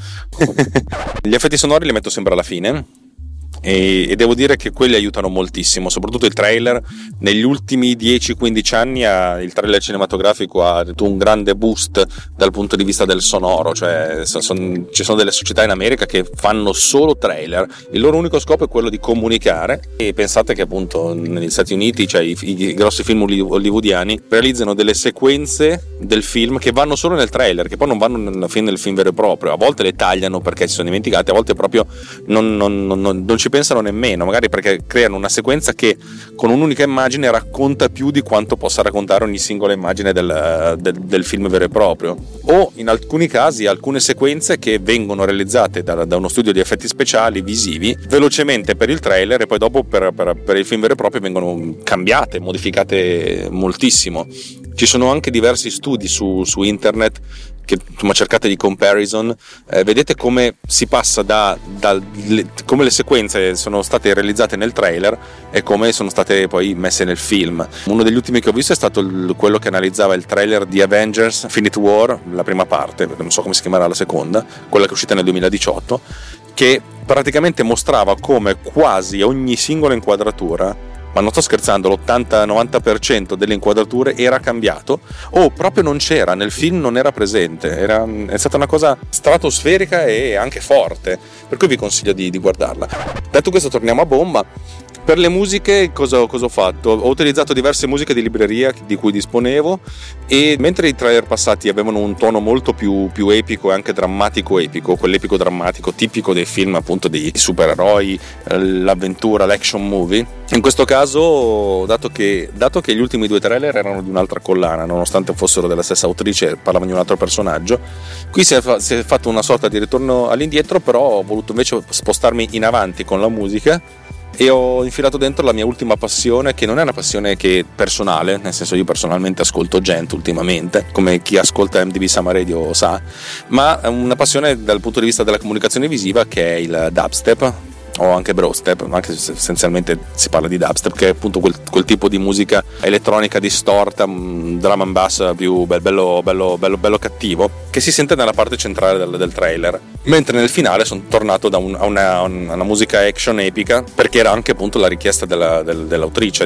Gli effetti sonori li metto sempre alla fine e devo dire che quelli aiutano moltissimo, soprattutto il trailer. Negli ultimi 10-15 anni il trailer cinematografico ha avuto un grande boost dal punto di vista del sonoro, cioè ci sono delle società in America che fanno solo trailer, il loro unico scopo è quello di comunicare, e pensate che appunto negli Stati Uniti, cioè i grossi film hollywoodiani realizzano delle sequenze del film che vanno solo nel trailer, che poi non vanno alla fine del film vero e proprio, a volte le tagliano perché si sono dimenticate, a volte proprio non ci pensano nemmeno, magari perché creano una sequenza che con un'unica immagine racconta più di quanto possa raccontare ogni singola immagine del film vero e proprio, o in alcuni casi alcune sequenze che vengono realizzate da uno studio di effetti speciali visivi velocemente per il trailer e poi dopo per il film vero e proprio vengono cambiate, modificate moltissimo. Ci sono anche diversi studi su internet che insomma cercate di comparison, vedete come si passa come le sequenze sono state realizzate nel trailer e come sono state poi messe nel film. Uno degli ultimi che ho visto è stato quello che analizzava il trailer di Avengers Infinity War, la prima parte, non so come si chiamerà la seconda, quella che è uscita nel 2018, che praticamente mostrava come quasi ogni singola inquadratura, ma non sto scherzando, l'80-90% delle inquadrature era cambiato o proprio non c'era, nel film non era presente, è stata una cosa stratosferica e anche forte, per cui vi consiglio di guardarla. Detto questo, torniamo a bomba. Per le musiche cosa ho fatto? Ho utilizzato diverse musiche di libreria di cui disponevo, e mentre i trailer passati avevano un tono molto più epico e anche drammatico-epico, quell'epico drammatico tipico dei film appunto dei supereroi, l'avventura, l'action movie, in questo caso, dato che gli ultimi 2 trailer erano di un'altra collana, nonostante fossero della stessa autrice e parlavano di un altro personaggio, qui si è fatto una sorta di ritorno all'indietro, però ho voluto invece spostarmi in avanti con la musica e ho infilato dentro la mia ultima passione, che non è una passione che personale, nel senso io personalmente ascolto gente ultimamente, come chi ascolta MTV Summer Radio sa, ma è una passione dal punto di vista della comunicazione visiva, che è il dubstep, o anche brostep, anche se essenzialmente si parla di dubstep, che è appunto quel tipo di musica elettronica distorta, drum and bass più bello cattivo, che si sente nella parte centrale del trailer, mentre nel finale sono tornato a una musica action epica, perché era anche appunto la richiesta dell'autrice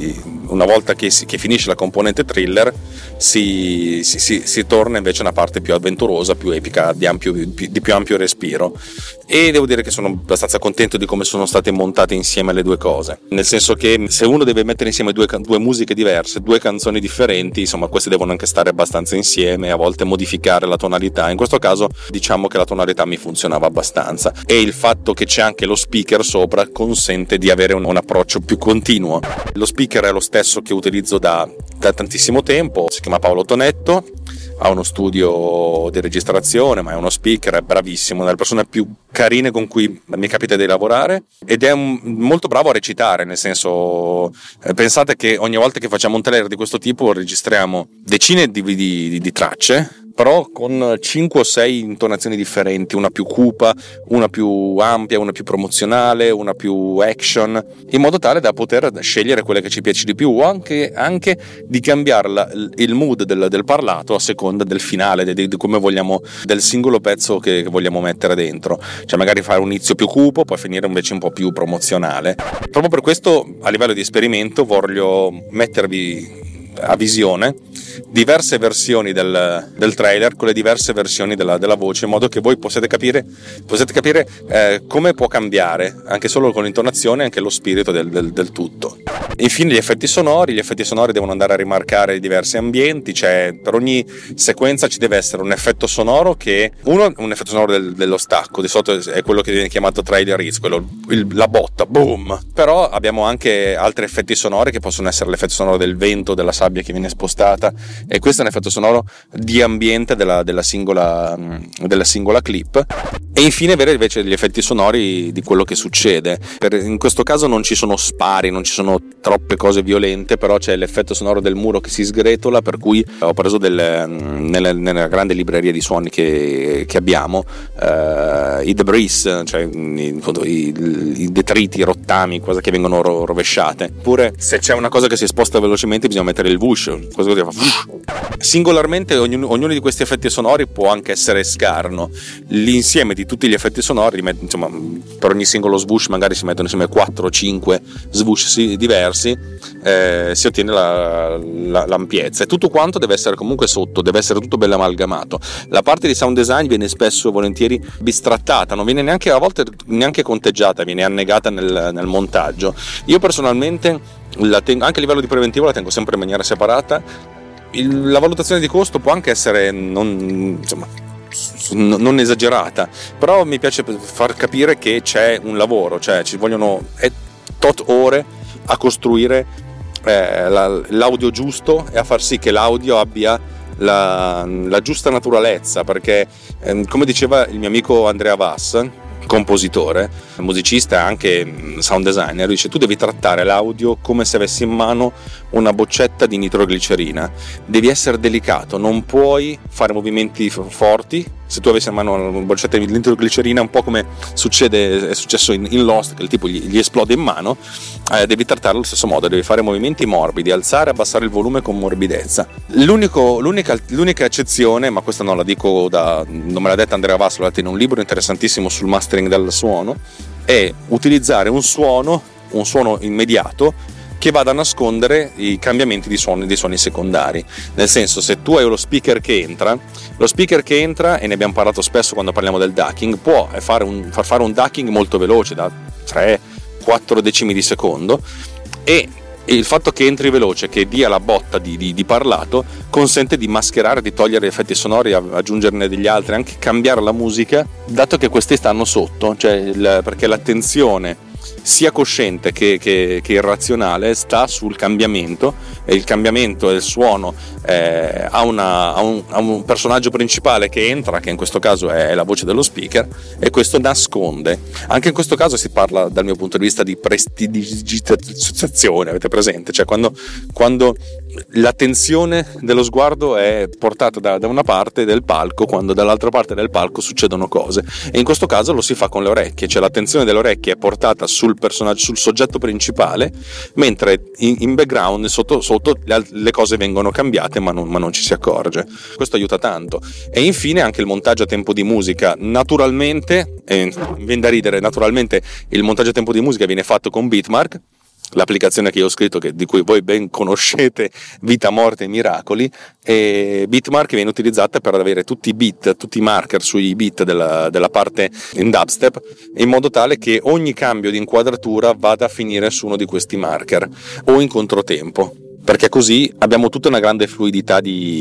una volta che finisce la componente thriller si torna invece a una parte più avventurosa, più epica, di più ampio respiro, e devo dire che sono abbastanza contento di come sono state montate insieme le due cose, nel senso che se uno deve mettere insieme due musiche diverse, 2 canzoni differenti, insomma queste devono anche stare abbastanza insieme, a volte modificare la tonalità. In questo caso diciamo che la tonalità mi funzionava abbastanza, e il fatto che c'è anche lo speaker sopra consente di avere un approccio più continuo. Lo speaker è lo stesso che utilizzo da tantissimo tempo, si chiama Paolo Tonetto, ha uno studio di registrazione, ma è uno speaker, è bravissimo, una delle persone più carine con cui mi capita di lavorare, ed è molto bravo a recitare, nel senso, pensate che ogni volta che facciamo un trailer di questo tipo registriamo decine di tracce, però con 5 o 6 intonazioni differenti, una più cupa, una più ampia, una più promozionale, una più action, in modo tale da poter scegliere quelle che ci piace di più, o anche di cambiare il mood del parlato a seconda del finale, di come vogliamo, del singolo pezzo che vogliamo mettere dentro, cioè magari fare un inizio più cupo, poi finire invece un po' più promozionale. Proprio per questo, a livello di esperimento, voglio mettervi a visione diverse versioni del trailer con le diverse versioni della voce, in modo che voi possiate capire come può cambiare anche solo con l'intonazione anche lo spirito del tutto. Infine gli effetti sonori devono andare a rimarcare diversi ambienti, cioè per ogni sequenza ci deve essere un effetto sonoro un effetto sonoro dello stacco, di solito è quello che viene chiamato trailer hits, la botta, boom, però abbiamo anche altri effetti sonori che possono essere l'effetto sonoro del vento, della sabbia che viene spostata, e questo è un effetto sonoro di ambiente della singola clip. E infine avere invece gli effetti sonori di quello che succede. In questo caso non ci sono spari, non ci sono troppe cose violente, però c'è l'effetto sonoro del muro che si sgretola, per cui ho preso nella grande libreria di suoni che abbiamo i debris, cioè i detriti, i rottami, cose che vengono rovesciate. Oppure se c'è una cosa che si sposta velocemente bisogna mettere il whoosh, cosa che fa Singolarmente ognuno di questi effetti sonori può anche essere scarno. L'insieme di tutti gli effetti sonori, insomma, per ogni singolo swoosh magari si mettono insieme 4 o 5 swoosh diversi, si ottiene l'ampiezza, e tutto quanto deve essere comunque sotto, deve essere tutto bello amalgamato. La parte di sound design viene spesso e volentieri bistrattata, non viene neanche, a volte neanche conteggiata, viene annegata nel montaggio. Io personalmente anche a livello di preventivo la tengo sempre in maniera separata. La valutazione di costo può anche essere non esagerata, però mi piace far capire che c'è un lavoro, cioè ci vogliono tot ore a costruire l'audio giusto e a far sì che l'audio abbia la giusta naturalezza, perché come diceva il mio amico Andrea Vass, compositore, musicista e anche sound designer, dice: tu devi trattare l'audio come se avessi in mano una boccetta di nitroglicerina, devi essere delicato, non puoi fare movimenti forti. Se tu avessi in mano una boccetta di nitroglicerina, un po' come è successo in Lost, che il tipo gli esplode in mano, devi trattarlo allo stesso modo, devi fare movimenti morbidi, alzare e abbassare il volume con morbidezza. L'unica eccezione, ma questa non la dico non me l'ha detta Andrea Vass, l'ho letta in un libro interessantissimo sul mastering del suono, è utilizzare un suono immediato che vada a nascondere i cambiamenti dei suoni secondari. Nel senso, se tu hai lo speaker che entra, e ne abbiamo parlato spesso quando parliamo del ducking, può far fare un ducking molto veloce, da 3-4 decimi di secondo, e il fatto che entri veloce, che dia la botta di parlato, consente di mascherare, di togliere effetti sonori, aggiungerne degli altri, anche cambiare la musica, dato che questi stanno sotto, perché l'attenzione sia cosciente che irrazionale sta sul cambiamento, e il cambiamento del suono ha un personaggio principale che entra, che in questo caso è la voce dello speaker, e questo nasconde. Anche in questo caso si parla, dal mio punto di vista, di prestidigitazione, avete presente? Cioè quando l'attenzione dello sguardo è portata da una parte del palco, quando dall'altra parte del palco succedono cose, e in questo caso lo si fa con le orecchie, cioè l'attenzione delle orecchie è portata sul personaggio, sul soggetto principale, mentre in background sotto le cose vengono cambiate, ma non ci si accorge. Questo aiuta tanto. E infine anche il montaggio a tempo di musica, naturalmente, viene da ridere, naturalmente il montaggio a tempo di musica viene fatto con Beatmark, l'applicazione che io ho scritto, di cui voi ben conoscete, Vita, Morte e Miracoli, e Beatmark viene utilizzata per avere tutti i marker sui beat della parte in dubstep, in modo tale che ogni cambio di inquadratura vada a finire su uno di questi marker o in controtempo, perché così abbiamo tutta una grande fluidità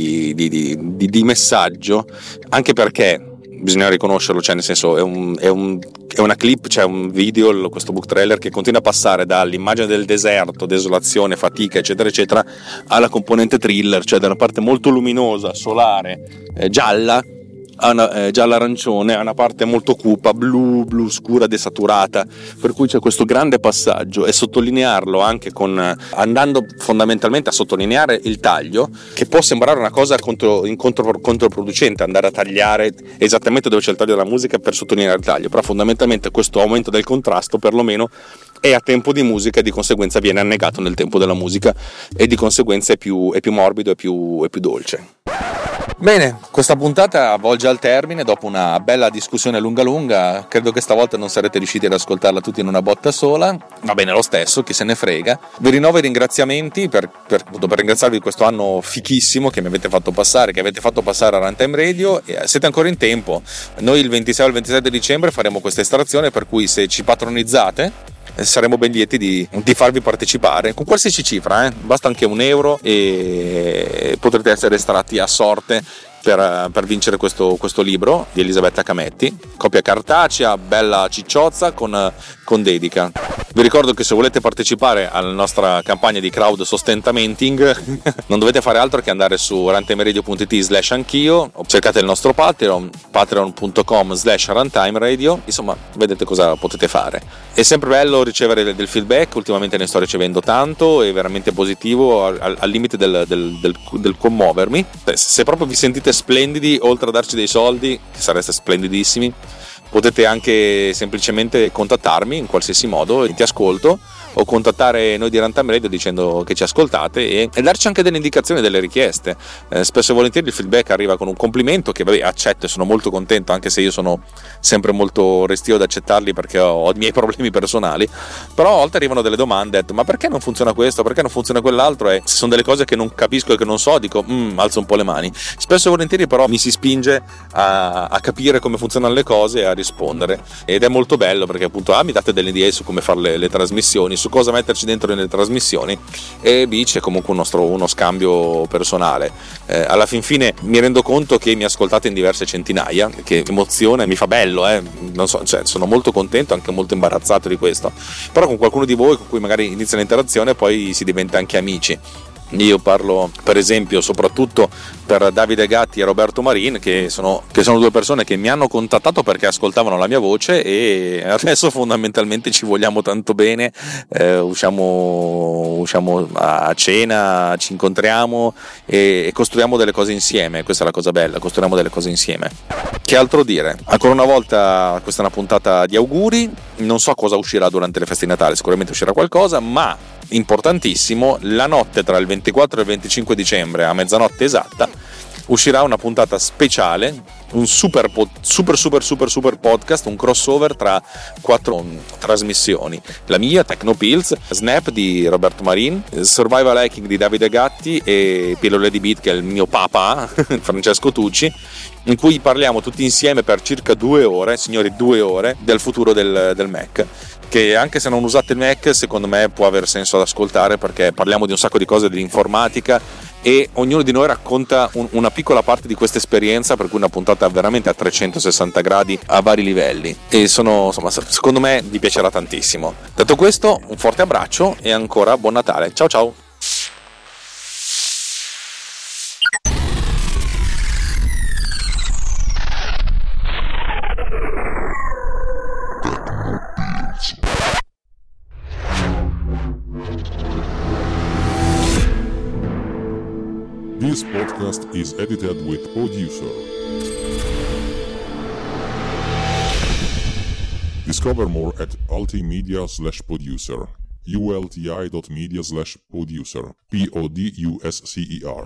di messaggio, anche perché bisogna riconoscerlo, cioè nel senso è una clip, c'è un video, questo book trailer, che continua a passare dall'immagine del deserto, desolazione, fatica, eccetera eccetera, alla componente thriller, cioè dalla parte molto luminosa, solare, gialla arancione, a una parte molto cupa, blu scura, desaturata, per cui c'è questo grande passaggio, e sottolinearlo anche andando fondamentalmente a sottolineare il taglio, che può sembrare una cosa controproducente, andare a tagliare esattamente dove c'è il taglio della musica per sottolineare il taglio, però fondamentalmente questo aumento del contrasto perlomeno è a tempo di musica, e di conseguenza viene annegato nel tempo della musica, e di conseguenza è più morbido e più dolce. Bene, questa puntata volge al termine dopo una bella discussione lunga. Credo che stavolta non sarete riusciti ad ascoltarla tutti in una botta sola. Va bene lo stesso, chi se ne frega. Vi rinnovo i ringraziamenti per ringraziarvi di questo anno fichissimo che mi avete fatto passare, che avete fatto passare a Runtime Radio, e siete ancora in tempo. Noi il 26 o il 27 dicembre faremo questa estrazione, per cui se ci patronizzate saremo ben lieti di farvi partecipare con qualsiasi cifra, basta anche €1, e potrete essere estratti a sorte per vincere questo libro di Elisabetta Cametti, copia cartacea, bella cicciozza con dedica. Vi ricordo che se volete partecipare alla nostra campagna di crowd sostentamenting non dovete fare altro che andare su runtimeradio.it/anch'io, cercate il nostro Patreon, patreon.com/runtimeradio, insomma vedete cosa potete fare. È sempre bello ricevere del feedback, ultimamente ne sto ricevendo tanto, è veramente positivo, al limite del commuovermi. Se proprio vi sentite splendidi, oltre a darci dei soldi, che sareste splendidissimi, potete anche semplicemente contattarmi in qualsiasi modo, ti ascolto, o contattare noi di Runtime Radio dicendo che ci ascoltate e darci anche delle indicazioni, delle richieste. Spesso e volentieri il feedback arriva con un complimento che accetto e sono molto contento, anche se io sono sempre molto restio ad accettarli perché ho i miei problemi personali, però a volte arrivano delle domande, ma perché non funziona questo, perché non funziona quell'altro, e se sono delle cose che non capisco e che non so dico alzo un po' le mani. Spesso e volentieri però mi si spinge a capire come funzionano le cose e a rispondere, ed è molto bello perché appunto mi date delle idee su come fare le trasmissioni, su cosa metterci dentro nelle trasmissioni, e B c'è comunque uno scambio personale. Alla fin fine mi rendo conto che mi ascoltate in diverse centinaia, che emozione, mi fa bello, non so, cioè, sono molto contento, anche molto imbarazzato di questo, però con qualcuno di voi con cui magari inizia l'interazione poi si diventa anche amici. Io parlo per esempio soprattutto per Davide Gatti e Roberto Marin, che sono due persone che mi hanno contattato perché ascoltavano la mia voce, e adesso fondamentalmente ci vogliamo tanto bene, usciamo a cena, ci incontriamo e costruiamo delle cose insieme. Questa è la cosa bella, costruiamo delle cose insieme. Che altro dire? Ancora una volta questa è una puntata di auguri, non so cosa uscirà durante le feste di Natale, sicuramente uscirà qualcosa, ma importantissimo, la notte tra il 24 e il 25 dicembre a mezzanotte esatta uscirà una puntata speciale, un super podcast, un crossover tra 4 trasmissioni: la mia, Tecnopills, Snap di Roberto Marin, Survival Hacking di Davide Gatti e Pillole di Beat, che è il mio papà, Francesco Tucci, in cui parliamo tutti insieme per circa 2 ore, signori, 2 ore, del futuro del Mac, che anche se non usate il Mac secondo me può aver senso ad ascoltare, perché parliamo di un sacco di cose dell'informatica e ognuno di noi racconta una piccola parte di questa esperienza, per cui una puntata veramente a 360 gradi a vari livelli, e secondo me vi piacerà tantissimo. Detto questo, un forte abbraccio e ancora buon Natale, ciao ciao. This podcast is edited with Producer. Discover more at ultimedia/producer. ulti.media/producer. PODUSCER.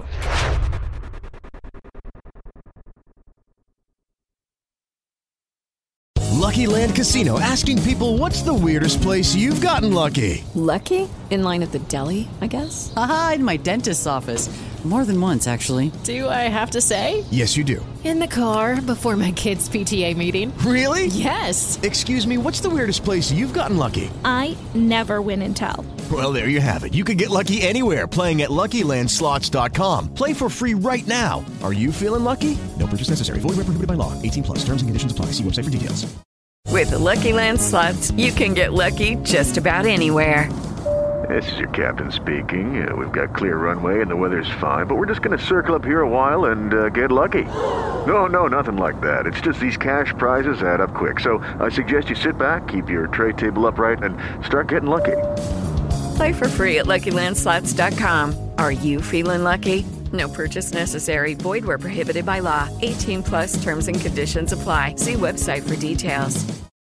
Lucky Land Casino, asking people, what's the weirdest place you've gotten lucky? Lucky? In line at the deli, I guess? Aha, in my dentist's office. More than once, actually. Do I have to say? Yes, you do. In the car before my kids' PTA meeting. Really? Yes. Excuse me, what's the weirdest place you've gotten lucky? I never win and tell. Well, there you have it. You can get lucky anywhere, playing at LuckyLandSlots.com. Play for free right now. Are you feeling lucky? No purchase necessary. Void where prohibited by law. 18+. Terms and conditions apply. See website for details. With the Lucky Land Slots, you can get lucky just about anywhere. This is your captain speaking. We've got clear runway and the weather's fine, but we're just going to circle up here a while and get lucky. No, nothing like that. It's just these cash prizes add up quick. So I suggest you sit back, keep your tray table upright, and start getting lucky. Play for free at LuckyLandSlots.com. Are you feeling lucky? No purchase necessary. Void where prohibited by law. 18+ terms and conditions apply. See website for details.